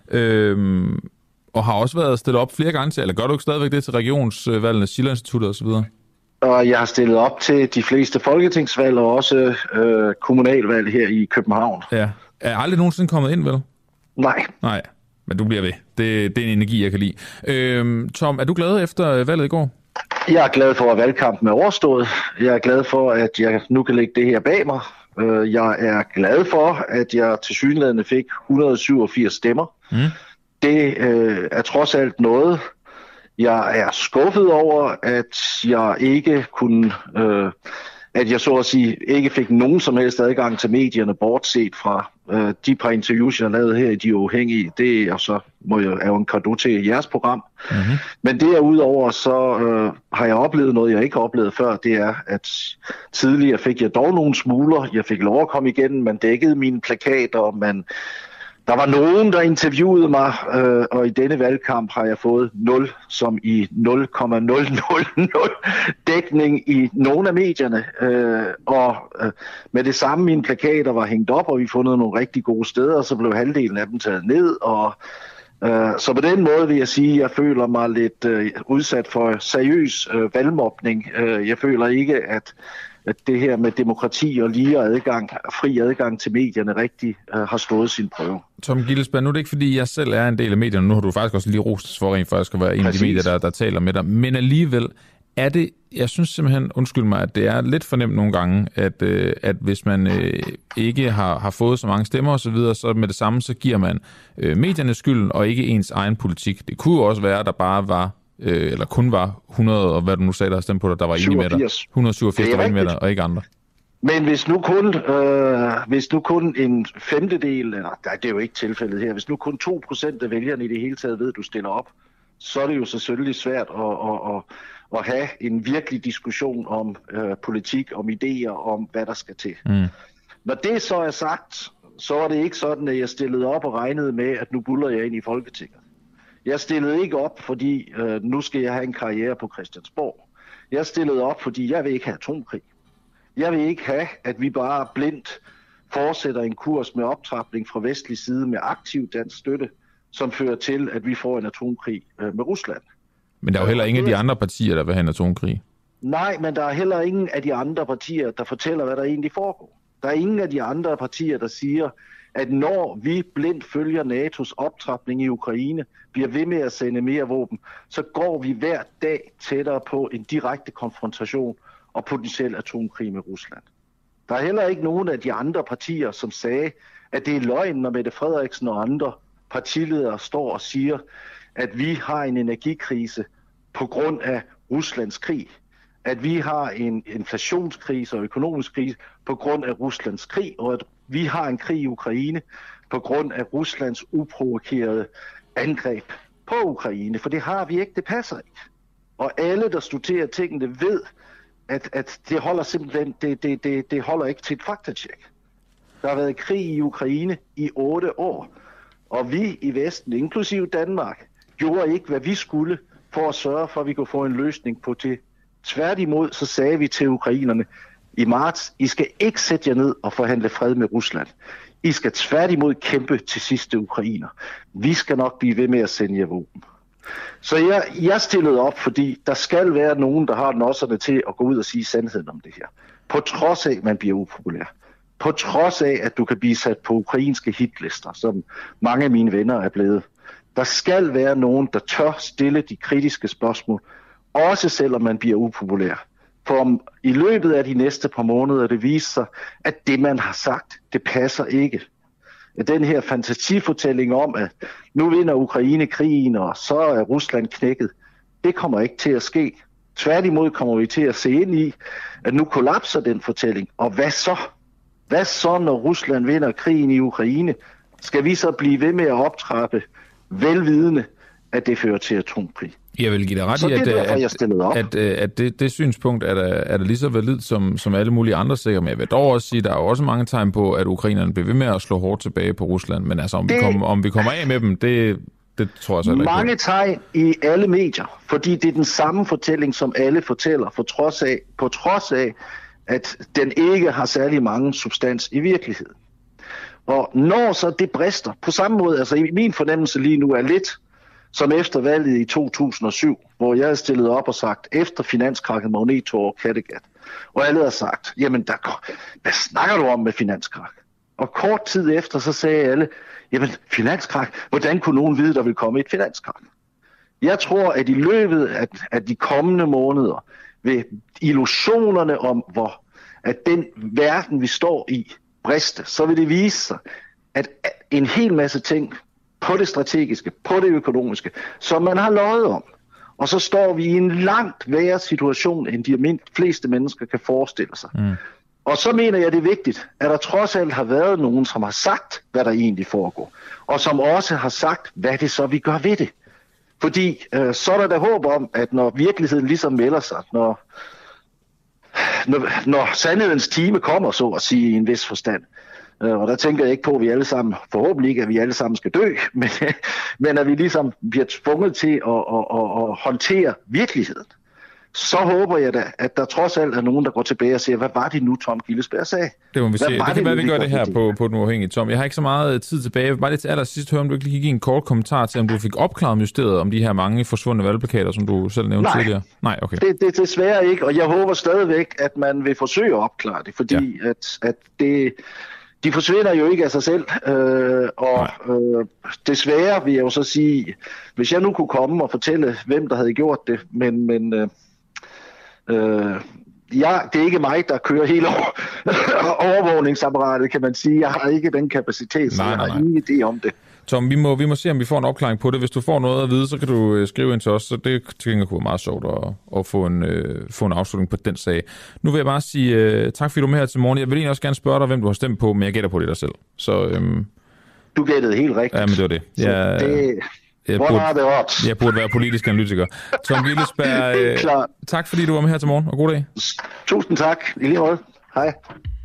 A: og har også været stillet op flere gange til, eller gør du ikke stadigvæk det til regionsvalgene, Schiller-instituttet osv.?
O: Og jeg har stillet op til de fleste folketingsvalg, og også kommunalvalg her i København.
A: Ja. Er aldrig nogensinde kommet ind, vel?
O: Nej,
A: men du bliver ved. Det er en energi, jeg kan lide. Tom, er du glad efter valget i går?
O: Jeg er glad for, at valgkampen er overstået. Jeg er glad for, at jeg nu kan lægge det her bag mig. Jeg er glad for, at jeg tilsyneladende fik 187 stemmer. Det er trods alt noget. Jeg er skuffet over, at jeg ikke kunne... at jeg så at sige ikke fik nogen som helst adgang til medierne, bortset fra de par interviews, jeg lavede her i De Uafhængige. Det er så er jo en cadeau til jeres program. Mm-hmm. Men derudover så har jeg oplevet noget, jeg ikke har oplevet før. Det er, at tidligere fik jeg dog nogle smuler. Jeg fik lov at komme igennem. Man dækkede mine plakater. Der var nogen, der interviewede mig, og i denne valgkamp har jeg fået 0, som i 0,000 dækning i nogle af medierne. Med det samme, mine plakater var hængt op, og vi fundet nogle rigtig gode steder, og så blev halvdelen af dem taget ned, og Så på den måde vil jeg sige, at jeg føler mig lidt udsat for seriøs valgmobning. Jeg føler ikke, at det her med demokrati og lige adgang, fri adgang til medierne rigtig har stået sin prøve.
A: Tom Gillesberg, nu er det ikke, fordi jeg selv er en del af medierne. Nu har du faktisk også lige rost for rent, for jeg skal være en af de medier, der taler med dig. Men alligevel er det, jeg synes simpelthen, undskyld mig, at det er lidt fornemt nogle gange, at hvis man ikke har fået så mange stemmer osv., så med det samme, så giver man medierne skylden og ikke ens egen politik. Det kunne jo også være, at der bare var eller kun var 100, og hvad du nu sagde, der har stemt på dig, der var enige med dig. 187, der var enige med dig, og ikke andre.
O: Men hvis nu kun en femtedel, eller det er jo ikke tilfældet her, hvis nu kun 2% af vælgerne i det hele taget ved, at du stiller op, så er det jo selvfølgelig svært at have en virkelig diskussion om politik, om idéer, om hvad der skal til. Når det så er sagt, så er det ikke sådan, at jeg stillede op og regnede med, at nu buller jeg ind i Folketinget. Jeg stillede ikke op, fordi nu skal jeg have en karriere på Christiansborg. Jeg stillede op, fordi jeg vil ikke have atomkrig. Jeg vil ikke have, at vi bare blindt fortsætter en kurs med optrapning fra vestlig side med aktiv dansk støtte, som fører til, at vi får en atomkrig med Rusland.
A: Men der er jo heller ingen af de andre partier, der vil have en atomkrig.
O: Nej, men der er heller ingen af de andre partier, der fortæller, hvad der egentlig foregår. Der er ingen af de andre partier, der siger, at når vi blindt følger NATO's optrapning i Ukraine, bliver ved med at sende mere våben, så går vi hver dag tættere på en direkte konfrontation og potentiel atomkrig med Rusland. Der er heller ikke nogen af de andre partier, som sagde, at det er løgn, når Mette Frederiksen og andre partiledere står og siger, at vi har en energikrise på grund af Ruslands krig. At vi har en inflationskrise og økonomisk krise på grund af Ruslands krig, og at vi har en krig i Ukraine på grund af Ruslands uprovokerede angreb på Ukraine. For det har vi ikke, det passer ikke. Og alle, der studerer tingene, ved, at det holder simpelthen det holder ikke til et faktatjek. Der har været krig i Ukraine i 8 år, og vi i Vesten, inklusive Danmark, gjorde ikke, hvad vi skulle for at sørge for, at vi kunne få en løsning på det. Tværtimod så sagde vi til ukrainerne i marts, I skal ikke sætte jer ned og forhandle fred med Rusland. I skal tværtimod kæmpe til sidste ukrainer. Vi skal nok blive ved med at sende jer våben. Så jeg stillede op, fordi der skal være nogen, der har nosserne til at gå ud og sige sandheden om det her. På trods af, at man bliver upopulær. På trods af, at du kan blive sat på ukrainske hitlister, som mange af mine venner er blevet. Der skal være nogen, der tør stille de kritiske spørgsmål, også selvom man bliver upopulær. For i løbet af de næste par måneder, det viser sig, at det, man har sagt, det passer ikke. Den her fantasifortælling om, at nu vinder Ukraine krigen, og så er Rusland knækket, det kommer ikke til at ske. Tværtimod kommer vi til at se ind i, at nu kollapser den fortælling. Og hvad så? Hvad så, når Rusland vinder krigen i Ukraine? Skal vi så blive ved med at optrappe, velvidende, at det fører til atomkrig?
A: Jeg vil give dig ret i, at det synspunkt er der lige så validt som alle mulige andre sikkert. Men jeg vil dog også sige, at der er også mange tegn på, at ukrainerne bliver ved med at slå hårdt tilbage på Rusland. Men altså, om vi kommer af med dem, det tror jeg så ikke.
O: Mange tegn i alle medier, fordi det er den samme fortælling, som alle fortæller, på trods af, at den ikke har særlig mange substans i virkeligheden. Og når så det brister, på samme måde, altså i min fornemmelse lige nu er lidt som efter valget i 2007, hvor jeg havde stillet op og sagt, efter finanskrakket Magneto og Kattegat, og alle havde sagt, jamen hvad snakker du om med finanskrak? Og kort tid efter, så sagde alle, jamen finanskrak, hvordan kunne nogen vide, der vil komme et finanskrak? Jeg tror, at i løbet af de kommende måneder, vil illusionerne om, at den verden, vi står i, briste, så vil det vise sig, at en hel masse ting på det strategiske, på det økonomiske, som man har løjet om. Og så står vi i en langt værre situation, end de fleste mennesker kan forestille sig. Og så mener jeg, det er vigtigt, at der trods alt har været nogen, som har sagt, hvad der egentlig foregår. Og som også har sagt, hvad det så vi gør ved det. Fordi så er der da håb om, at når virkeligheden ligesom melder sig, når sandhedens time kommer, så at sige, i en vis forstand, og der tænker jeg ikke på, at vi alle sammen, forhåbentlig ikke, at vi alle sammen skal dø, men at vi ligesom bliver tvunget til at håndtere virkeligheden. så håber jeg da, at der trods alt er nogen, der går tilbage og siger, hvad var det nu, Tom Gillesberg sagde?
A: Det må vi se. Det kan være, vi gør det her på Den Uafhængige, Tom. Jeg har ikke så meget tid tilbage. Bare lidt til allersidst høre, om du ikke lige give en kort kommentar til, om du fik opklaret justeret om de her mange forsvundne valgplakater, som du selv nævnte tidligere. Nej, okay.
O: Det er desværre ikke, og jeg håber stadigvæk, at man vil forsøge at opklare det, fordi at det... De forsvinder jo ikke af sig selv, desværre vil jeg jo så sige, hvis jeg nu kunne komme og fortælle, hvem der havde gjort det, men det er ikke mig, der kører hele overvågningsapparatet, kan man sige. Jeg har ikke den kapacitet, så jeg har ingen idé om det.
A: Tom, vi må se, om vi får en opklaring på det. Hvis du får noget at vide, så kan du skrive ind til os, så det tænker jeg kunne være meget sjovt at få en afslutning på den sag. Nu vil jeg bare sige tak, fordi du er med her til morgen. Jeg vil egentlig også gerne spørge dig, hvem du har stemt på, men jeg gætter på det dig selv. Så,
O: du gættede helt rigtigt.
A: Ja, men det var det. Jeg burde være politisk analytiker. Tom Gillesberg, tak fordi du var med her til morgen, og god dag.
O: Tusind tak. I lige måde. Hej.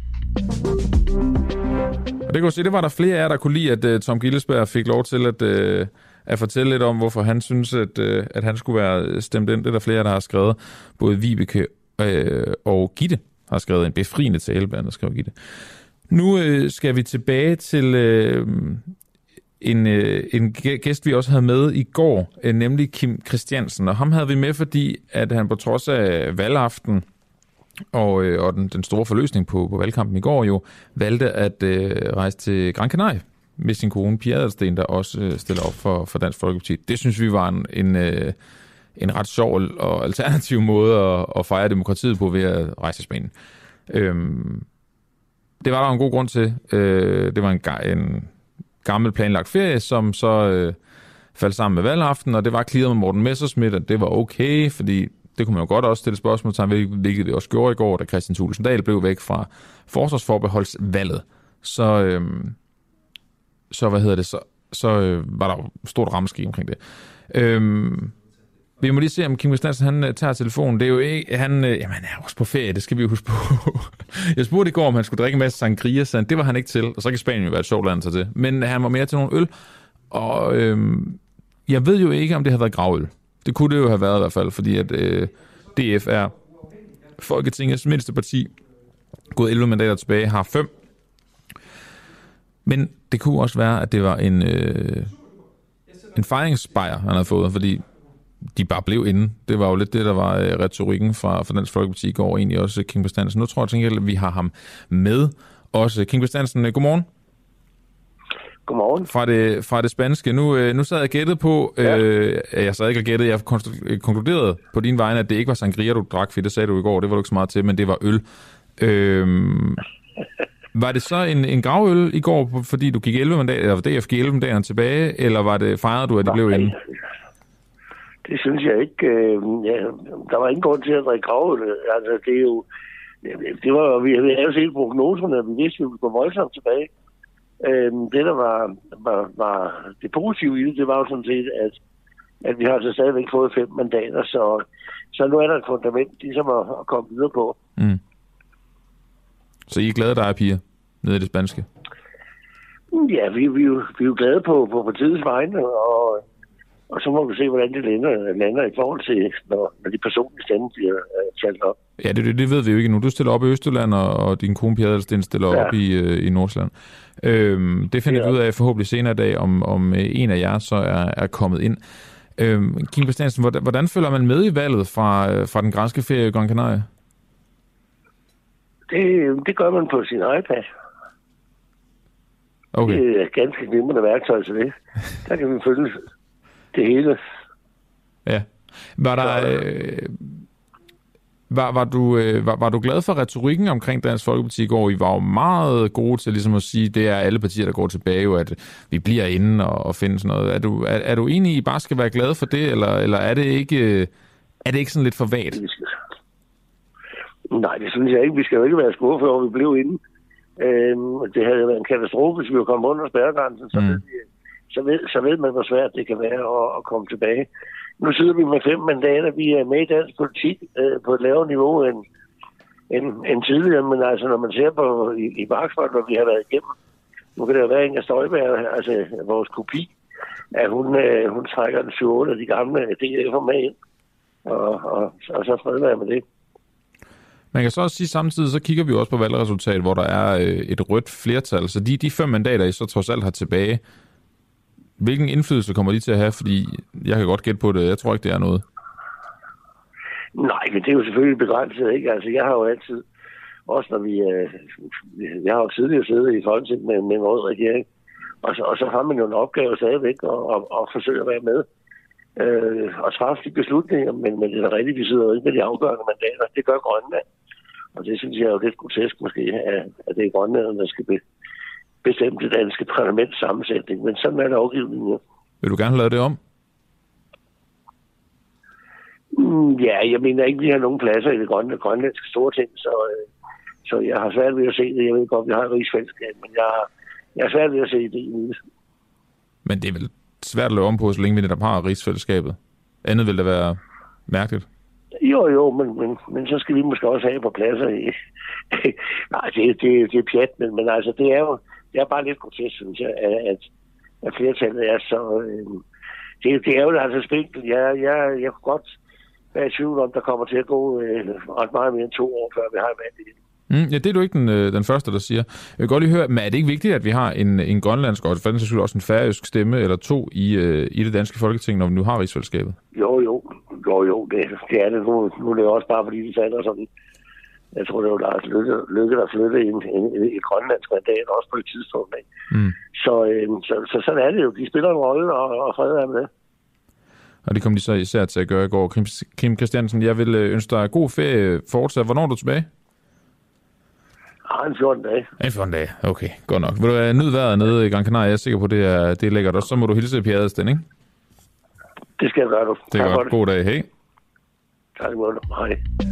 A: Og det kan se, det var der flere af jer, der kunne lide, at Tom Gillesberg fik lov til at fortælle lidt om, hvorfor han synes, at han skulle være stemt ind. Det er der flere, der har skrevet. Både Vibeke og Gitte har skrevet en befriende tale, blandt andet skrev Gitte. Nu skal vi tilbage til en gæst, vi også havde med i går, nemlig Kim Christiansen. Og ham havde vi med, fordi at han på trods af valgaften og den store forløsning på valgkampen i går jo valgte at rejse til Gran Canaria med sin kone Pia Adelsteen, der også stiller op for Dansk Folkeparti. Det synes vi var en ret sjov og alternativ måde at fejre demokratiet på ved at rejse til Spanien. Det var der en god grund til. Det var en gammel planlagt ferie, som så faldt sammen med valgaften, og det var clearet med Morten Messerschmidt, at det var okay, fordi det kunne man jo godt også stille spørgsmål til, hvilket det også gjorde i går, da Kristian Thulesen Dahl blev væk fra forsvarsforbeholdsvalget. Så var der jo stort rammeskrig omkring det. Vi må lige se, om Kim Christiansen han tager telefonen. Det er jo ikke, han er også på ferie, det skal vi jo huske på. Jeg spurgte i går, om han skulle drikke en masse sangria, så det var han ikke til, og så kan Spanien jo være et sjovt land sig til. Men han var mere til nogle øl, og jeg ved jo ikke, om det har været gravøl. Det kunne det jo have været i hvert fald, fordi at DF er Folketingets mindste parti, gået 11 mandater tilbage, har 5. Men det kunne også være, at det var en fejringsbejr, han havde fået, fordi de bare blev inde. Det var jo lidt det, der var retorikken fra Dansk Folkeparti i går, egentlig også Kim Christiansen. Nu tror jeg, at vi har ham med også. Kim Christiansen, godmorgen.
P: Godmorgen.
A: Fra det spanske. Nu sad jeg gættet på, jeg sad ikke og gættede, jeg konkluderede på din vegne, at det ikke var sangria, du drak, for det sagde du i går, det var du ikke så meget til, men det var øl. Var det så en gravøl i går, fordi du gik 11 mandater, eller DF gik 11 mandater tilbage, eller fejrede du, at de blev inde?
P: Det synes jeg ikke. Der var ingen grund til at drikke gravøl. Altså, det er jo... vi havde jo set prognoserne, og vi vidste, at vi ville gå voldsomt tilbage. Det, der var det positive i det, var jo sådan set, at vi har så stadigvæk fået 5 mandater, så nu er der et fundament ligesom at komme videre på.
A: Mm. Så I er glade, der er piger nede i det spanske?
P: Ja, vi er jo glade på partiets vegne, og så må vi se, hvordan det lander i forhold til, når de personlige stemmer bliver talt op.
A: Ja, det ved vi jo ikke nu. Du stiller op i Østjylland, og din kone Pia Adelsteen stiller op i Nordsjælland. Det finder vi ud af forhåbentlig senere i dag, om en af jer så er kommet ind. Kim Christiansen, hvordan følger man med i valget fra den græske ferie i Gran Canaria?
P: Det gør man på sin iPad.
A: Okay.
P: Det er ganske glimrende værktøj til det. Der kan vi følge det hele.
A: Ja. Var du glad for retorikken omkring Dansk Folkeparti i går? I var jo meget gode til ligesom at sige, det er alle partier, der går tilbage, at vi bliver inde og finder sådan noget. Er du enig i, at I bare skal være glade for det, eller er det ikke sådan lidt for vagt?
P: Nej, det synes jeg ikke. Vi skal jo ikke være skuffet over, at vi blev inde. Det havde været en katastrofe, hvis vi var kommet under spærregrænsen, så ved man, hvor svært det kan være at komme tilbage. Nu sidder vi med 5 mandater. Vi er med i dansk politik på et lavere niveau end tidligere, men altså når man ser på i bakspejlet, hvor vi har været igennem, nu kan det jo være, Inger Støjberg, altså vores kopi, at hun trækker den 7-8 af de gamle DF'er med ind. og så fred være med det.
A: Man kan så også sige samtidig, så kigger vi også på valgresultatet, hvor der er et rødt flertal. Så de 5 mandater, I så trods alt har tilbage, hvilken indflydelse kommer de til at have? Fordi jeg kan godt gætte på det. Jeg tror ikke, det er noget.
P: Nej, men det er jo selvfølgelig begrænset, ikke? Altså, jeg har jo altid, også når jeg har jo tidligere siddet i Folketinget med en rød regering, og så har man jo en opgave stadigvæk at forsøge at være med og træffe de beslutninger, men det er rigtigt, vi sidder jo ikke med de afgørende mandater. Det gør Grønland. Og det synes jeg er jo lidt grotesk måske, at det er Grønland, der skal bestemme det danske parlaments sammensætning. Men sådan er lovgivningen jo.
A: Vil du gerne lade det om?
P: Ja, jeg mener ikke, vi har nogen pladser i det grønlandske storting, så jeg har svært ved at se det. Jeg ved godt, vi har et rigsfællesskab, men jeg har svært ved at se det i det.
A: Men det er vel svært at lave om på, så længe vi netop har rigsfællesskabet. Andet vil da være mærkeligt.
P: Jo, men så skal vi måske også have på pladser i. Nej, det er pjat, men altså, det er bare lidt grotesk, synes jeg, at flertallet er så. Det er jo altså spinkelt. Jeg kunne godt være i tvivl om, der kommer til at gå ret meget mere end 2 år, før vi har et valg igen.
A: Ja, det er du ikke den første, der siger. Jeg vil godt lige høre, men er det ikke vigtigt, at vi har en grønlandsk, og for den selvfølgelig også en færøsk stemme, eller 2 i det danske folketing, når vi nu har rigsfællesskabet? Jo,
P: det er det. Nu er det også bare, fordi de taler sådan. Jeg tror, det var Lars Løkke, der flyttede et grønlandsk mandat, også på et tidspunkt. Så sådan er det jo. De spiller en rolle, og fred er med det.
A: Og det kom de så især til at gøre i går. Kim Christiansen, jeg vil ønske dig god ferie fortsat. Hvornår er du tilbage?
P: En 14 dage.
A: En 14 dage, okay, godt nok. Vil du nyde vejret nede i Gran Canaria? Jeg er sikker på, det er lækkert. Og så må du hilse Pia Adelsteen, ikke?
P: Det skal jeg gøre, du.
A: Det er godt. God dag, hej.
P: Tak imod. Hej.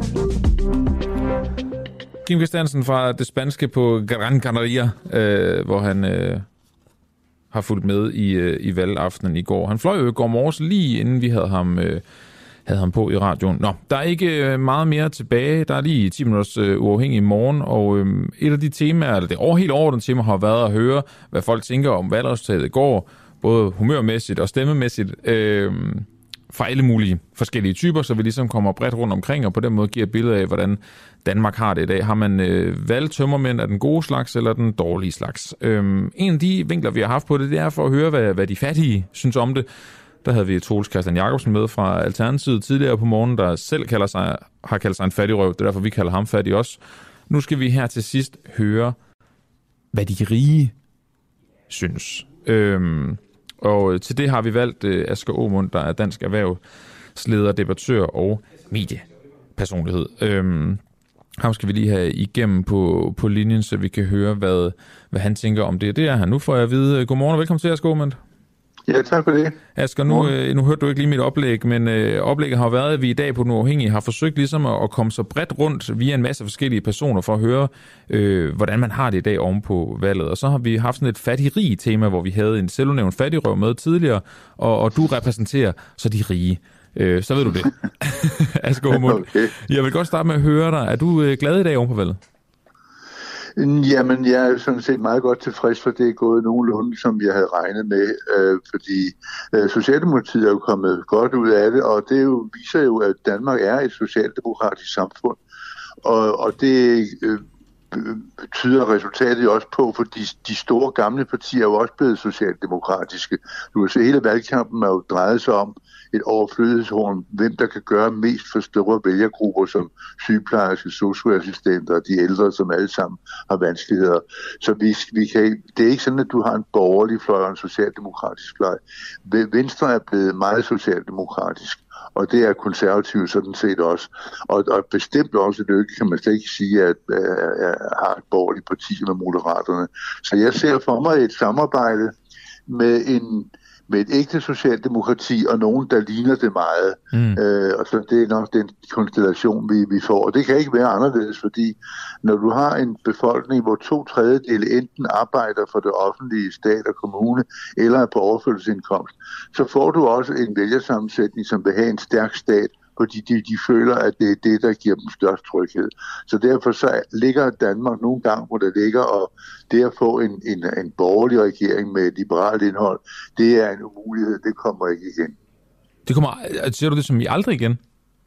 A: Kim Christiansen fra det spanske på Gran Canaria, hvor han har fulgt med i valgaftenen i går. Han fløj jo i går morges, lige inden vi havde ham på i radioen. Nå, der er ikke meget mere tilbage. Der er lige 10 minutters uafhængig i morgen, og et af de temaer, eller det helt overordnede tema, har været at høre, hvad folk tænker om valgresultatet i går, både humørmæssigt og stemmemæssigt, fra alle mulige forskellige typer, så vi ligesom kommer bredt rundt omkring, og på den måde giver et billede af, hvordan Danmark har det i dag. Har man valgt tømmermænd af den gode slags, eller den dårlige slags? En af de vinkler, vi har haft på det, det er for at høre, hvad de fattige synes om det. Der havde vi Troels Christian Jacobsen med fra Alternativet tidligere på morgen, der selv har kaldt sig en fattigrøv. Det er derfor, vi kalder ham fattig også. Nu skal vi her til sidst høre, hvad de rige synes. Og til det har vi valgt Asger Aamund, der er dansk erhvervsleder, debattør og mediepersonlighed. Ham skal vi lige have igennem på linjen, så vi kan høre, hvad han tænker om det. Det er han. Nu får jeg at vide. Godmorgen og velkommen til, Asger Aamund.
Q: Ja, tak for det.
A: Asger, nu hørte du ikke lige mit oplæg, men oplægget har været, at vi i dag på Den Uafhængige har forsøgt ligesom at komme så bredt rundt via en masse forskellige personer for at høre, hvordan man har det i dag oven på valget. Og så har vi haft sådan et fattig-rig tema, hvor vi havde en selvudnævnt fattigrøv med tidligere, og du repræsenterer så de rige. Så ved du det. Asger Aamund. Okay. Jeg vil godt starte med at høre dig. Er du glad i dag oven på valget?
Q: Jamen, jeg er sådan set meget godt tilfreds, for det er gået nogenlunde, som jeg havde regnet med, fordi Socialdemokratiet er jo kommet godt ud af det, og det viser jo, at Danmark er et socialdemokratisk samfund, og det tyder resultatet jo også på, for de store gamle partier er jo også blevet socialdemokratiske. Du kan se, hele valgkampen er jo drejet sig om et overflødighedshorn, hvem der kan gøre mest for store vælgergrupper som sygeplejersker, sosu-assistenter og de ældre, som alle sammen har vanskeligheder. Så det er ikke sådan, at du har en borgerlig fløj og en socialdemokratisk fløj. Venstre er blevet meget socialdemokratisk, og det er konservative sådan set også. Og bestemt også Løkke, kan man slet ikke sige, at har et borgerligt parti med Moderaterne. Så jeg ser for mig et samarbejde med et ægte socialdemokrati og nogen, der ligner det meget. Og så det er nok den konstellation, vi får. Og det kan ikke være anderledes, fordi når du har en befolkning, hvor 2/3 enten arbejder for det offentlige, stat og kommune, eller er på overførselsindkomst, så får du også en vælgersammensætning, som vil have en stærk stat, fordi de føler, at det er det, der giver dem størst tryghed. Så derfor så ligger Danmark nogle gange, hvor der ligger, og det at få en borgerlig regering med liberalt indhold, det er en umulighed, det kommer ikke igen.
A: Siger du det som I aldrig igen?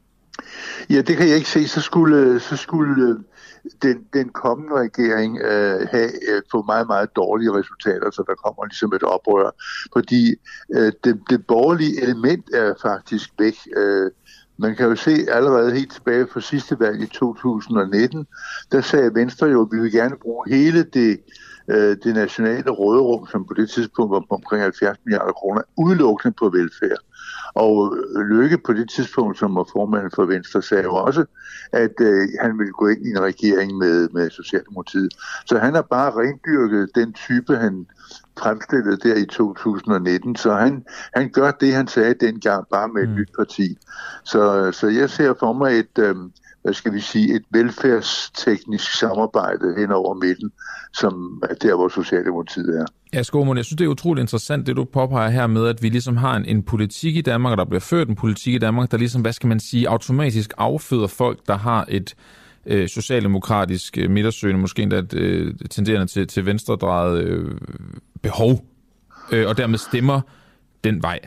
Q: Ja, det kan jeg ikke se. Så skulle den kommende regering få meget, meget dårlige resultater, så der kommer ligesom et oprør. Fordi det borgerlige element er faktisk væk. Man kan jo se allerede helt tilbage fra sidste valg i 2019, der sagde Venstre jo, at vi vil gerne bruge hele det nationale råderum, som på det tidspunkt var omkring 70 milliarder kroner, udelukkende på velfærd. Og Løkke på det tidspunkt, som var formand for Venstre, sagde jo også, at han ville gå ind i en regering med Socialdemokratiet. Så han har bare rendyrket den type, han fremstillede der i 2019. Så han gør det, han sagde dengang, bare med et nyt parti. Så jeg ser for mig et velfærdsteknisk samarbejde hen over midten, som er der, hvor Socialdemokratiet er.
A: Ja, Skovmund, jeg synes, det er utroligt interessant, det du påpeger her med, at vi ligesom har en politik i Danmark, og der bliver ført en politik i Danmark, der ligesom, automatisk afføder folk, der har et socialdemokratisk midtersøgende, måske endda tenderende til venstredrejet behov, og dermed stemmer den vej.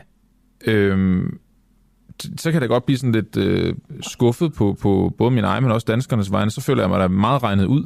A: Så kan det godt blive sådan lidt skuffet på både min egen, men også danskernes vegne. Så føler jeg mig da meget regnet ud.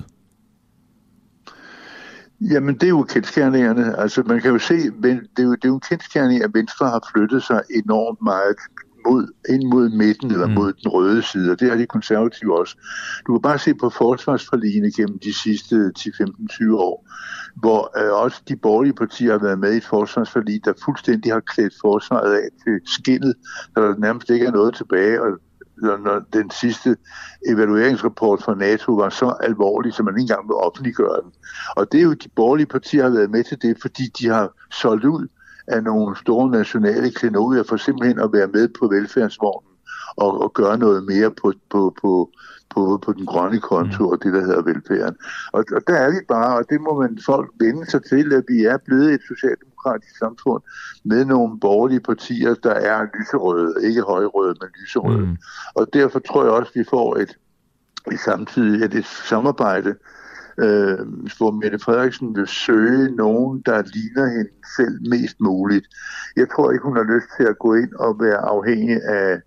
Q: Jamen, det er jo kendsgerningerne. Altså, man kan jo se, det er jo en kendsgerning, at Venstre har flyttet sig enormt meget ind mod midten eller mod den røde side, og det har de konservative også. Du kan bare se på forsvarsforligene gennem de sidste 10-15-20 år, hvor også de borgerlige partier har været med i et forsvarsforlig, der fuldstændig har klædt forsvaret af til skindet, så der nærmest ikke er noget tilbage, og når den sidste evalueringsrapport fra NATO var så alvorlig, så man ikke engang vil offentliggøre den. Og det er jo, de borgerlige partier har været med til det, fordi de har solgt ud af nogle store nationale klenodier for simpelthen at være med på velfærdsvognen og gøre noget mere på den grønne konto og det, der hedder velfærden. Og der er vi bare, og det må man folk vende sig til, at vi er blevet et socialdemokratisk samfund med nogle borgerlige partier, der er lyserøde, ikke højrøde, men lyserøde. Og derfor tror jeg også, at vi får et samarbejde, hvor Mette Frederiksen vil søge nogen, der ligner hende selv mest muligt. Jeg tror ikke, hun har lyst til at gå ind og være afhængig af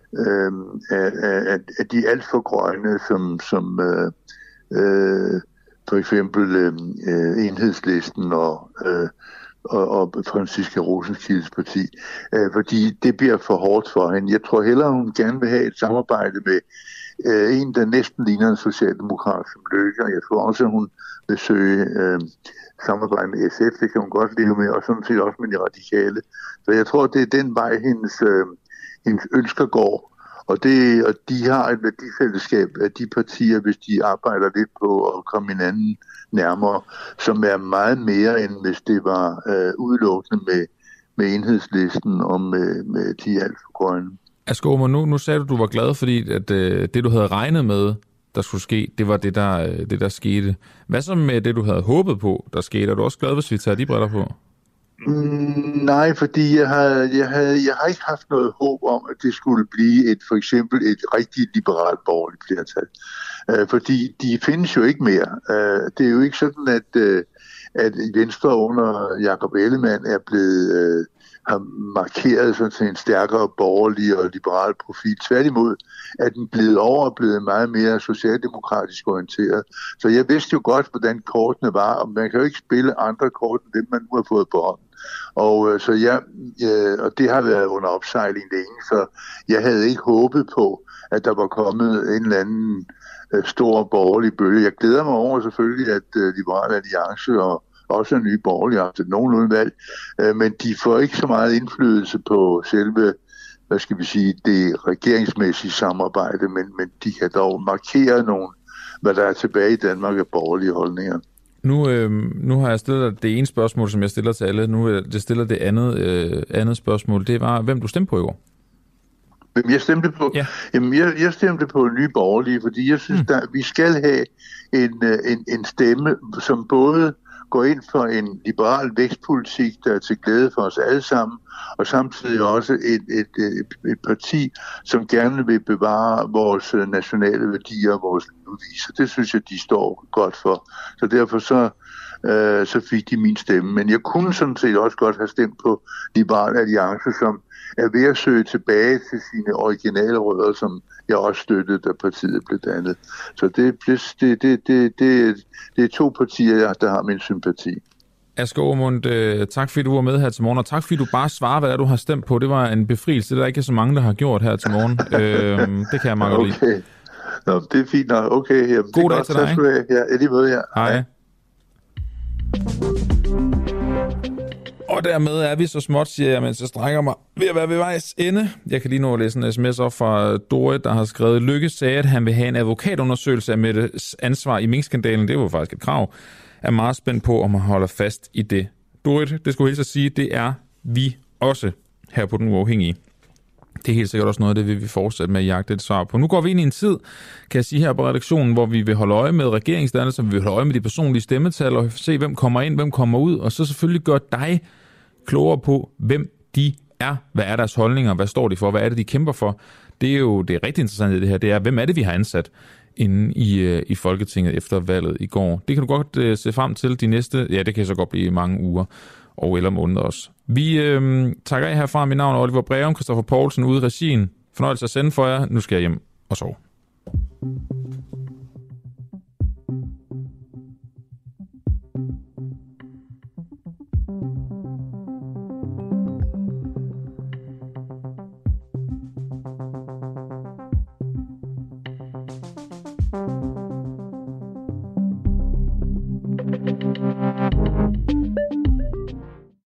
Q: de alt for grønne, som for eksempel Enhedslisten og Franciska Rosenkildes parti, fordi det bliver for hårdt for hende. Jeg tror hellere, hun gerne vil have et samarbejde med en, der næsten ligner en socialdemokrat som Løkke, og jeg tror også, at hun vil søge samarbejde med SF, det kan hun godt leve med, og sådan set også med de radikale. Så jeg tror, det er den vej, hendes ønsker går, og de har et værdifællesskab af de partier, hvis de arbejder lidt på at komme hinanden nærmere, som er meget mere, end hvis det var udelukkende med Enhedslisten og med de alt for grønne.
A: Asger, nu sagde du var glad, fordi at det, du havde regnet med, der skulle ske, det var det, der skete. Hvad så med det, du havde håbet på, der skete? Er du også glad, hvis vi tager de briller på?
Q: Nej, fordi jeg har ikke haft noget håb om, at det skulle blive for eksempel et rigtig liberalt borgerligt flertal. Fordi de findes jo ikke mere. Det er jo ikke sådan, at Venstre under Jakob Ellemann er blevet har markeret sådan en stærkere borgerlig og liberal profil. Tværtimod er den blevet meget mere socialdemokratisk orienteret. Så jeg vidste jo godt, hvordan kortene var, og man kan jo ikke spille andre kort, end dem man nu har fået på hånden. Og og det har været under opsejling længe, så jeg havde ikke håbet på, at der var kommet en eller anden stor borgerlig bølge. Jeg glæder mig over selvfølgelig, at Liberal Alliance og også Nye Borgerlige har haft nogenlunde valg, men de får ikke så meget indflydelse på selve, det regeringsmæssige samarbejde, men de kan dog markere hvad der er tilbage i Danmark af borgerlige holdninger.
A: Nu har jeg stillet dig det ene spørgsmål, som jeg stiller til alle. Nu det stiller det andet spørgsmål. Det var, hvem du stemte på i år?
Q: Hvem jeg stemte på? Ja. Jamen, jeg stemte på Nye Borgerlige, fordi jeg synes, vi skal have en stemme, som både går ind for en liberal vækstpolitik, der er til glæde for os alle sammen, og samtidig også et parti, som gerne vil bevare vores nationale værdier og vores levevis. Det synes jeg, de står godt for. Så derfor så fik de min stemme. Men jeg kunne sådan set også godt have stemt på Liberal Alliance, som er ved at søge tilbage til sine originale rødder, som jeg også støttede, da partiet blev dannet. Så det er 2 partier, der har min sympati.
A: Asger Aamund, tak fordi du var med her til morgen, og tak fordi du bare svarer, hvad du har stemt på. Det var en befrielse. Det er der ikke så mange, der har gjort her til morgen. Det kan jeg meget godt lide.
Q: Okay. Nå, det er fint nok. Okay, jamen,
A: god dag til dig, ikke?
Q: Ja, lige måde her.
A: Hej. Og dermed er vi så småt, siger jeg, mens jeg strækker mig ved at være ved vejs ende. Jeg kan lige nå at læse en sms op fra Dorit, der har skrevet: Lykke sagde, at han vil have en advokatundersøgelse af Mettes ansvar i minkskandalen. Det var faktisk et krav. Er meget spændt på, om han holder fast i det. Dorit, det skulle helt så sige, det er vi også her på Den Uafhængige. Det er helt sikkert også noget, det vil vi fortsætte med at jagte et svar på. Nu går vi ind i en tid, kan jeg sige her på redaktionen, hvor vi vil holde øje med regeringsdannelser, vi vil holde øje med de personlige stemmetal, og se, hvem kommer ind, hvem kommer ud, og så selvfølgelig gøre dig klogere på, hvem de er, hvad er deres holdninger, hvad står de for, hvad er det, de kæmper for. Det er jo det rigtig interessante i det her, det er, hvem er det, vi har ansat inde i Folketinget efter valget i går. Det kan du godt se frem til de næste, ja, det kan så godt blive mange uger og eller måneder også. Vi takker af herfra. Mit navn er Oliver Breum, Christoffer Poulsen ude i regien. Fornøjelse at sende for jer. Nu skal jeg hjem og sove.